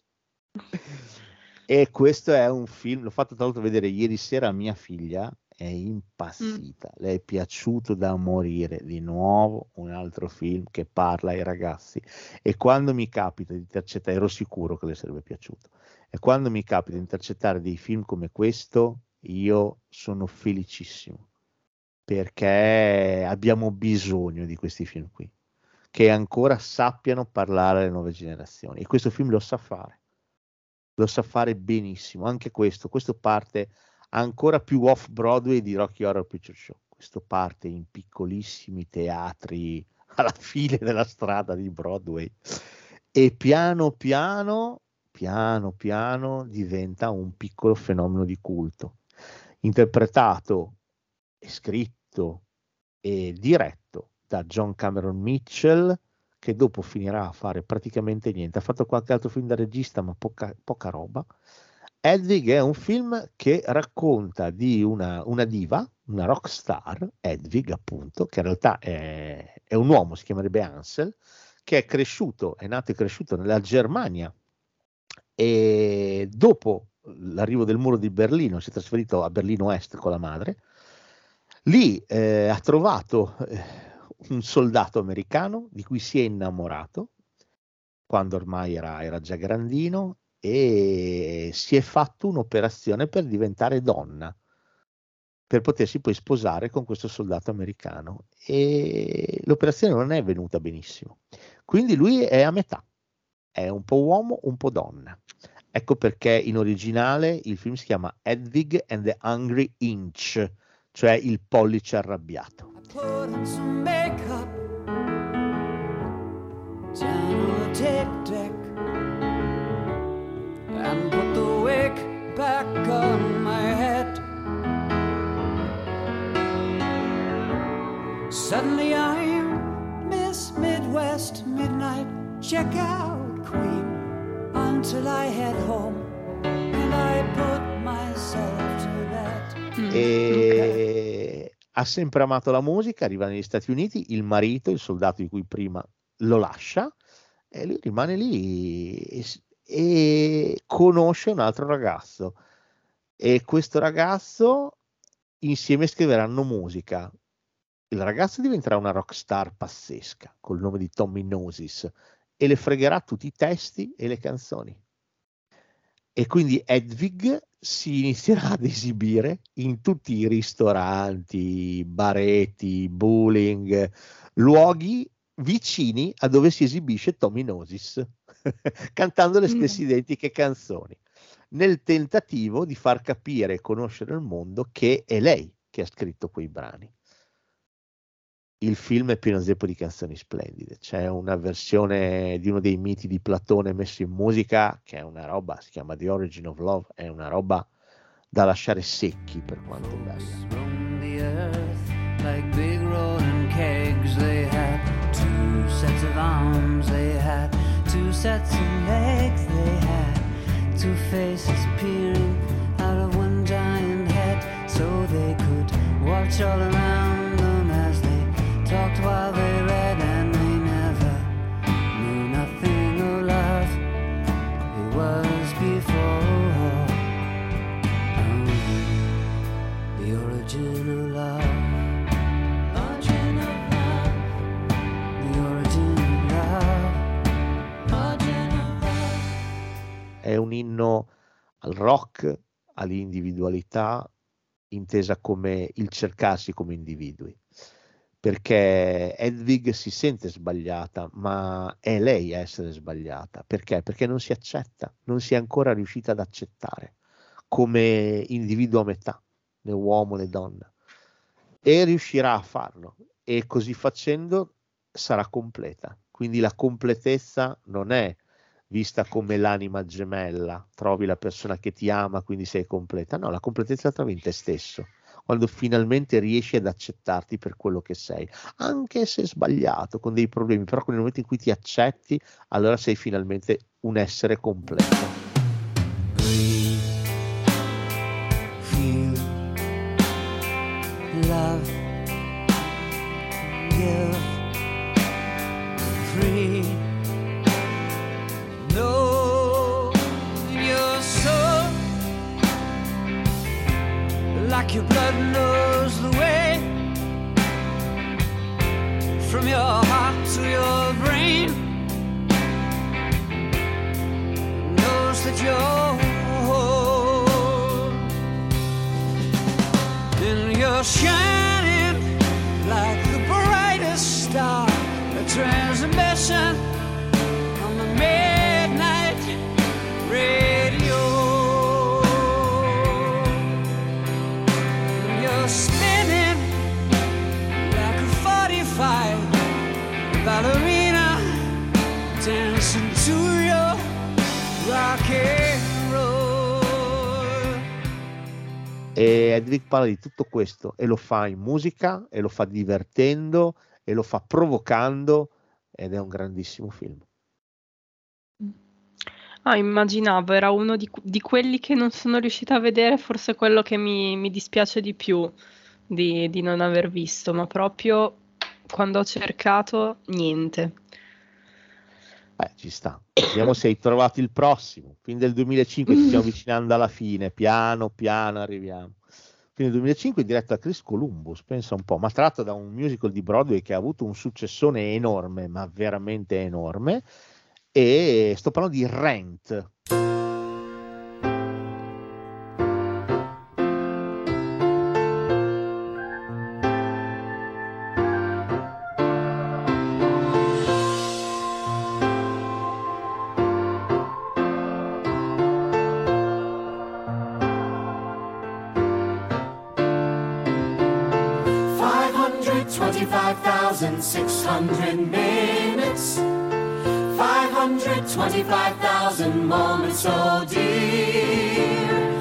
E questo è un film, l'ho fatto tra l'altro vedere ieri sera a mia figlia, è impazzita, le è piaciuto da morire. Di nuovo un altro film che parla ai ragazzi, e quando mi capita di intercettare, ero sicuro che le sarebbe piaciuto, e quando mi capita di intercettare dei film come questo, io sono felicissimo, perché abbiamo bisogno di questi film qui, che ancora sappiano parlare alle nuove generazioni, e questo film lo sa fare benissimo. Anche questo parte ancora più off Broadway di Rocky Horror Picture Show. Questo parte in piccolissimi teatri alla fine della strada di Broadway, e piano piano diventa un piccolo fenomeno di culto, interpretato e scritto e diretto da John Cameron Mitchell, che dopo finirà a fare praticamente niente. Ha fatto qualche altro film da regista, ma poca roba. Hedwig è un film che racconta di una diva, una rock star, Hedwig appunto, che in realtà è un uomo, si chiamerebbe Ansel, che è nato e cresciuto nella Germania, e dopo l'arrivo del muro di Berlino si è trasferito a Berlino Est con la madre. Lì ha trovato un soldato americano di cui si è innamorato quando ormai era già grandino, e si è fatto un'operazione per diventare donna, per potersi poi sposare con questo soldato americano, e l'operazione non è venuta benissimo, quindi lui è a metà, è un po' uomo, un po' donna. Ecco perché in originale il film si chiama Hedwig and the Hungry Inch, cioè il pollice arrabbiato. Put on some makeup down on the tape deck and put the wig back on my head. Suddenly I'm Miss Midwest Midnight Checkout Queen until I head home and I put myself to bed. E ha sempre amato la musica, arriva negli Stati Uniti, il marito, il soldato di cui prima, lo lascia e lui rimane lì e conosce un altro ragazzo, e questo ragazzo insieme scriveranno musica. Il ragazzo diventerà una rockstar pazzesca col nome di Tommy Gnosis e le fregherà tutti i testi e le canzoni, e quindi Hedwig si inizierà ad esibire in tutti i ristoranti, baretti, bowling, luoghi vicini a dove si esibisce Tommy Gnosis, cantando le stesse identiche canzoni, nel tentativo di far capire e conoscere al mondo che è lei che ha scritto quei brani. Il film è pieno zeppo di canzoni splendide, c'è una versione di uno dei miti di Platone messo in musica che è una roba, si chiama The Origin of Love, è una roba da lasciare secchi per quanto è bella. The earth like big rolling kegs, they had two sets of arms, they had two sets of legs, they had two faces peering out of one giant head, so they could watch all around them as they talked while they read, and they never knew nothing of love. It was before the origin of love. Origin of love. The origin of love. Origin of love. È un inno al rock, all'individualità, intesa come il cercarsi come individui, perché Hedwig si sente sbagliata, ma è lei a essere sbagliata. Perché? Perché non si accetta, non si è ancora riuscita ad accettare come individuo a metà, né uomo né donna, e riuscirà a farlo, e così facendo sarà completa. Quindi la completezza non è vista come l'anima gemella, trovi la persona che ti ama quindi sei completa, no, la completezza la trovi in te stesso, quando finalmente riesci ad accettarti per quello che sei, anche se sbagliato, con dei problemi, però nel momento in cui ti accetti, allora sei finalmente un essere completo. Breathe, feel, love, give, free, know your soul, like your blood knows the way, from your heart to your brain, knows that you're whole, and you're shining like the brightest star, a transmission on the midnight radio. You're spinning like a 45 ballerina, dancing to your rock and roll. E Hedwig parla di tutto questo e lo fa in musica, e lo fa divertendo, e lo fa provocando, ed è un grandissimo film. Immaginavo, era uno di quelli che non sono riuscita a vedere, forse quello che mi dispiace di più di non aver visto, ma proprio quando ho cercato, niente. Ci sta. Vediamo se hai trovato il prossimo. Fin del 2005 ci stiamo avvicinando alla fine, piano piano arriviamo. Fin del 2005 diretto da Chris Columbus, pensa un po', ma tratto da un musical di Broadway che ha avuto un successone enorme, ma veramente enorme, e sto parlando di Rent. Minutes, 525,000 moments, oh dear.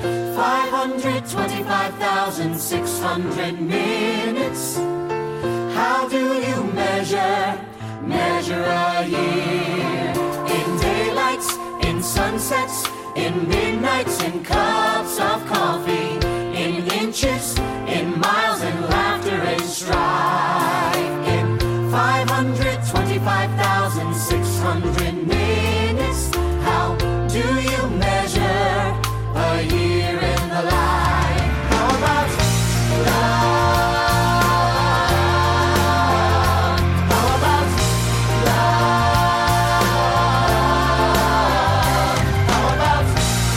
525,600 minutes. How do you measure a year? In daylights, in sunsets, in midnights, in cups of coffee, in inches, in miles, in laughter and strife. 525,600 minutes. How do you measure a year in the life? How about love? How about love? How about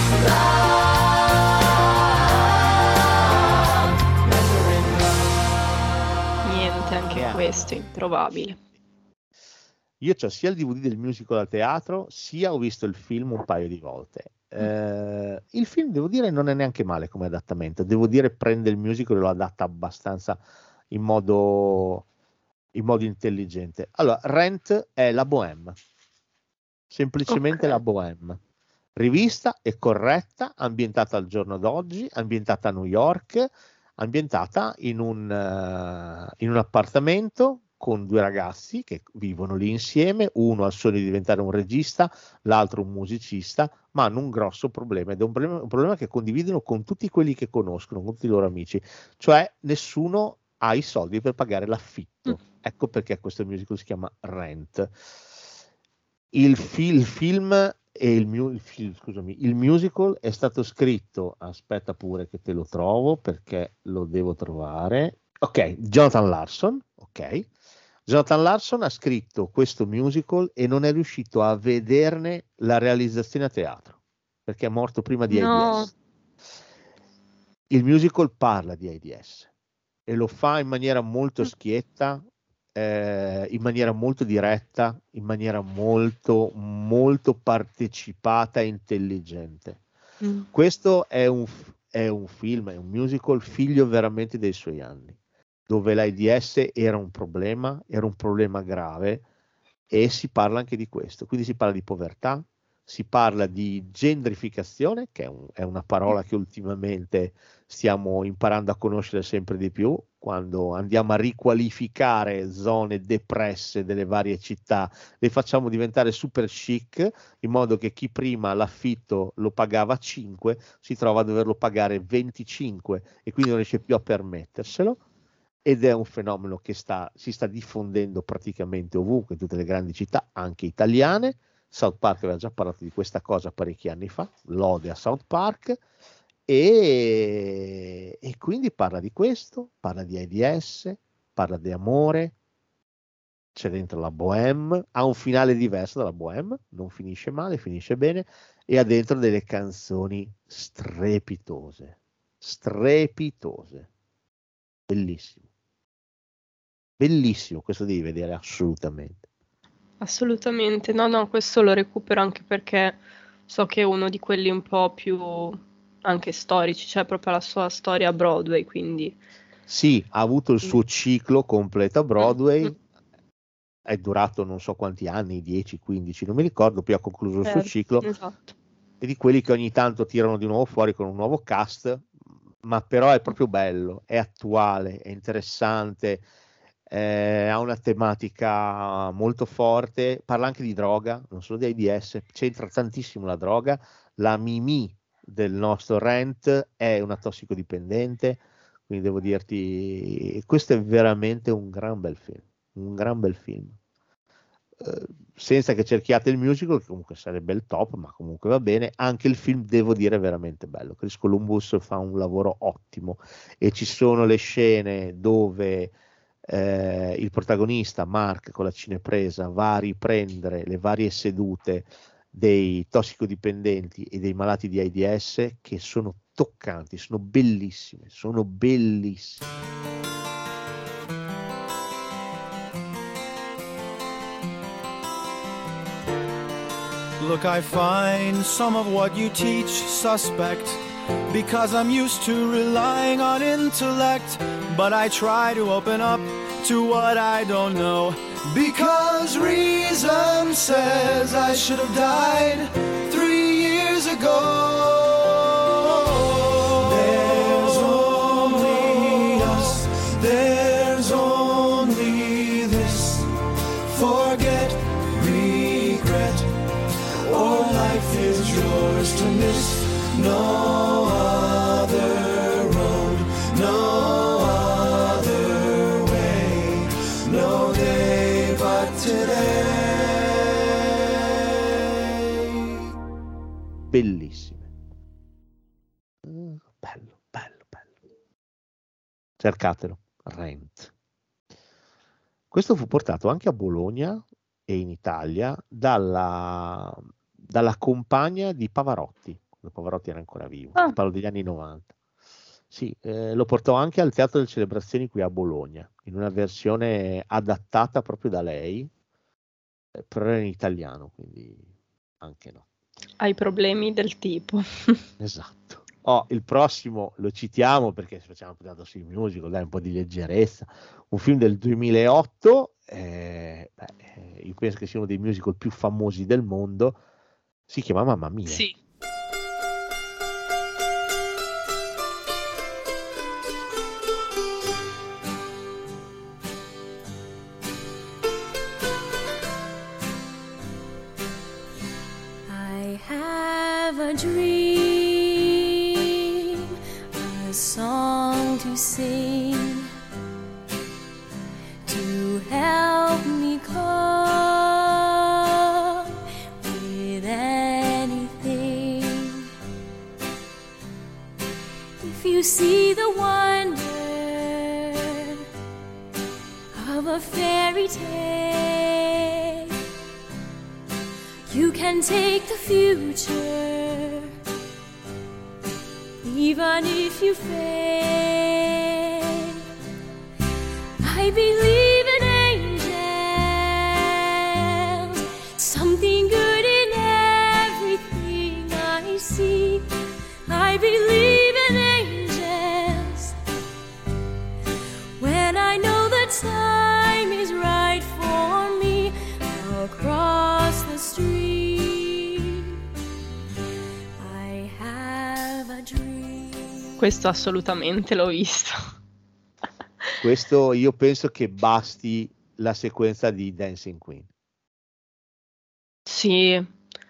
love? Measuring love. Niente, anche questo è introvabile. Io c'ho sia il DVD del musical a teatro, sia ho visto il film un paio di volte. Il film, devo dire, non è neanche male come adattamento. Devo dire, prende il musical e lo adatta abbastanza in modo intelligente. Allora, Rent è la Bohème. Semplicemente la Bohème. Rivista e corretta, ambientata al giorno d'oggi, ambientata a New York, ambientata in un appartamento con due ragazzi che vivono lì insieme, uno ha il sogno di diventare un regista, l'altro un musicista, ma hanno un grosso problema, ed è un problema che condividono con tutti quelli che conoscono, con tutti i loro amici, cioè nessuno ha i soldi per pagare l'affitto. Ecco perché questo musical si chiama Rent. Il film e il musical è stato scritto, aspetta pure che te lo trovo perché lo devo trovare. Ok, Jonathan Larson, ok. Jonathan Larson ha scritto questo musical e non è riuscito a vederne la realizzazione a teatro perché è morto prima di AIDS. Il musical parla di AIDS e lo fa in maniera molto schietta, in maniera molto diretta, in maniera molto partecipata e intelligente. Questo è un film, è un musical figlio veramente dei suoi anni, dove l'AIDS era un problema grave, e si parla anche di questo. Quindi si parla di povertà, si parla di gentrificazione, che è una parola che ultimamente stiamo imparando a conoscere sempre di più, quando andiamo a riqualificare zone depresse delle varie città, le facciamo diventare super chic, in modo che chi prima l'affitto lo pagava 5, si trova a doverlo pagare 25 e quindi non riesce più a permetterselo. Ed è un fenomeno che si sta diffondendo praticamente ovunque, in tutte le grandi città, anche italiane. South Park aveva già parlato di questa cosa parecchi anni fa, lode a South Park, e quindi parla di questo, parla di AIDS, parla di amore, c'è dentro la Bohème, ha un finale diverso dalla Bohème, non finisce male, finisce bene, e ha dentro delle canzoni strepitose, bellissimo. Bellissimo, questo devi vedere assolutamente. Assolutamente, no, questo lo recupero anche perché so che è uno di quelli un po' più anche storici, cioè proprio la sua storia a Broadway, quindi... Sì, ha avuto il suo ciclo completo a Broadway, è durato non so quanti anni, 10, 15, non mi ricordo, poi ha concluso il suo ciclo, esatto. E di quelli che ogni tanto tirano di nuovo fuori con un nuovo cast, ma però è proprio bello, è attuale, è interessante, ha una tematica molto forte, parla anche di droga, non solo di AIDS, c'entra tantissimo la droga. La Mimi del nostro Rent è una tossicodipendente, quindi devo dirti, questo è veramente un gran bel film, senza che cerchiate il musical, che comunque sarebbe il top, ma comunque va bene. Anche il film, devo dire, è veramente bello. Chris Columbus fa un lavoro ottimo, e ci sono le scene dove il protagonista Mark con la cinepresa va a riprendere le varie sedute dei tossicodipendenti e dei malati di AIDS, che sono toccanti, sono bellissime. Look, I find some of what you teach suspect, because I'm used to relying on intellect. But I try to open up to what I don't know, because reason says I should have died 3 years ago. There's only us, there's only this. Forget, regret, or life is yours to miss. No other road, no other way, no day but today. Bellissime. Bello. Cercatelo, Rent. Questo fu portato anche a Bologna e in Italia dalla compagna di Pavarotti, quando Pavarotti era ancora vivo. Parlo degli anni 90. Sì, lo portò anche al Teatro delle Celebrazioni qui a Bologna, in una versione adattata proprio da lei, però era in italiano, quindi anche no. Hai problemi del tipo. Esatto. Il prossimo lo citiamo perché se facciamo puntata sui musical, dai, un po' di leggerezza. Un film del 2008, io penso che sia uno dei musical più famosi del mondo, si chiama Mamma Mia. Sì. I have a dream, a song to sing, to help me cope with anything. If you see the wonder of a fairy tale, you can take the future, even if you fail. I believe in angels, something good in everything I see. I believe in angels when I know the time is right for me. I'll cross the street. I have a dream. Questo assolutamente l'ho visto. Questo io penso che basti la sequenza di Dancing Queen. Sì,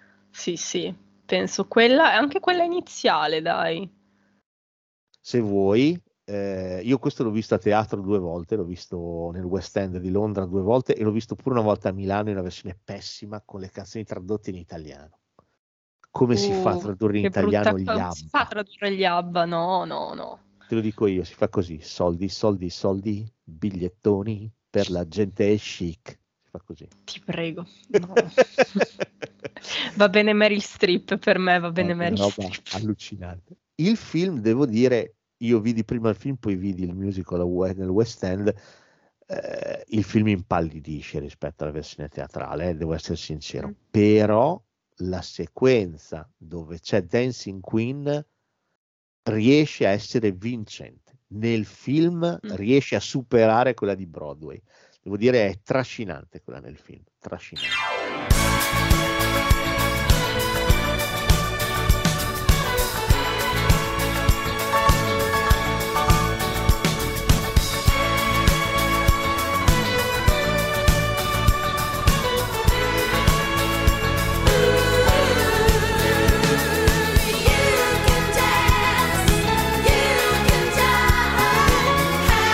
penso quella, anche quella iniziale, dai. Se vuoi, io questo l'ho visto a teatro 2 volte, l'ho visto nel West End di Londra 2 volte e l'ho visto pure una volta a Milano in una versione pessima con le canzoni tradotte in italiano. Come si fa a tradurre in italiano gli ABBA? Si fa a tradurre gli ABBA? No. Te lo dico io, si fa così: soldi, soldi, soldi, bigliettoni per la gente chic. Si fa così. Ti prego. No. Va bene Meryl Streep, per me va bene Meryl Streep. Allucinante. Il film, devo dire, io vidi prima il film, poi vidi il musical nel West End. Il film impallidisce rispetto alla versione teatrale, devo essere sincero. Però la sequenza dove c'è Dancing Queen riesce a essere vincente. Nel film riesce a superare quella di Broadway. Devo dire, è trascinante quella nel film, trascinante.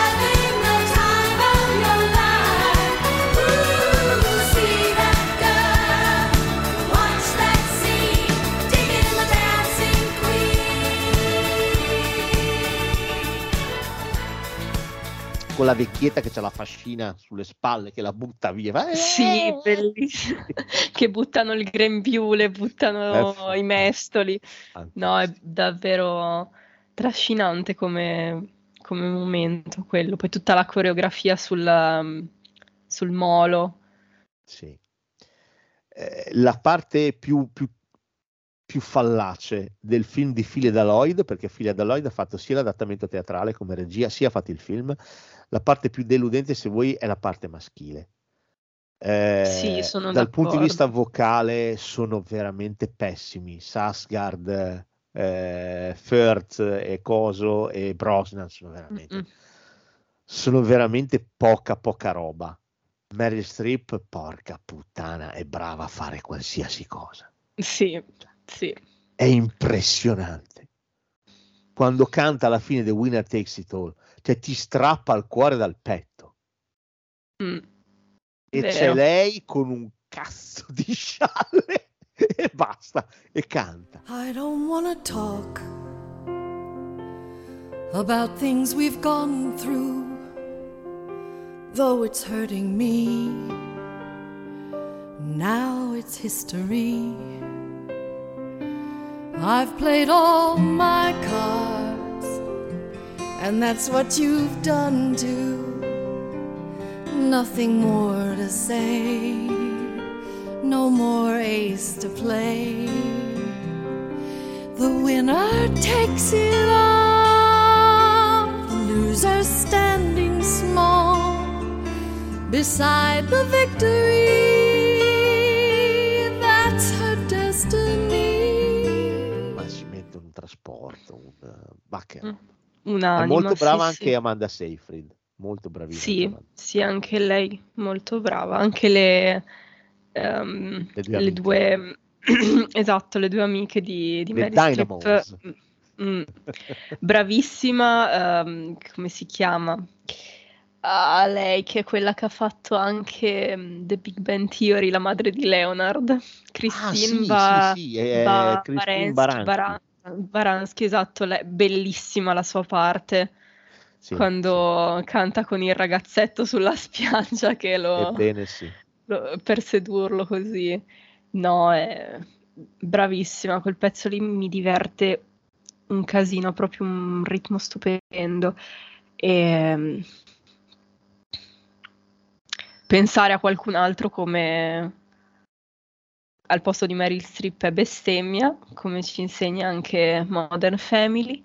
See that girl? con la vecchietta che c'ha la fascina sulle spalle che la butta via. Sì, bellissimo. Che buttano il grembiule, buttano i mestoli. No, è davvero trascinante come momento quello. Poi tutta la coreografia sul molo. Sì. La parte più fallace del film di Philida Lloyd, perché Philida Lloyd ha fatto sia l'adattamento teatrale come regia, sia ha fatto il film. La parte più deludente, se vuoi, è la parte maschile. Sì, sono dal punto di d'accordo. vista vocale sono veramente pessimi. Sarsgaard, Firth e Coso e Brosnan sono veramente poca roba. Meryl Streep, porca puttana, è brava a fare qualsiasi cosa. Sì. È impressionante. Quando canta alla fine The Winner Takes It All, cioè ti strappa il cuore dal petto. E Vero. c'è lei con un cazzo di scialle e basta, e canta. I don't wanna talk about things we've gone through, though it's hurting me. Now it's history. I've played all my cards, and that's what you've done too. Nothing more to say, no more ace to play. The winner takes it all, the loser standing small beside the victory. That's her destiny. Ma si mette un trasporto, un bacchero. Un'anima, È molto brava sì, anche Amanda Seyfried, molto bravissima. sì, anche lei molto brava, anche le due esatto, le due amiche di Le Meryl Dynamos. Streep. Bravissima, come si chiama? Lei che è quella che ha fatto anche The Big Bang Theory, la madre di Leonard, Christine Christine Baranski, esatto, bellissima la sua parte. Sì, quando canta con il ragazzetto sulla spiaggia che Ebbene sì. per sedurlo così. No, è bravissima, quel pezzo lì mi diverte un casino, proprio un ritmo stupendo. E pensare a qualcun altro come al posto di Meryl Streep è bestemmia, come ci insegna anche Modern Family.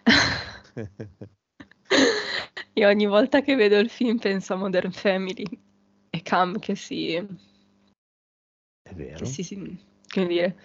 Io ogni volta che vedo il film penso a Modern Family e Cam che è vero. Come dire,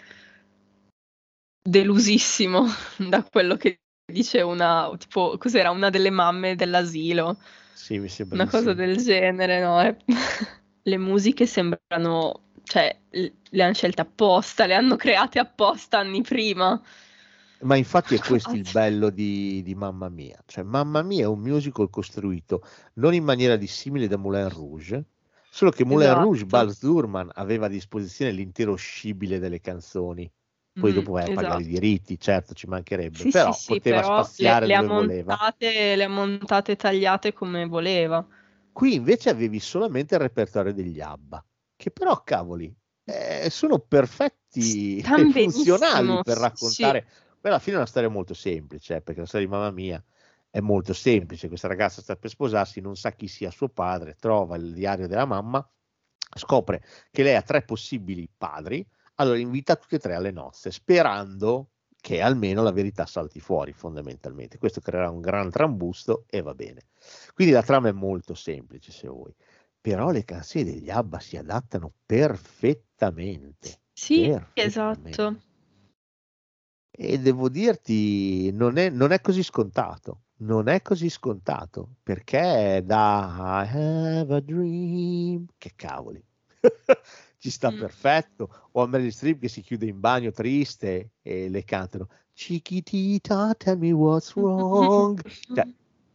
delusissimo da quello che dice tipo, cos'era, una delle mamme dell'asilo. Sì, mi sembra una di cosa sì. del genere, no? Le musiche sembrano, cioè, le hanno scelte apposta, le hanno create apposta anni prima. Ma infatti è questo il bello di Mamma Mia. Cioè, Mamma Mia è un musical costruito non in maniera dissimile da Moulin Rouge, solo che Moulin Rouge, Baz Luhrmann aveva a disposizione l'intero scibile delle canzoni. Poi dopo vai a pagare i diritti, certo, ci mancherebbe, però poteva però spaziare le dove voleva. Le ha montate tagliate come voleva. Qui invece avevi solamente il repertorio degli ABBA, che però, cavoli, sono perfetti e funzionali per raccontare. Poi alla fine è una storia molto semplice, perché la storia di Mamma Mia è molto semplice. Questa ragazza sta per sposarsi, non sa chi sia suo padre, trova il diario della mamma, scopre che lei ha 3 possibili padri, allora invita tutti e 3 alle nozze, sperando che almeno la verità salti fuori, fondamentalmente. Questo creerà un gran trambusto e va bene. Quindi la trama è molto semplice, se vuoi. Però le canzoni degli ABBA si adattano perfettamente. Sì, esatto. E devo dirti, non è così scontato. Non è così scontato, perché da I have a dream, che cavoli, ci sta perfetto. O a Meryl Streep che si chiude in bagno triste e le cantano Chiquitita, tell me what's wrong. Cioè,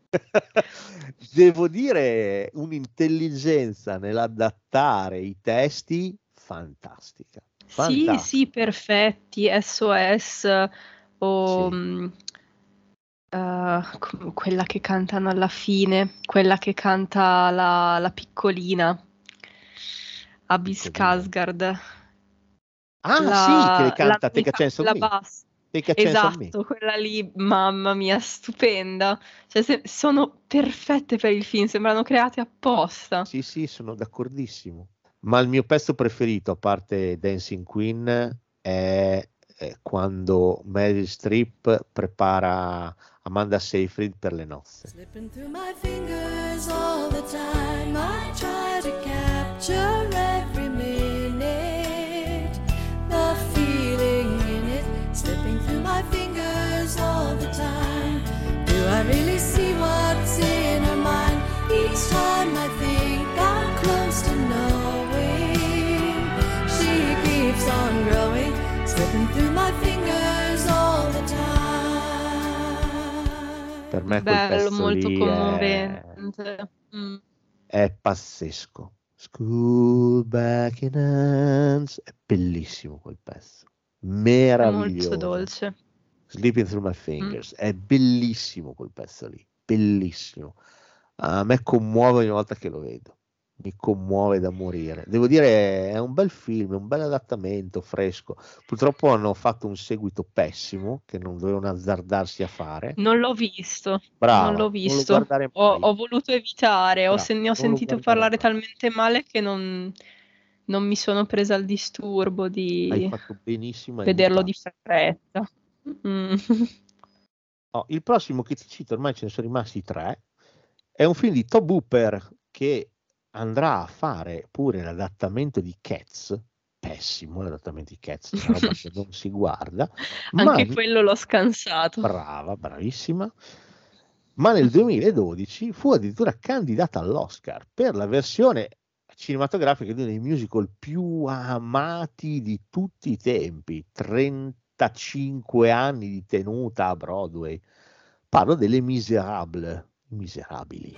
devo dire, un'intelligenza nell'adattare i testi fantastica. Sì, perfetti, SOS o Quella che cantano alla fine, quella che canta la piccolina, Abyss Skarsgård. Sì, che le canta Take a Chance on la Me. bassa. Take a Chance on Me. Esatto, quella lì, mamma mia, stupenda. Cioè, sono perfette per il film, sembrano create apposta. Sì, sono d'accordissimo. Ma il mio pezzo preferito, a parte Dancing Queen, è quando Meryl Streep prepara Amanda Seyfried per le nozze. Slipping through my fingers all the time, I try to capture every minute, the feeling in it, slipping through my fingers all the time. Do I really see what's in her mind? Each time I think I'm close to knowing, she keeps on growing, slipping through my fingers all the time. Per me quel Bello, pezzo molto lì commovente. è pazzesco. School back in hands, è bellissimo quel pezzo, È meraviglioso. molto dolce. Sleeping Through My Fingers, è bellissimo quel pezzo lì, bellissimo. A me commuove ogni volta che lo vedo, mi commuove da morire. Devo dire, è un bel film, è un bel adattamento, fresco. Purtroppo hanno fatto un seguito pessimo che non dovevano azzardarsi a fare. Non l'ho visto, Brava, non l'ho non lo visto. guardare mai. Ho voluto evitare, Brava, ne ho non lo sentito guardare parlare talmente male che non mi sono presa il disturbo Hai di fatto benissimo a vederlo di evitarlo. fretta. Il prossimo che ti cito, ormai ce ne sono rimasti 3, è un film di Tobe Hooper che andrà a fare pure l'adattamento di Cats, pessimo l'adattamento di Cats, una roba che non si guarda, Anche ma quello l'ho scansato. bravissima, ma nel 2012 fu addirittura candidata all'Oscar per la versione cinematografica di uno dei musical più amati di tutti i tempi, 35 anni di tenuta a Broadway. Parlo delle Misérables, Miserabili.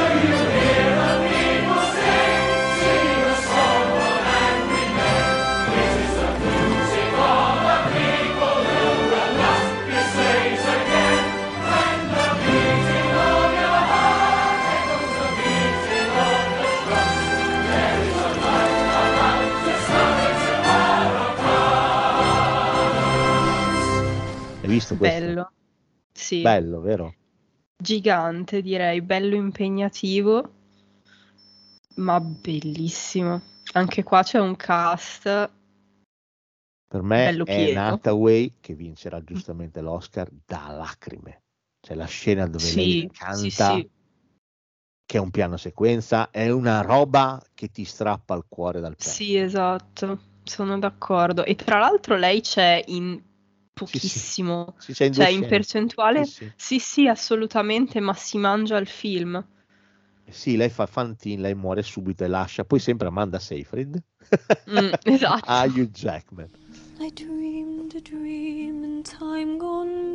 Hai visto questo? Bello, sì. Bello, vero? Gigante, direi, bello impegnativo, ma bellissimo. Anche qua c'è un cast Per me bello è pieno. Hathaway che vincerà giustamente l'Oscar da lacrime. C'è la scena dove lei Sì, canta, sì. che è un piano sequenza, è una roba che ti strappa il cuore dal petto. Sì, esatto, sono d'accordo. E tra l'altro lei c'è in pochissimo, Sì, c'è in due cioè in scene. percentuale, Sì. sì, assolutamente, ma si mangia il film. Sì, lei fa Fantine, lei muore subito e lascia, poi sempre Amanda Seyfried Esatto. a Hugh Jackman. I dreamed a dream in time gone by,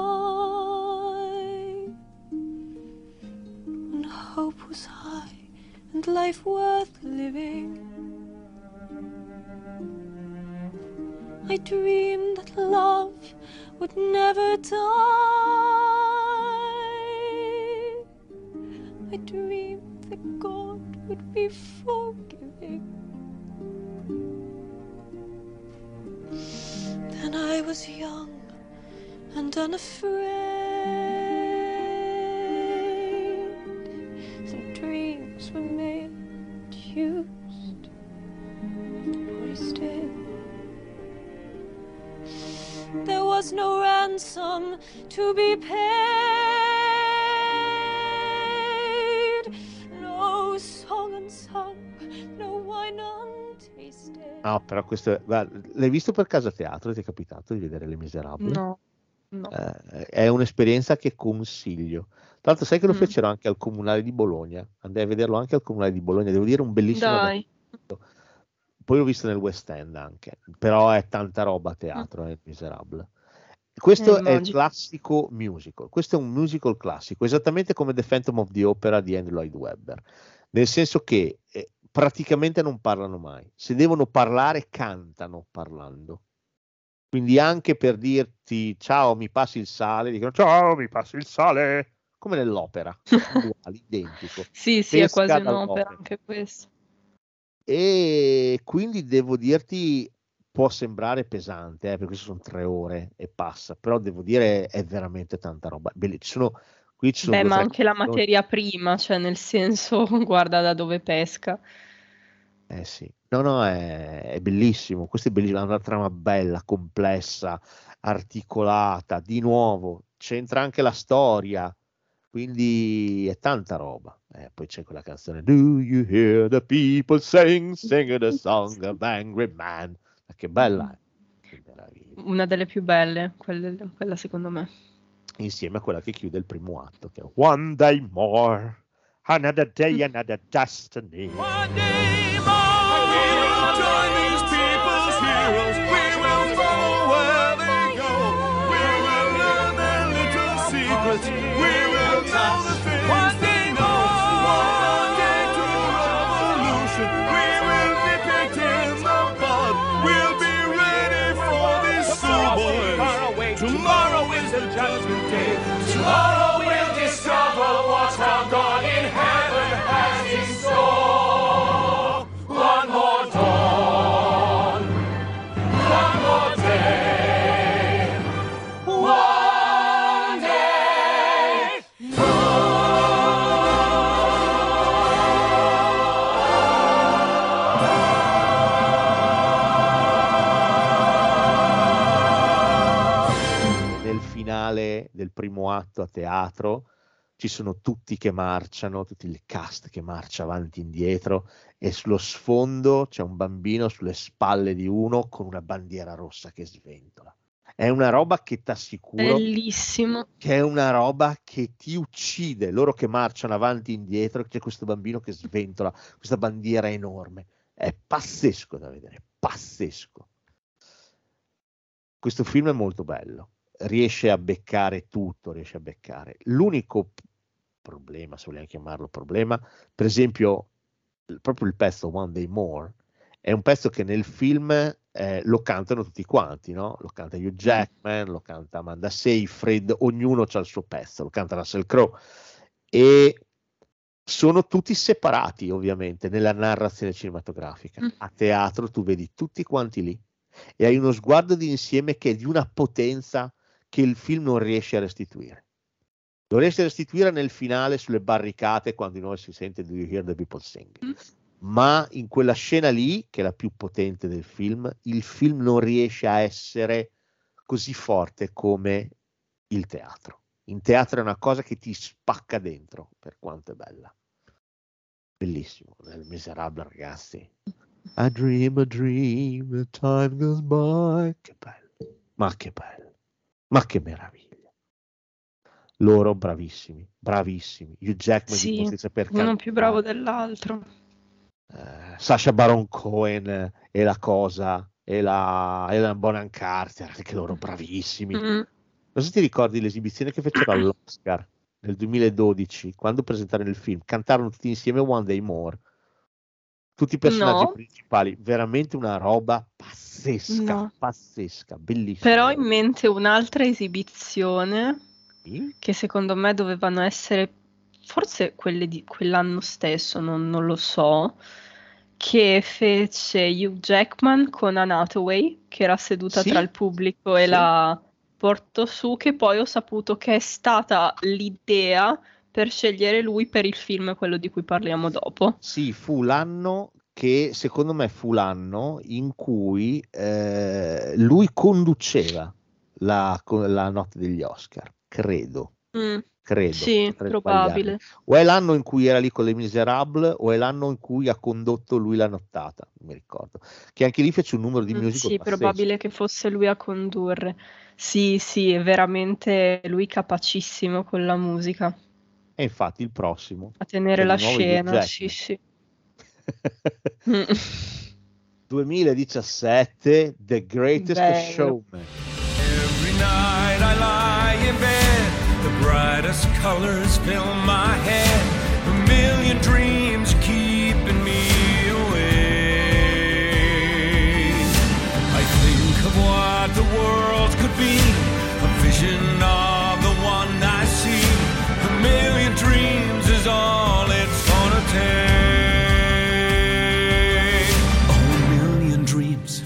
when hope was high and life worth living. I dreamed that love would never die. I dreamed that God would be forgiving. Then I was young and unafraid. The dreams were made, used, wasted. There was no ransom to be paid, no song unsung, no wine untasted. No, però questo guarda, l'hai visto per caso a teatro? Ti è capitato di vedere Le Miserabili? No. È un'esperienza che consiglio. Tra l'altro sai che lo Mm. fecero anche al Comunale di Bologna, andai a vederlo anche al Comunale di Bologna, devo dire un bellissimo Dai. adattamento. Poi l'ho visto nel West End anche, però è tanta roba a teatro, è miserabile. Questo è il immagino. classico musical, questo è un musical classico, esattamente come The Phantom of the Opera di Andrew Lloyd Webber, nel senso che praticamente non parlano mai, se devono parlare cantano parlando. Quindi anche per dirti ciao mi passi il sale, dicono ciao mi passi il sale, come nell'opera, uguale, identico. Sì, è Pesca quasi dall'opera. un'opera anche questo. E quindi devo dirti, può sembrare pesante, perché sono 3 ore e passa, però devo dire è veramente tanta roba. Ci sono due Ma o tre anche la canzoni. materia prima, cioè nel senso, guarda da dove pesca. Sì, no, è bellissimo, questo è bellissimo, ha una trama bella, complessa, articolata, di nuovo, c'entra anche la storia, quindi è tanta roba. Poi c'è quella canzone, Do you hear the people sing the song of angry man? Ma che bella è, che meraviglia. Una delle più belle, quella secondo me. Insieme a quella che chiude il primo atto, che è One Day More, Another Day, Another Destiny. One day more, we will join these people's heroes. We will follow where they go. We will learn their little secrets. We will know the things they know. One day to revolution. We will nip it in the bud. We'll be ready for these schoolboys. Tomorrow is the judgment day. Tomorrow we'll discover what our God in heaven has in store. One more dawn, one more day, one day. Nel finale del primo atto a teatro ci sono tutti che marciano, tutto il cast che marcia avanti e indietro, e sullo sfondo c'è un bambino sulle spalle di uno con una bandiera rossa che sventola. È una roba che t'assicuro Bellissimo. che è una roba che ti uccide. Loro che marciano avanti e indietro, c'è questo bambino che sventola questa bandiera enorme. È pazzesco da vedere, pazzesco. Questo film è molto bello, riesce a beccare tutto, riesce a beccare. L'unico problema, se vogliamo chiamarlo problema, per esempio, proprio il pezzo One Day More, è un pezzo che nel film lo cantano tutti quanti, no? Lo canta Hugh Jackman, lo canta Amanda Seyfried, ognuno ha il suo pezzo, lo canta Russell Crowe, e sono tutti separati ovviamente nella narrazione cinematografica. A teatro tu vedi tutti quanti lì e hai uno sguardo di insieme che è di una potenza che il film non riesce a restituire. Lo riesce a restituire nel finale sulle barricate, quando di nuovo si sente Do you hear the people sing? Ma in quella scena lì, che è la più potente del film, il film non riesce a essere così forte come il teatro. In teatro è una cosa che ti spacca dentro, per quanto è bella. Bellissimo, nel Miserable, ragazzi. I dream a dream, the time goes by. Che bello, ma che bello, ma che meraviglia. Loro bravissimi, bravissimi. Hugh Jackman Sì, dimostra di saper uno cantare. più bravo dell'altro. Sacha Baron Cohen e la cosa, e la Bonham Carter, anche loro bravissimi. Non so se ti ricordi l'esibizione che fecero all'Oscar nel 2012, quando presentarono il film, cantarono tutti insieme One Day More. Tutti i personaggi No. principali, veramente una roba pazzesca, No. pazzesca, bellissima. Però ho in mente un'altra esibizione che secondo me dovevano essere forse quelle di quell'anno stesso, non lo so, che fece Hugh Jackman con Anne Hathaway, che era seduta Sì, tra il pubblico e sì. la portò su, che poi ho saputo che è stata l'idea per scegliere lui per il film, quello di cui parliamo dopo. Sì, fu l'anno che secondo me fu l'anno in cui lui conduceva la notte degli Oscar, credo. Sì, potrei probabile. sbagliarmi. O è l'anno in cui era lì con Les Miserables, o è l'anno in cui ha condotto lui la nottata, non mi ricordo. Che anche lì fece un numero di musical Sì, pazzesco. probabile che fosse lui a condurre. Sì, è veramente lui capacissimo con la musica, E infatti il prossimo a tenere è la di nuovo Hugh scena, Jackman. sì. 2017, The Greatest Bello. Showman. Every night I lie in bed, the brightest colors fill my head, a million dreams keeping me awake. I think of what the world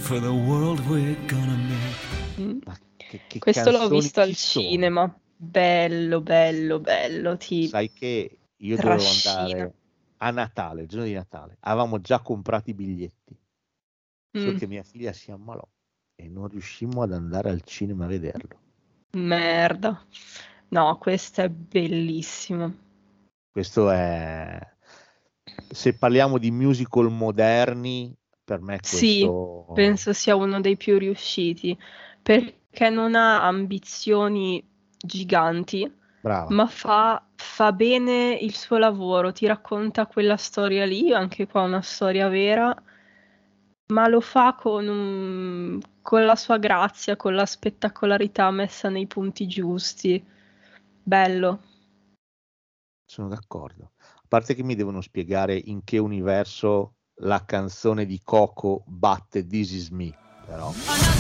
for the world we're gonna make. Che Questo l'ho canzoni visto al ci sono? cinema. Bello, bello, bello. Sai che io dovevo andare a Natale, il giorno di Natale. Avevamo già comprato i biglietti. Solo che mia figlia si ammalò e non riuscimmo ad andare al cinema a vederlo. Merda. No, questo è bellissimo. Questo è... Se parliamo di musical moderni, per me Sì, questo... penso sia uno dei più riusciti, perché non ha ambizioni giganti, Brava. ma fa bene il suo lavoro, ti racconta quella storia lì, anche qua una storia vera, ma lo fa con la sua grazia, con la spettacolarità messa nei punti giusti. Bello. Sono d'accordo. A parte che mi devono spiegare in che universo la canzone di Coco batte This Is Me, però.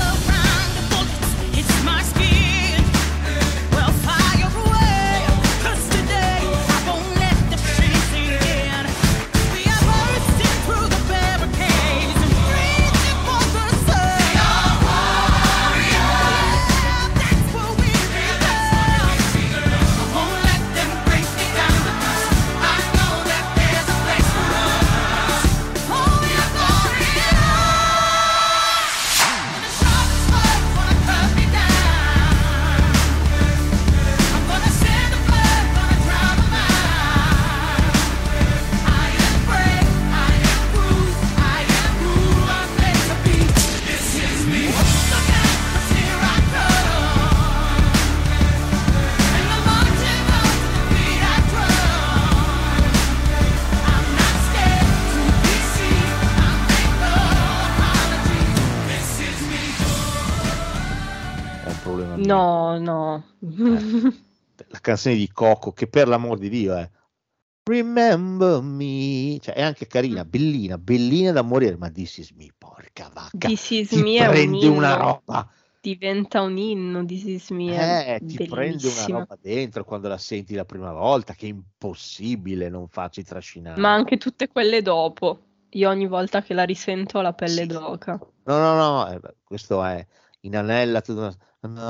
It's my skin. Well, fire away, 'cause today I won't let the pain sink in. We are bursting through the barricades and reaching for the sun. We are warriors. That's what we become. I won't let them break me down. I know that there's a place for us. Oh, we are warriors. And the sharpest words wanna cut me down. I'm gonna send the blood, gonna drown them out. I am brave, I am bruised, I am who I'm meant to be. This is me. Look out, 'cause here I come. And the marching on to the beat I drum. I'm not scared to be seen. I make no apology. This is me. È un problema mio. No. La canzone di Coco, che per l'amor di Dio è Remember Me, cioè è anche carina, bellina da morire, ma This Is Me, porca vacca, This Is ti Me è un prende una inno. roba, Diventa un inno, This Is Me è ti prende una bellissima. roba dentro quando la senti la prima volta, che è impossibile non farci trascinare. Ma anche tutte quelle dopo. Io ogni volta che la risento ho la pelle d'oca. No, questo è inanella tutta una...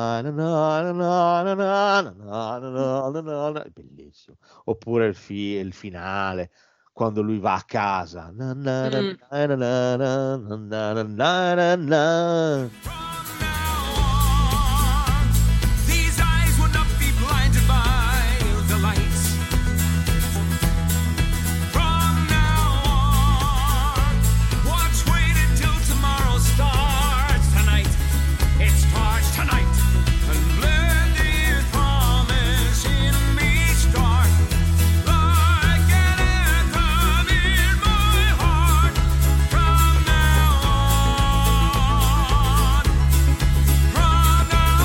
È bellissimo. Oppure il finale, quando lui va a casa. These eyes will not be blinded by the lights. From now on, watch, wait until tomorrow starts tonight. It starts tonight. And let the promise in me start like an anthem in my heart. From now on, from now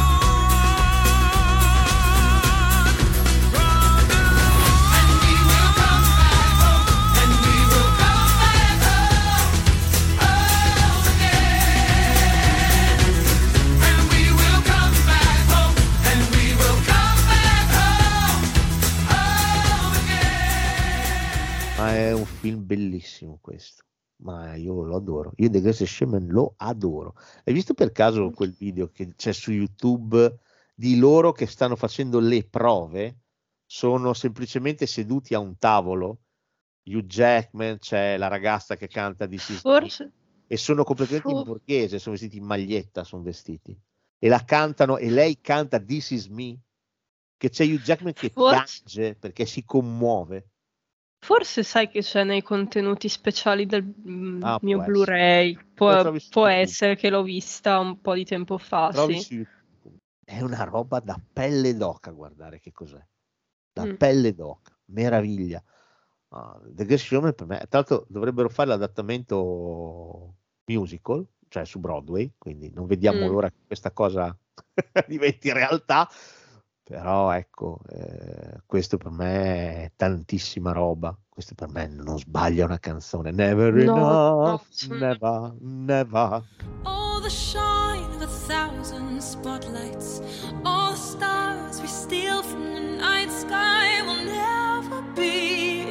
on, from now on. And we will come back home, and we will come back home, home again. And we will come back home, and we will come back home, home again. Ma è un film bellissimo questo, ma io lo adoro, io The Greatest Showman lo adoro. Hai visto per caso quel video che c'è su YouTube di loro che stanno facendo le prove? Sono semplicemente seduti a un tavolo, Hugh Jackman, c'è la ragazza che canta di Forse e sono completamente in borghese, sono vestiti in maglietta, sono vestiti e la cantano, e lei canta This Is Me, che c'è Hugh Jackman che piange perché si commuove. Forse sai che c'è nei contenuti speciali del Ah, mio può Blu-ray. Lo Può, trovi su può YouTube. essere che l'ho vista un po' di tempo fa, Trovi sì. su YouTube. È una roba da pelle d'oca, guardare che cos'è, da Mm. pelle d'oca, meraviglia. The Greatest Showman per me, tra l'altro dovrebbero fare l'adattamento musical, cioè su Broadway, quindi non vediamo l'ora che questa cosa diventi realtà, però ecco, questo per me è tantissima roba, questo per me non sbaglia una canzone, never enough, never. All the shine of 1,000 spotlights, all the stars we steal from the night sky will never be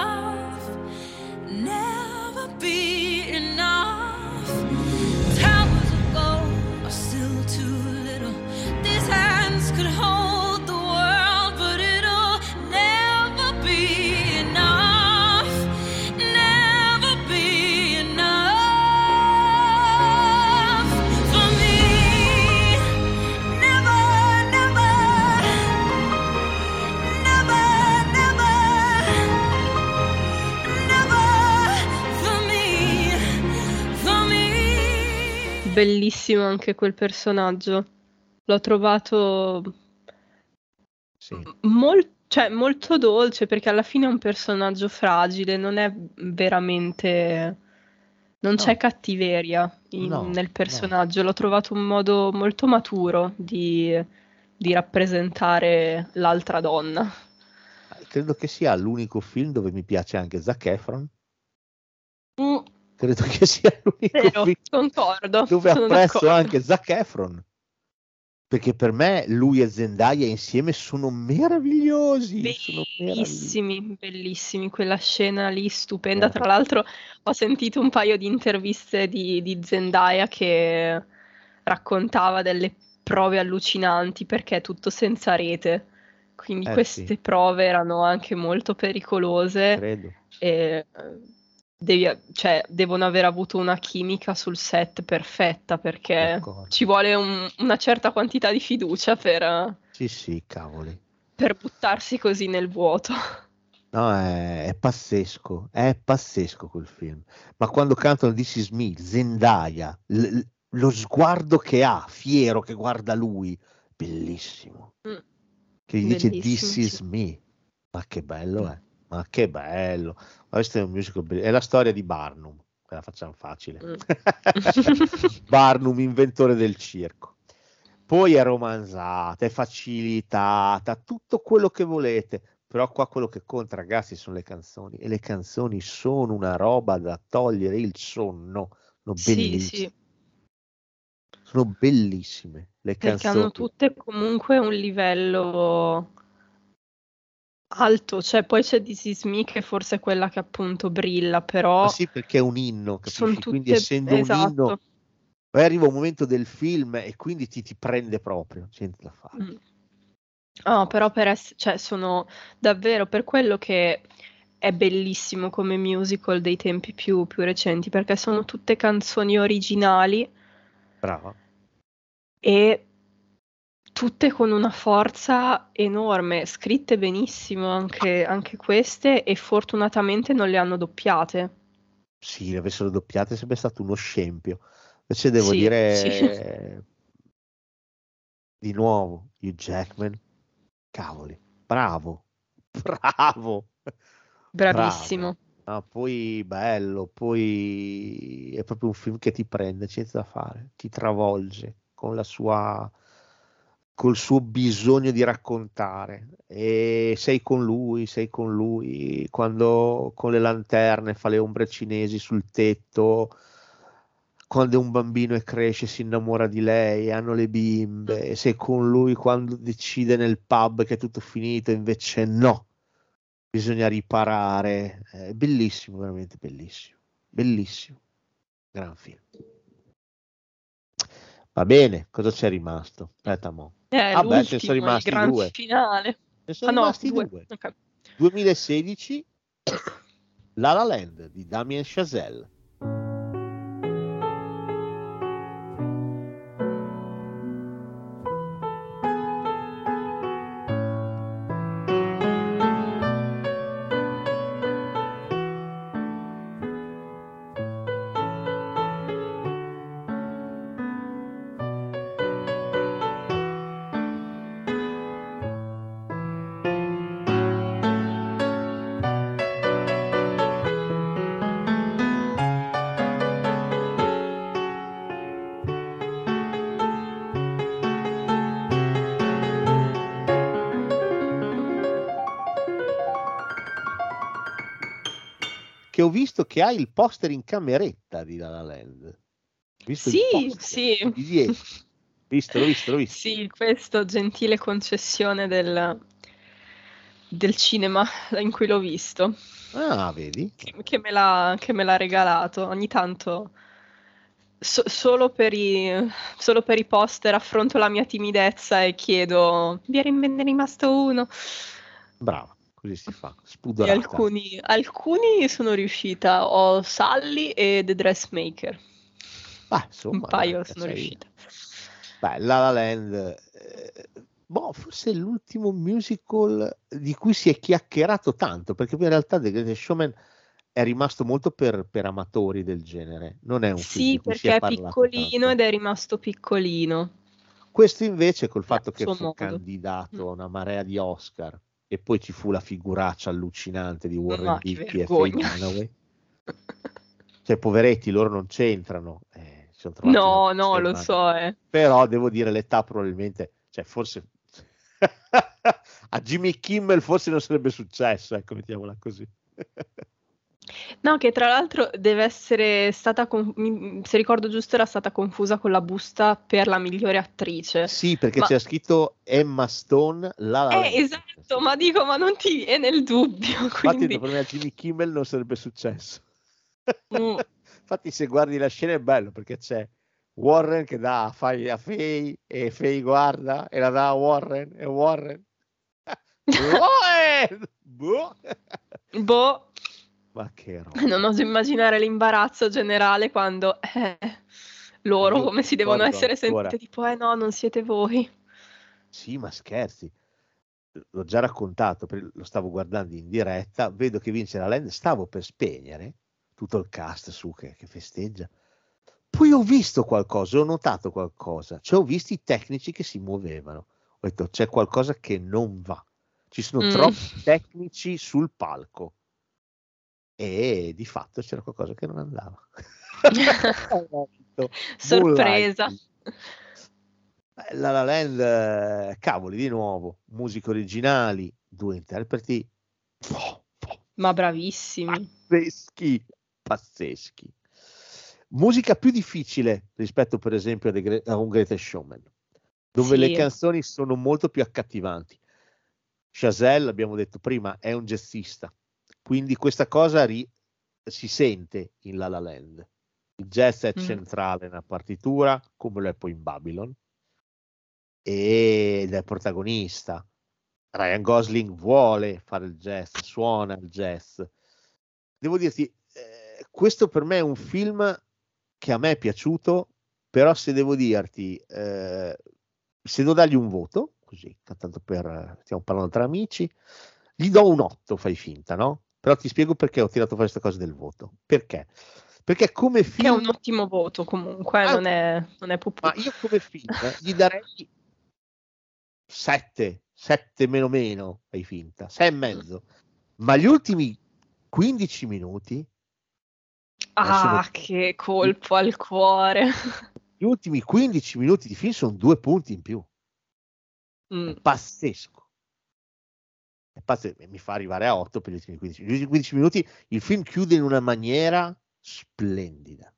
enough, never be enough. Tell bellissimo anche quel personaggio. L'ho trovato molto dolce, perché alla fine è un personaggio fragile, non è veramente... Non c'è cattiveria nel personaggio, l'ho trovato un modo molto maturo di rappresentare l'altra donna. Credo che sia l'unico film dove mi piace anche Zac Efron. Credo che sia l'unico film concordo, dove sono apprezzo d'accordo. anche Zac Efron, perché per me lui e Zendaya insieme sono meravigliosi. Bellissimi, quella scena lì stupenda. Tra l'altro ho sentito un paio di interviste di Zendaya che raccontava delle prove allucinanti, perché è tutto senza rete, quindi queste prove erano anche molto pericolose. Credo. E devono aver avuto una chimica sul set perfetta, perché ci vuole una certa quantità di fiducia Sì, cavoli. per buttarsi così nel vuoto. No, è pazzesco quel film. Ma quando cantano This Is Me, Zendaya, lo sguardo che ha, fiero, che guarda lui, bellissimo. Che gli dice This Is Me. Ma che bello è. Ma che bello. Questo è un musical è la storia di Barnum, la facciamo facile. Barnum, inventore del circo. Poi è romanzata, è facilitata, tutto quello che volete, però qua quello che conta, ragazzi, sono le canzoni, e le canzoni sono una roba da togliere il sonno. Sono bellissime. Sono bellissime le canzoni. Perché hanno tutte comunque un livello alto, cioè poi c'è This Is Me che forse è quella che appunto brilla, però ma sì, perché è un inno, capisci? Quindi essendo un esatto. inno, poi arriva un momento del film e quindi ti prende proprio, c'è niente da fare. Però cioè sono davvero, per quello che è bellissimo come musical dei tempi più recenti, perché sono tutte canzoni originali. Brava. E tutte con una forza enorme, scritte benissimo anche queste, e fortunatamente non le hanno doppiate. Sì, le avessero doppiate sarebbe stato uno scempio. Invece devo dire di nuovo, Hugh Jackman, cavoli, bravo. Bravissimo. Poi bello, poi è proprio un film che ti prende, c'è niente da fare, ti travolge col suo bisogno di raccontare, e sei con lui quando con le lanterne fa le ombre cinesi sul tetto, quando è un bambino e cresce, si innamora di lei, hanno le bimbe, sei con lui quando decide nel pub che è tutto finito, invece no, bisogna riparare. È bellissimo, veramente bellissimo, gran film. Va bene, cosa c'è rimasto? Aspetta mo. L'ultimo, ce ne sono rimasti il gran due. finale. Ne sono rimasti due. due. Okay. 2016 La La Land di Damien Chazelle. Che ho visto che ha il poster in cameretta di La La Land. Visto il poster? Sì. L'ho visto. Sì, questo gentile concessione del cinema in cui l'ho visto. Ah, vedi? Che me l'ha regalato. Ogni tanto solo per i poster affronto la mia timidezza e chiedo: me ne è rimasto uno. Brava. Così si fa, E alcuni sono riuscita. Ho Sully e The Dressmaker. Insomma, un paio sono riuscita. La La Land, forse è l'ultimo musical di cui si è chiacchierato tanto, perché poi in realtà The Greatest Showman è rimasto molto per amatori del genere, non è un film Sì, di cui si perché è è parlato piccolino ed è rimasto piccolino. Questo invece, col fatto che suo fu modo. candidato a una marea di Oscar e poi ci fu la figuraccia allucinante di Warren Ma che Beatty e Faye vergogna. Dunaway, cioè poveretti, loro non c'entrano, si sono trovati No, una no, lo settimana. so, Però devo dire l'età probabilmente, cioè forse a Jimmy Kimmel forse non sarebbe successo, ecco, mettiamola così. No, che tra l'altro deve essere stata, se ricordo giusto, era stata confusa con la busta per la migliore attrice. Sì, perché Ma- c'era scritto Emma Stone, La La Land. esatto, ma dico, ma non ti viene il dubbio, Infatti, quindi... per me a Jimmy Kimmel non sarebbe successo. Mm. Infatti, se guardi la scena è bello perché c'è Warren che dà a Faye e Faye guarda e la dà a Warren e Warren. Warren! Boh, Ma che roba. non oso immaginare l'imbarazzo generale quando loro Io come si ricordo devono essere ancora. sentite, tipo, no, non siete voi. Sì, ma scherzi. L'ho già raccontato, lo stavo guardando in diretta, vedo che vince La Land, stavo per spegnere tutto il cast su che festeggia. Poi ho visto qualcosa, ho notato qualcosa, cioè ho visto i tecnici che si muovevano. Ho detto c'è qualcosa che non va. Ci sono troppi tecnici sul palco. E di fatto c'era qualcosa che non andava. Sorpresa. La La Land, cavoli, di nuovo, musiche originali, 2 interpreti Ma bravissimi. pazzeschi. Musica più difficile rispetto per esempio a un Greatest Showman, dove le canzoni sono molto più accattivanti. Chazelle, abbiamo detto prima, è un jazzista, quindi questa cosa si sente in La La Land. Il jazz è centrale nella partitura, come lo è poi in Babylon, ed è protagonista. Ryan Gosling vuole fare il jazz, suona il jazz. Devo dirti, questo per me è un film che a me è piaciuto, però se devo dirti, se devo dargli un voto, così, tanto stiamo parlando tra amici, gli do un 8, fai finta, no? Però ti spiego perché ho tirato fuori questa cosa del voto. Perché? Perché come film... Che è un ottimo voto comunque, non è pupù. Ma io come film gli darei 7 meno, fai finta, 6,5. Ma gli ultimi 15 minuti... che colpo al cuore. Gli ultimi 15 minuti di film sono 2 punti in più. È pazzesco. Mi fa arrivare a 8 per gli ultimi 15. Gli ultimi 15 minuti il film chiude in una maniera splendida.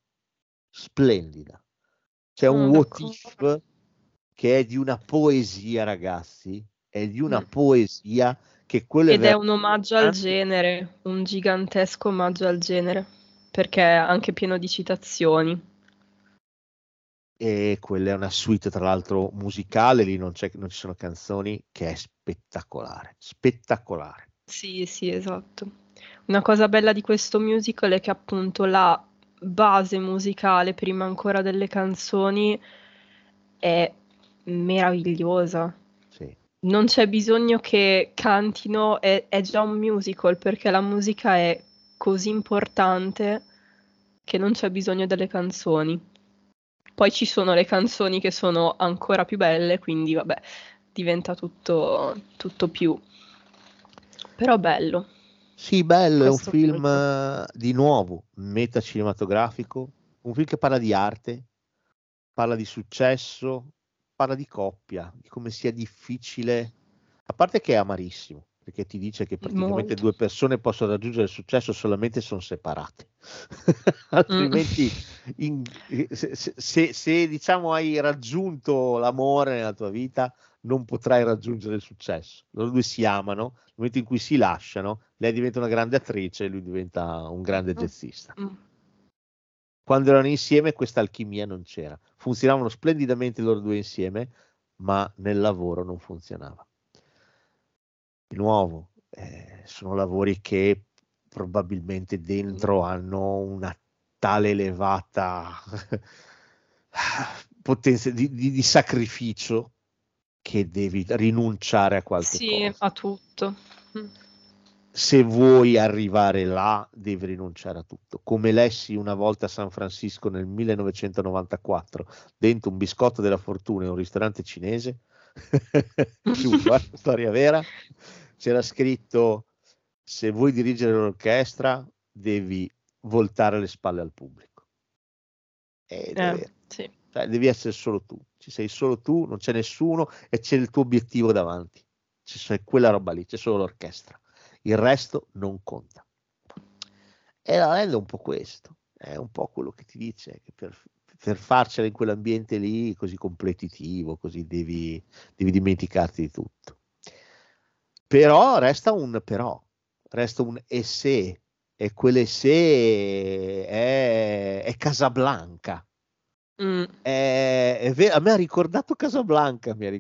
C'è un what if che è di una poesia, ragazzi. È di una poesia che quello Ed è un omaggio al genere, un gigantesco omaggio al genere, perché è anche pieno di citazioni. E quella è una suite, tra l'altro, musicale, lì non ci sono canzoni, che è spettacolare. Sì, esatto. Una cosa bella di questo musical è che appunto la base musicale, prima ancora delle canzoni, è meravigliosa. Sì. Non c'è bisogno che cantino, è già un musical, perché la musica è così importante che non c'è bisogno delle canzoni. Poi ci sono le canzoni che sono ancora più belle, quindi vabbè, diventa tutto più. Però bello. Sì, bello, Questo è un film di nuovo, metacinematografico, un film che parla di arte, parla di successo, parla di coppia, di come sia difficile, a parte che è amarissimo, perché ti dice che praticamente 2 persone possono raggiungere il successo solamente se sono separate. Altrimenti se diciamo hai raggiunto l'amore nella tua vita non potrai raggiungere il successo. Loro 2 si amano, nel momento in cui si lasciano lei diventa una grande attrice e lui diventa un grande jazzista. Quando erano insieme questa alchimia non c'era, funzionavano splendidamente loro 2 insieme, ma nel lavoro non funzionava. Di nuovo, sono lavori che probabilmente dentro hanno una tale elevata potenza di sacrificio che devi rinunciare a qualche cosa. Sì, a tutto. se vuoi arrivare là devi rinunciare a tutto, come lessi una volta a San Francisco nel 1994 dentro un biscotto della fortuna in un ristorante cinese. Giuro, storia vera, c'era scritto: se vuoi dirigere l'orchestra devi voltare le spalle al pubblico. Ed è vero. Sì. Cioè, devi essere solo tu, ci sei solo tu, non c'è nessuno e c'è il tuo obiettivo davanti, c'è quella roba lì, c'è solo l'orchestra, il resto non conta. E La La Land è un po' questo, è un po' quello che ti dice che per farcela in quell'ambiente lì così competitivo, così devi dimenticarti di tutto. Però resta un e se, e quell'essè è Casablanca. È vero, a me ha ricordato Casablanca, mi ha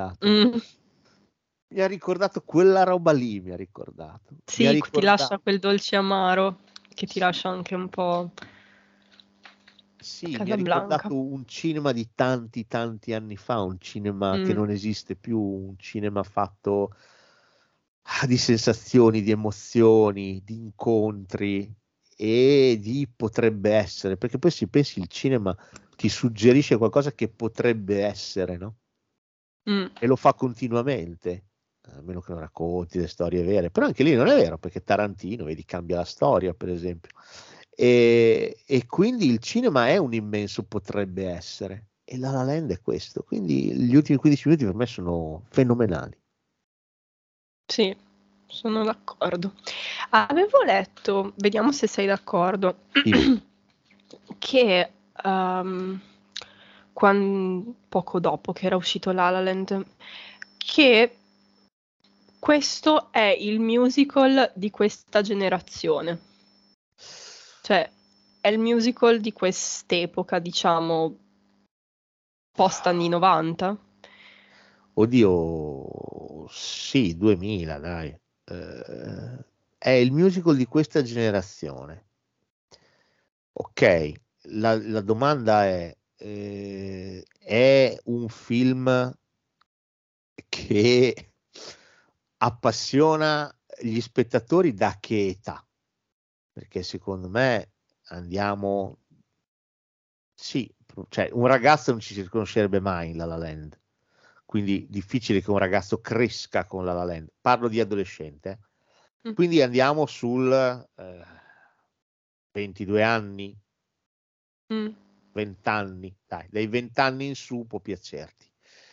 ricordato quella roba lì, mi ha ricordato. Sì, ti lascia quel dolce amaro che ti lascia anche un po'. Sì, mi ha ricordato un cinema di tanti anni fa, un cinema che non esiste più, un cinema fatto di sensazioni, di emozioni, di incontri e di potrebbe essere, perché poi si pensi il cinema ti suggerisce qualcosa che potrebbe essere, no? E lo fa continuamente, a meno che non racconti le storie vere, però anche lì non è vero, perché Tarantino, vedi, cambia la storia, per esempio. E quindi il cinema è un immenso potrebbe essere, e La La Land è questo, quindi gli ultimi 15 minuti per me sono fenomenali. Sì, sono d'accordo. Avevo letto, vediamo se sei d'accordo, che poco dopo che era uscito La La Land, che questo è il musical di questa generazione. Cioè, è il musical di quest'epoca, diciamo, post anni 90. Oddio, sì, 2000, dai. È il musical di questa generazione. Ok, la domanda è un film che appassiona gli spettatori da che età? Perché secondo me andiamo, sì, cioè un ragazzo non ci si riconoscerebbe mai in La La Land, quindi difficile che un ragazzo cresca con La La Land, parlo di adolescente, quindi andiamo sul 22 anni, 20 anni, dai, dai 20 anni in su può piacerti.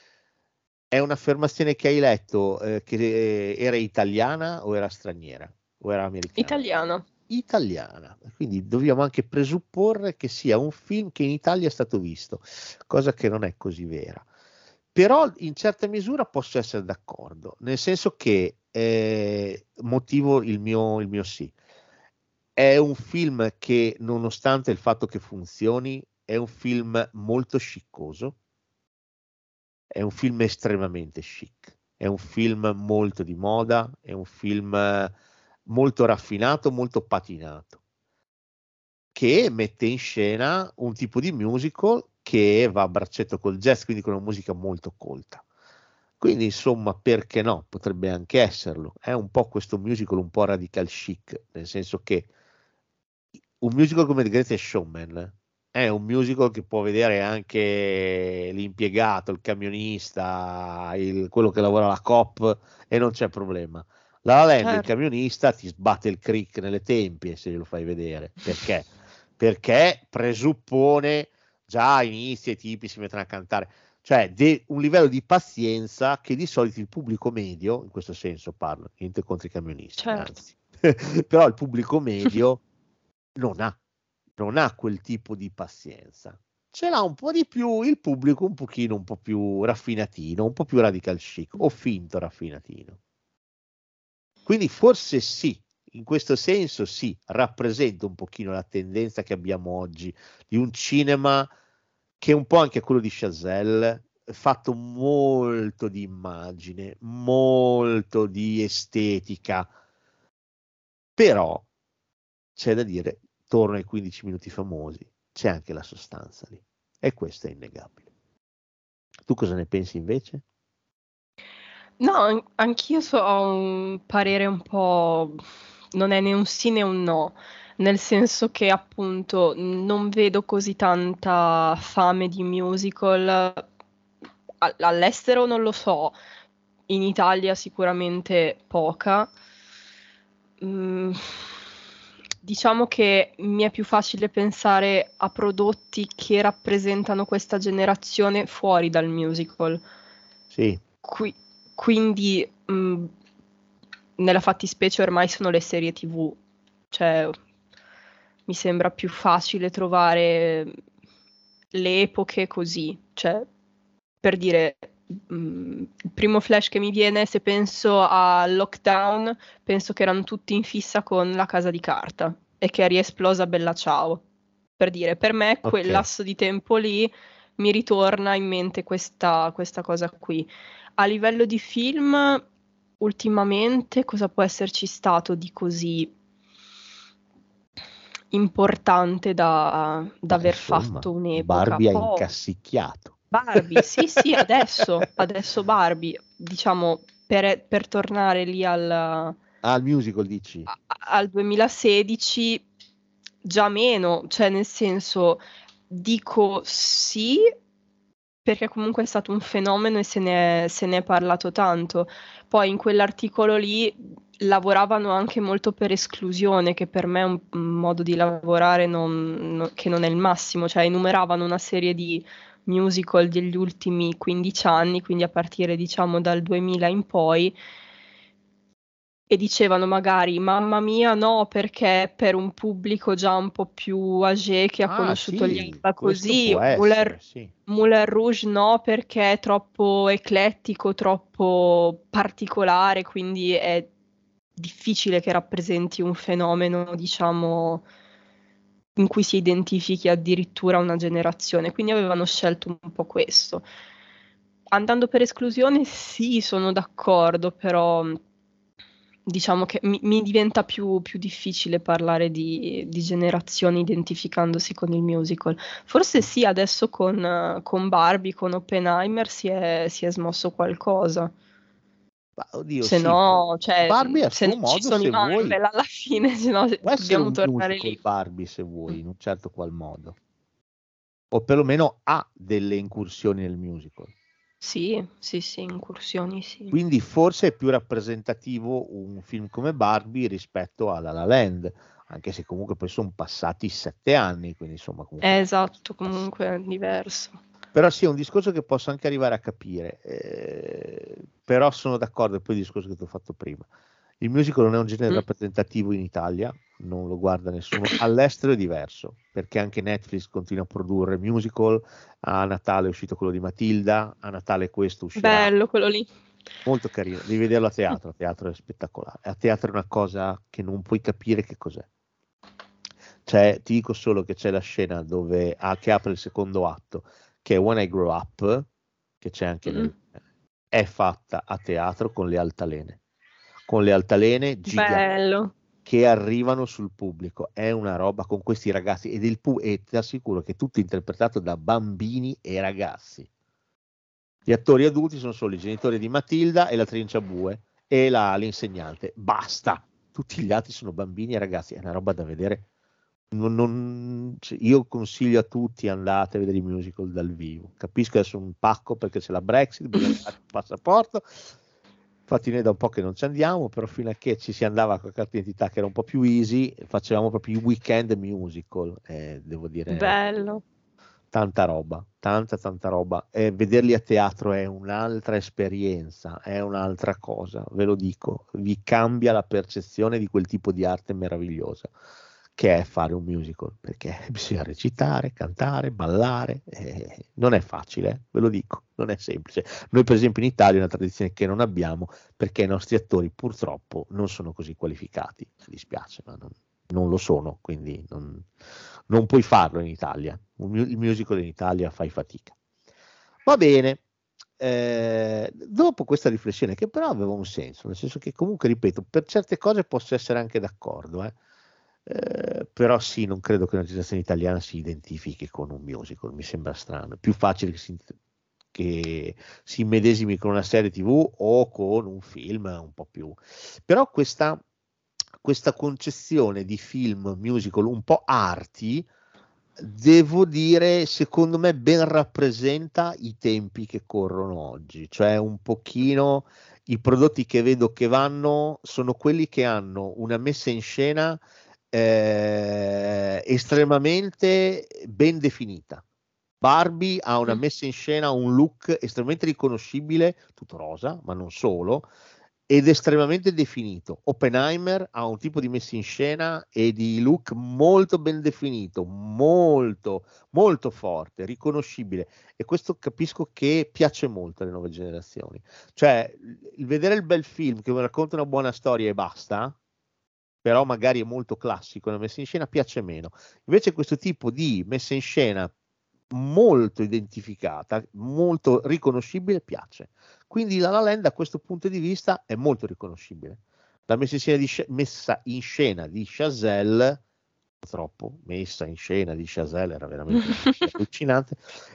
È un'affermazione che hai letto che era italiana o era straniera o era americana? Italiana, quindi dobbiamo anche presupporre che sia un film che in Italia è stato visto, cosa che non è così vera. Però in certa misura posso essere d'accordo, nel senso che motivo il mio sì. È un film che, nonostante il fatto che funzioni, è un film molto sciccoso, è un film estremamente chic, è un film molto di moda, è un film molto raffinato, molto patinato, che mette in scena un tipo di musical che va a braccetto col jazz, quindi con una musica molto colta. Quindi insomma, perché no? Potrebbe anche esserlo. È un po' questo musical un po' radical chic, nel senso che un musical come The Greatest Showman è un musical che può vedere anche l'impiegato, il camionista, quello che lavora alla Coop e non c'è problema. La La Land, il camionista ti sbatte il crick nelle tempie se glielo fai vedere. Perché? Perché presuppone già inizia, i tipi si mettono a cantare, cioè un livello di pazienza che di solito il pubblico medio, in questo senso parlo, niente contro i camionisti, anzi, però il pubblico medio non ha quel tipo di pazienza. Ce l'ha un po' di più il pubblico, un pochino un po' più raffinatino, un po' più radical chic o finto raffinatino. Quindi forse sì, in questo senso sì, rappresenta un pochino la tendenza che abbiamo oggi di un cinema che è un po' anche quello di Chazelle, fatto molto di immagine, molto di estetica, però c'è da dire, torno ai 15 minuti famosi, c'è anche la sostanza lì, e questo è innegabile. Tu cosa ne pensi invece? No, anch'io ho un parere un po', non è né un sì né un no, nel senso che appunto non vedo così tanta fame di musical, all'estero non lo so, in Italia sicuramente poca. Diciamo che mi è più facile pensare a prodotti che rappresentano questa generazione fuori dal musical. Sì. Quindi nella fattispecie ormai sono le serie TV, cioè mi sembra più facile trovare le epoche così, cioè per dire il primo flash che mi viene, se penso a Lockdown, penso che erano tutti in fissa con La Casa di Carta e che è riesplosa Bella Ciao, per dire, per me quel lasso di tempo lì mi ritorna in mente questa cosa qui. A livello di film, ultimamente cosa può esserci stato di così importante da aver fatto un'epoca? Barbie ha incassicchiato. Barbie, sì, adesso Barbie, diciamo, per tornare lì al musical, dici? Al 2016, già meno, cioè nel senso, dico sì, perché comunque è stato un fenomeno e se ne è parlato tanto. Poi in quell'articolo lì lavoravano anche molto per esclusione, che per me è un modo di lavorare che non è il massimo, cioè enumeravano una serie di musical degli ultimi 15 anni, quindi a partire diciamo dal 2000 in poi, e dicevano magari Mamma Mia no, perché per un pubblico già un po' più âgé che ha conosciuto gli Alba così, Moulin Rouge no, perché è troppo eclettico, troppo particolare, quindi è difficile che rappresenti un fenomeno, diciamo, in cui si identifichi addirittura una generazione, quindi avevano scelto un po' questo. Andando per esclusione sì, sono d'accordo, però diciamo che mi diventa più difficile parlare di generazioni identificandosi con il musical. Forse sì, adesso con Barbie, con Oppenheimer si è smosso qualcosa. Oddio, se sì, no, cioè, Barbie a se suo non modo, ci sono se i vuoi, Marvel alla fine, se no può essere dobbiamo un tornare musical lì. Barbie, se vuoi, in un certo qual modo, o perlomeno ha delle incursioni nel musical. Sì, incursioni sì. Quindi forse è più rappresentativo un film come Barbie rispetto a La La Land, anche se comunque poi sono passati 7 anni, quindi insomma comunque Esatto, comunque è diverso. Però sì, è un discorso che posso anche arrivare a capire, però sono d'accordo, poi il discorso che ti ho fatto prima. Il musical non è un genere rappresentativo in Italia, non lo guarda nessuno, all'estero è diverso, perché anche Netflix continua a produrre musical, a Natale è uscito quello di Matilda, a Natale questo uscirà. Bello quello lì. Molto carino, devi vederlo a teatro è spettacolare, a teatro è una cosa che non puoi capire che cos'è. Cioè, ti dico solo che c'è la scena dove che apre il secondo atto, che è When I Grow Up, che c'è anche è fatta a teatro con le altalene giganti. Bello. Che arrivano sul pubblico, è una roba con questi ragazzi e ti assicuro che è tutto interpretato da bambini e ragazzi. Gli attori adulti sono solo i genitori di Matilda e la Trinciabue e l'insegnante, basta, tutti gli altri sono bambini e ragazzi, è una roba da vedere. Io consiglio a tutti, andate a vedere i musical dal vivo. Capisco adesso un pacco perché c'è la Brexit, bisogna fare il passaporto, infatti noi da un po' che non ci andiamo, però fino a che ci si andava con la carta d'identità che era un po' più easy, facevamo proprio i weekend musical, devo dire bello, tanta roba, tanta roba, e vederli a teatro è un'altra esperienza, è un'altra cosa, ve lo dico, vi cambia la percezione di quel tipo di arte meravigliosa che è fare un musical, perché bisogna recitare, cantare, ballare, non è facile, ve lo dico, non è semplice. Noi per esempio in Italia è una tradizione che non abbiamo, perché i nostri attori purtroppo non sono così qualificati, mi dispiace, ma non lo sono, quindi non puoi farlo in Italia, il musical in Italia fai fatica. Va bene, dopo questa riflessione, che però aveva un senso, nel senso che comunque, ripeto, per certe cose posso essere anche d'accordo, però sì, non credo che una registrazione italiana si identifichi con un musical, mi sembra strano, è più facile che si immedesimi con una serie TV o con un film un po' più. Però questa concezione di film musical un po' arty, devo dire, secondo me ben rappresenta i tempi che corrono oggi, cioè un pochino i prodotti che vedo che vanno sono quelli che hanno una messa in scena estremamente ben definita. Barbie ha una messa in scena, un look estremamente riconoscibile, tutto rosa, ma non solo, ed estremamente definito. Oppenheimer ha un tipo di messa in scena e di look molto ben definito, molto, molto forte, riconoscibile, e questo capisco che piace molto alle nuove generazioni. Cioè, il vedere il bel film che racconta una buona storia e basta, però magari è molto classico, la messa in scena piace meno. Invece questo tipo di messa in scena molto identificata, molto riconoscibile, piace. Quindi La La Land da questo punto di vista è molto riconoscibile. La messa in scena di Chazelle, purtroppo messa in scena di Chazelle era veramente allucinante,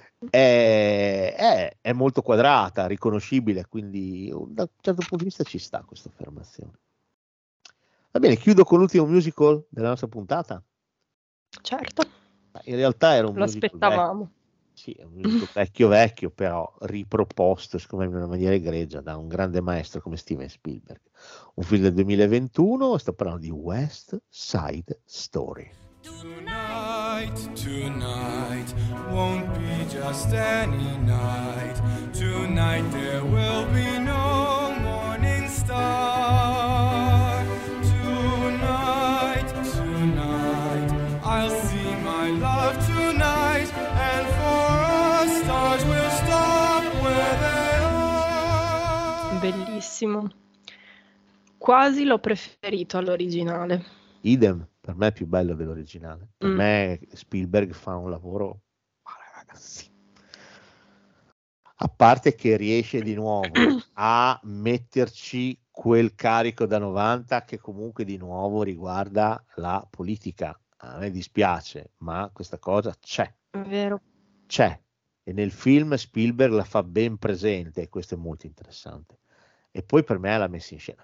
è molto quadrata, riconoscibile, quindi da un certo punto di vista ci sta questa affermazione. Va bene, chiudo con l'ultimo musical della nostra puntata. Certo. In realtà era un lo aspettavamo. Sì, è un musical vecchio, però riproposto, secondo me, in una maniera egregia da un grande maestro come Steven Spielberg. Un film del 2021, sto parlando di West Side Story. Tonight won't be just any night. Tonight there will be no morning star. Tonight I'll see my love tonight, and for us stars will stop where they are. Bellissimo. Quasi l'ho preferito all'originale. Idem, per me è più bello dell'originale. Per me Spielberg fa un lavoro, ragazzi, a parte che riesce di nuovo a metterci quel carico da 90 che comunque di nuovo riguarda la politica. A me dispiace, ma questa cosa c'è. È vero. C'è. E nel film Spielberg la fa ben presente, e questo è molto interessante. E poi per me è la messa in scena.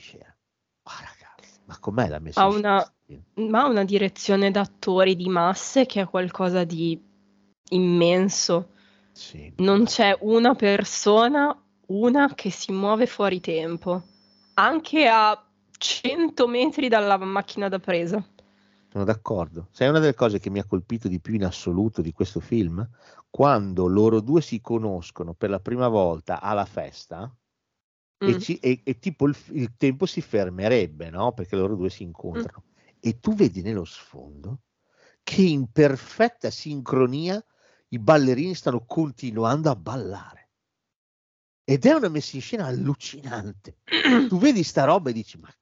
Ragazzi, ma com'è la messa in scena? Ma ha una direzione d'attori di masse che è qualcosa di immenso. Sì. Non c'è una persona, che si muove fuori tempo, anche a 100 metri dalla macchina da presa. Sono d'accordo. Sai, una delle cose che mi ha colpito di più in assoluto di questo film, quando loro due si conoscono per la prima volta alla festa, e tipo il tempo si fermerebbe, no? Perché loro due si incontrano. E tu vedi nello sfondo che in perfetta sincronia i ballerini stanno continuando a ballare. Ed è una messa in scena allucinante. Tu vedi sta roba e dici, ma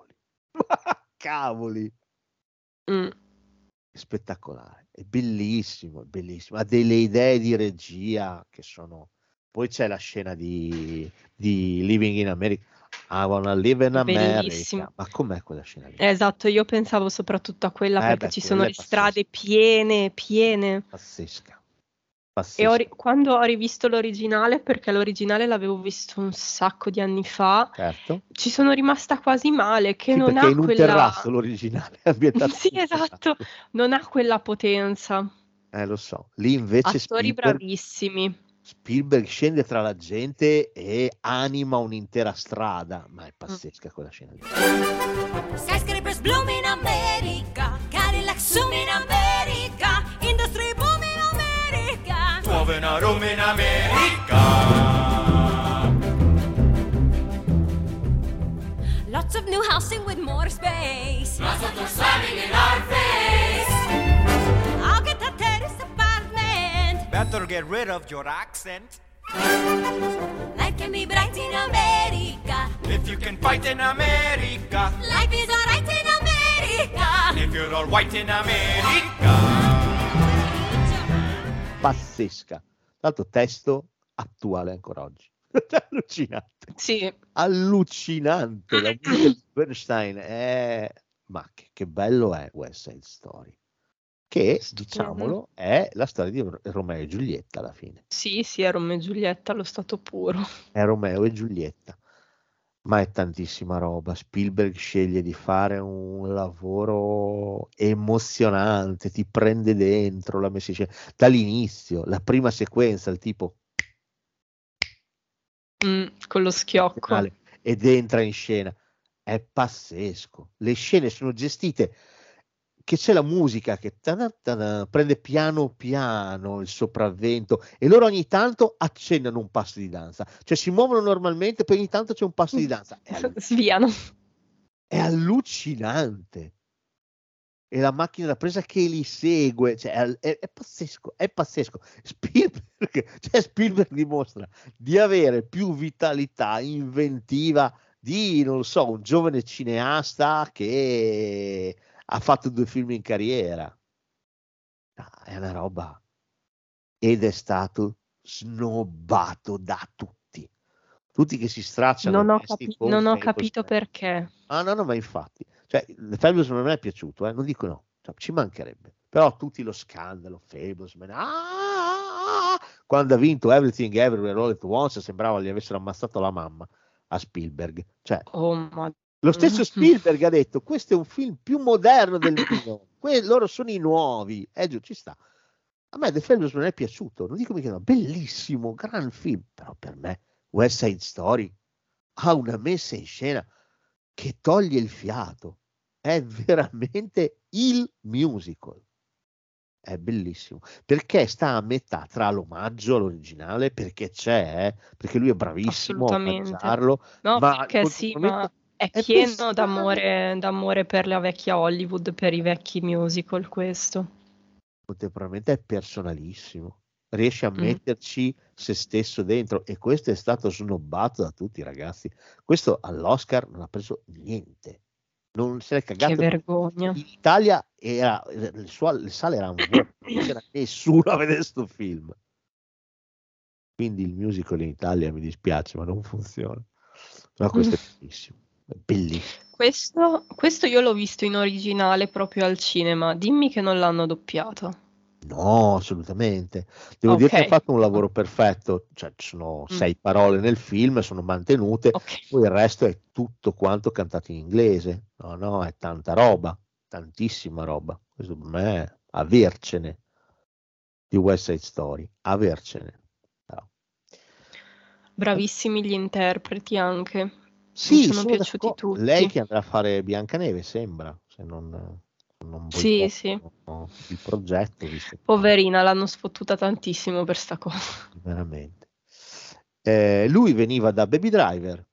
cavoli. È spettacolare, è bellissimo, ha delle idee di regia che sono. Poi c'è la scena di Living in America. I wanna live in America. Bellissimo. Ma com'è quella scena lì? Esatto, io pensavo soprattutto a quella perché ci sono le strade piene. Pazzesca. E quando ho rivisto l'originale, perché l'originale l'avevo visto un sacco di anni fa, certo, ci sono rimasta quasi male, che sì, non perché ha in un quella... terrazzo l'originale ambientato. Sì, esatto, non ha quella potenza. Lo so. Lì invece attori bravissimi. Spielberg scende tra la gente e anima un'intera strada, ma è pazzesca quella scena lì. Skyscrapers bloom in America, Cadillac zoom in America, industry boom in America. 12 in a room in America. Lots of new housing with more space. Lots of them slamming in our face. I'll get a terrace apartment. Better get rid of your accent. Life can be bright in America. If you can fight in America. Life is alright in America. If you're all white in America. Pazzesca. L'altro testo attuale ancora oggi. Allucinante. Sì. Allucinante. La musica di Bernstein è... Ma che bello è West Side Story. che, Stupendo. diciamolo, è la storia di Romeo e Giulietta alla fine. Sì, è Romeo e Giulietta allo stato puro. È Romeo e Giulietta, ma è tantissima roba. Spielberg sceglie di fare un lavoro emozionante, ti prende dentro la messa in scena dall'inizio, la prima sequenza, il tipo Con lo schiocco. ed entra in scena, è pazzesco. Le scene sono gestite che c'è la musica che prende piano piano il sopravvento e loro ogni tanto accennano un passo di danza, cioè si muovono normalmente, poi ogni tanto c'è un passo di danza. Sviano. È allucinante. E la macchina da presa che li segue, cioè è pazzesco, è pazzesco. Spielberg dimostra di avere più vitalità inventiva di, non so, un giovane cineasta che ha fatto 2 film in carriera. È una roba. Ed è stato snobbato da tutti che si stracciano. Non ho capito perché. No, ma infatti, cioè, Fabulous non mi è piaciuto, non dico no, cioè, ci mancherebbe, però tutti lo scandalo, Fabulous, quando ha vinto Everything Everywhere All at Once sembrava gli avessero ammazzato la mamma a Spielberg, cioè, lo stesso Spielberg ha detto questo è un film più moderno del mio, loro sono i nuovi, giù, ci sta. A me The Fabulous non è piaciuto, non dico mica no, bellissimo, gran film, però per me West Side Story ha una messa in scena che toglie il fiato, è veramente il musical, è bellissimo, perché sta a metà tra l'omaggio all'originale, perché perché lui è bravissimo a mangiarlo, no, ma perché ma è pieno d'amore per la vecchia Hollywood, per i vecchi musical questo. Contemporaneamente è personalissimo, riesce a metterci se stesso dentro, e questo è stato snobbato da tutti, ragazzi. Questo all'Oscar non ha preso niente, non se l'è cagato. Che vergogna. In Italia le sale erano vuote, non c'era nessuno a vedere sto film, quindi il musical in Italia, mi dispiace, ma non funziona. Però questo è bellissimo, è bellissimo. Questo io l'ho visto in originale proprio al cinema, dimmi che non l'hanno doppiato. No, assolutamente. Devo dire che ha fatto un lavoro perfetto, cioè ci sono 6 parole nel film, sono mantenute, poi il resto è tutto quanto cantato in inglese. No, è tanta roba, tantissima roba. Questo per me è avercene di West Side Story, avercene. Però. Bravissimi gli interpreti anche. Sì, mi sono piaciuti tutti. Lei che andrà a fare Biancaneve, sembra, se non sì. Il progetto, visto. Poverina, l'hanno sfottuta tantissimo per sta cosa. Veramente. Lui veniva da Baby Driver.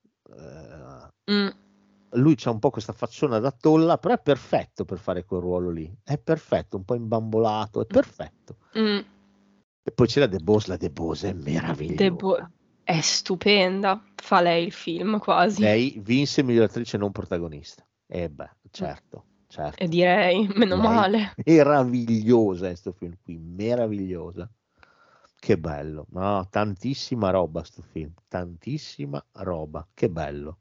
Lui c'ha un po' questa facciona da tolla, però è perfetto per fare quel ruolo lì. È perfetto, un po' imbambolato, è perfetto. E poi c'era The Boss, la The Boss è meravigliosa. È stupenda, fa lei il film quasi. Lei vinse miglior attrice non protagonista. Certo. E direi, meno male. Meravigliosa questo film qui, meravigliosa. Che bello, no, tantissima roba sto film, tantissima roba, che bello.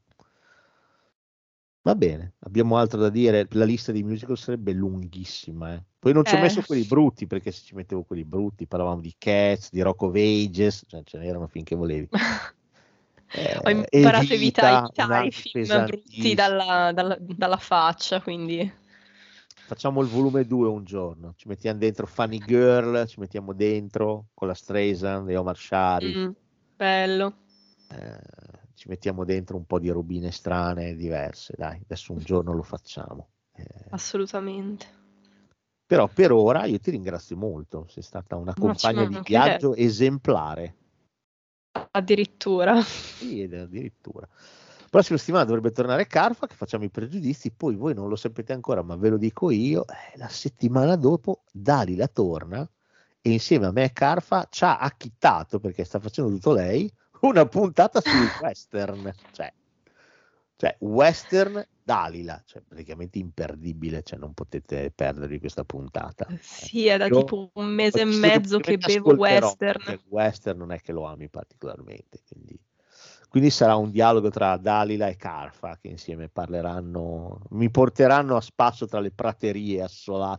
Va bene, abbiamo altro da dire, la lista di musical sarebbe lunghissima. Poi non ci ho messo quelli brutti, perché se ci mettevo quelli brutti parlavamo di Cats, di Rock of Ages, cioè ce n'erano finché volevi. Ho imparato a evitare i film brutti dalla faccia, quindi facciamo il volume 2 un giorno, ci mettiamo dentro Funny Girl, ci mettiamo dentro con la Streisand e Omar Sharif, bello, ci mettiamo dentro un po' di robine strane e diverse, dai, adesso un giorno lo facciamo. Assolutamente. Però per ora io ti ringrazio molto, sei stata una compagna di viaggio esemplare. Addirittura. Sì, addirittura. Prossima settimana dovrebbe tornare Carfa, che facciamo i pregiudizi, poi voi non lo sapete ancora, ma ve lo dico io, la settimana dopo Dalila torna e insieme a me e Carfa ci ha acchittato, perché sta facendo tutto lei, una puntata sul western, cioè western Dalila, cioè praticamente imperdibile, cioè non potete perdervi questa puntata. Sì, è da tipo un mese e mezzo che bevo western. Il western non è che lo ami particolarmente, quindi sarà un dialogo tra Dalila e Carfa, che insieme parleranno, mi porteranno a spasso tra le praterie assolate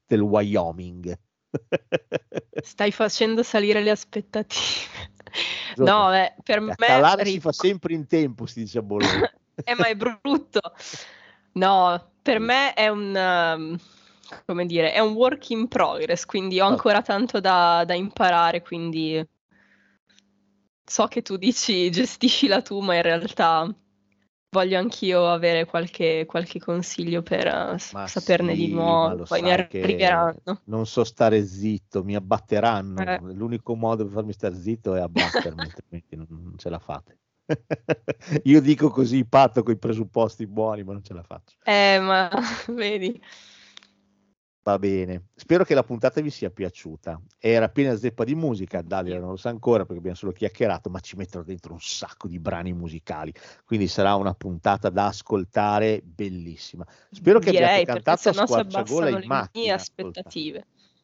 del Wyoming. Stai facendo salire le aspettative. No, per me calare si fa sempre in tempo, si dice a Bologna. Ma è brutto. No, per me è un come dire, è un work in progress, quindi ho ancora tanto da imparare, quindi so che tu dici gestiscila tu, ma in realtà voglio anch'io avere qualche consiglio per saperne di nuovo, poi mi arriveranno. Non so stare zitto, mi abbatteranno. L'unico modo per farmi stare zitto è abbattermi, altrimenti non ce la fate. Io dico così, patto con i presupposti buoni, ma non ce la faccio. Ma vedi. Va bene, spero che la puntata vi sia piaciuta. Era piena zeppa di musica, Dalia non lo sa ancora perché abbiamo solo chiacchierato, ma ci metterò dentro un sacco di brani musicali, quindi sarà una puntata da ascoltare bellissima. Spero che abbiate cantato a squarciagola in macchina. Aspettative.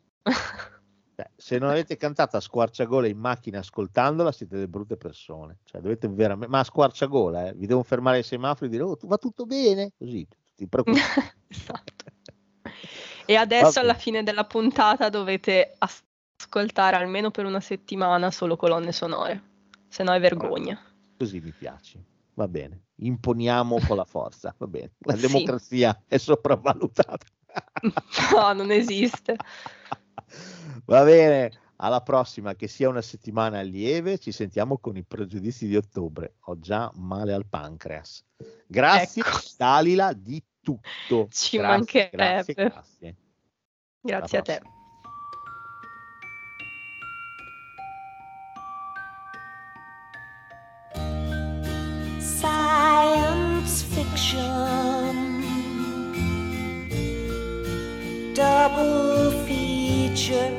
Se non avete cantato a squarciagola in macchina ascoltandola, siete delle brutte persone. Cioè, dovete veramente, ma a squarciagola, vi devo fermare ai semafori e dire: oh, va tutto bene? Così, ti preoccupare. Esatto. E adesso alla fine della puntata dovete ascoltare almeno per una settimana solo colonne sonore, se no è vergogna. Così mi piace, va bene, imponiamo con la forza, va bene. La democrazia è sopravvalutata. No, non esiste. Va bene, alla prossima, che sia una settimana lieve, ci sentiamo con i pregiudizi di ottobre. Ho già male al pancreas. Grazie, Dalila, di tutto. Ci mancherebbe. Grazie a te. Science fiction, double feature.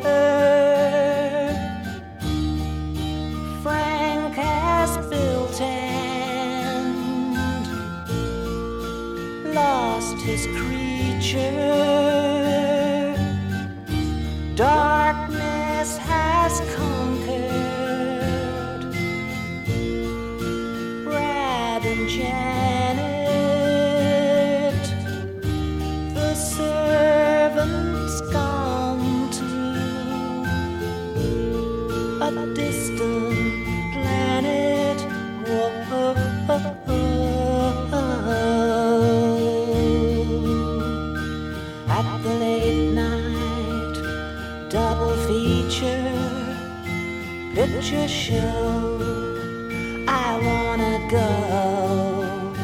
Frank has built and lost his creature. Darkness has conquered Brad and Janet. The servant's gone to a distant planet. Whoa. At the late night double feature picture show, I wanna go.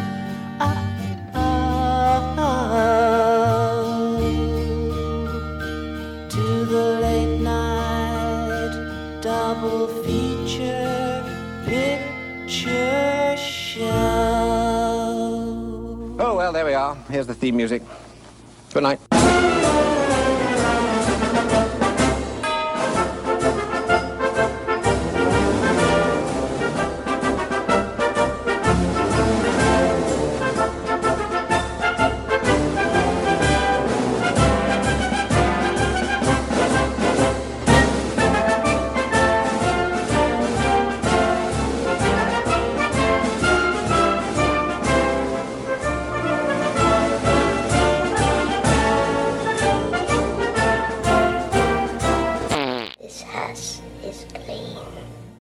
To the late night double feature picture show. Oh, well, there we are. Here's the theme music. Good night.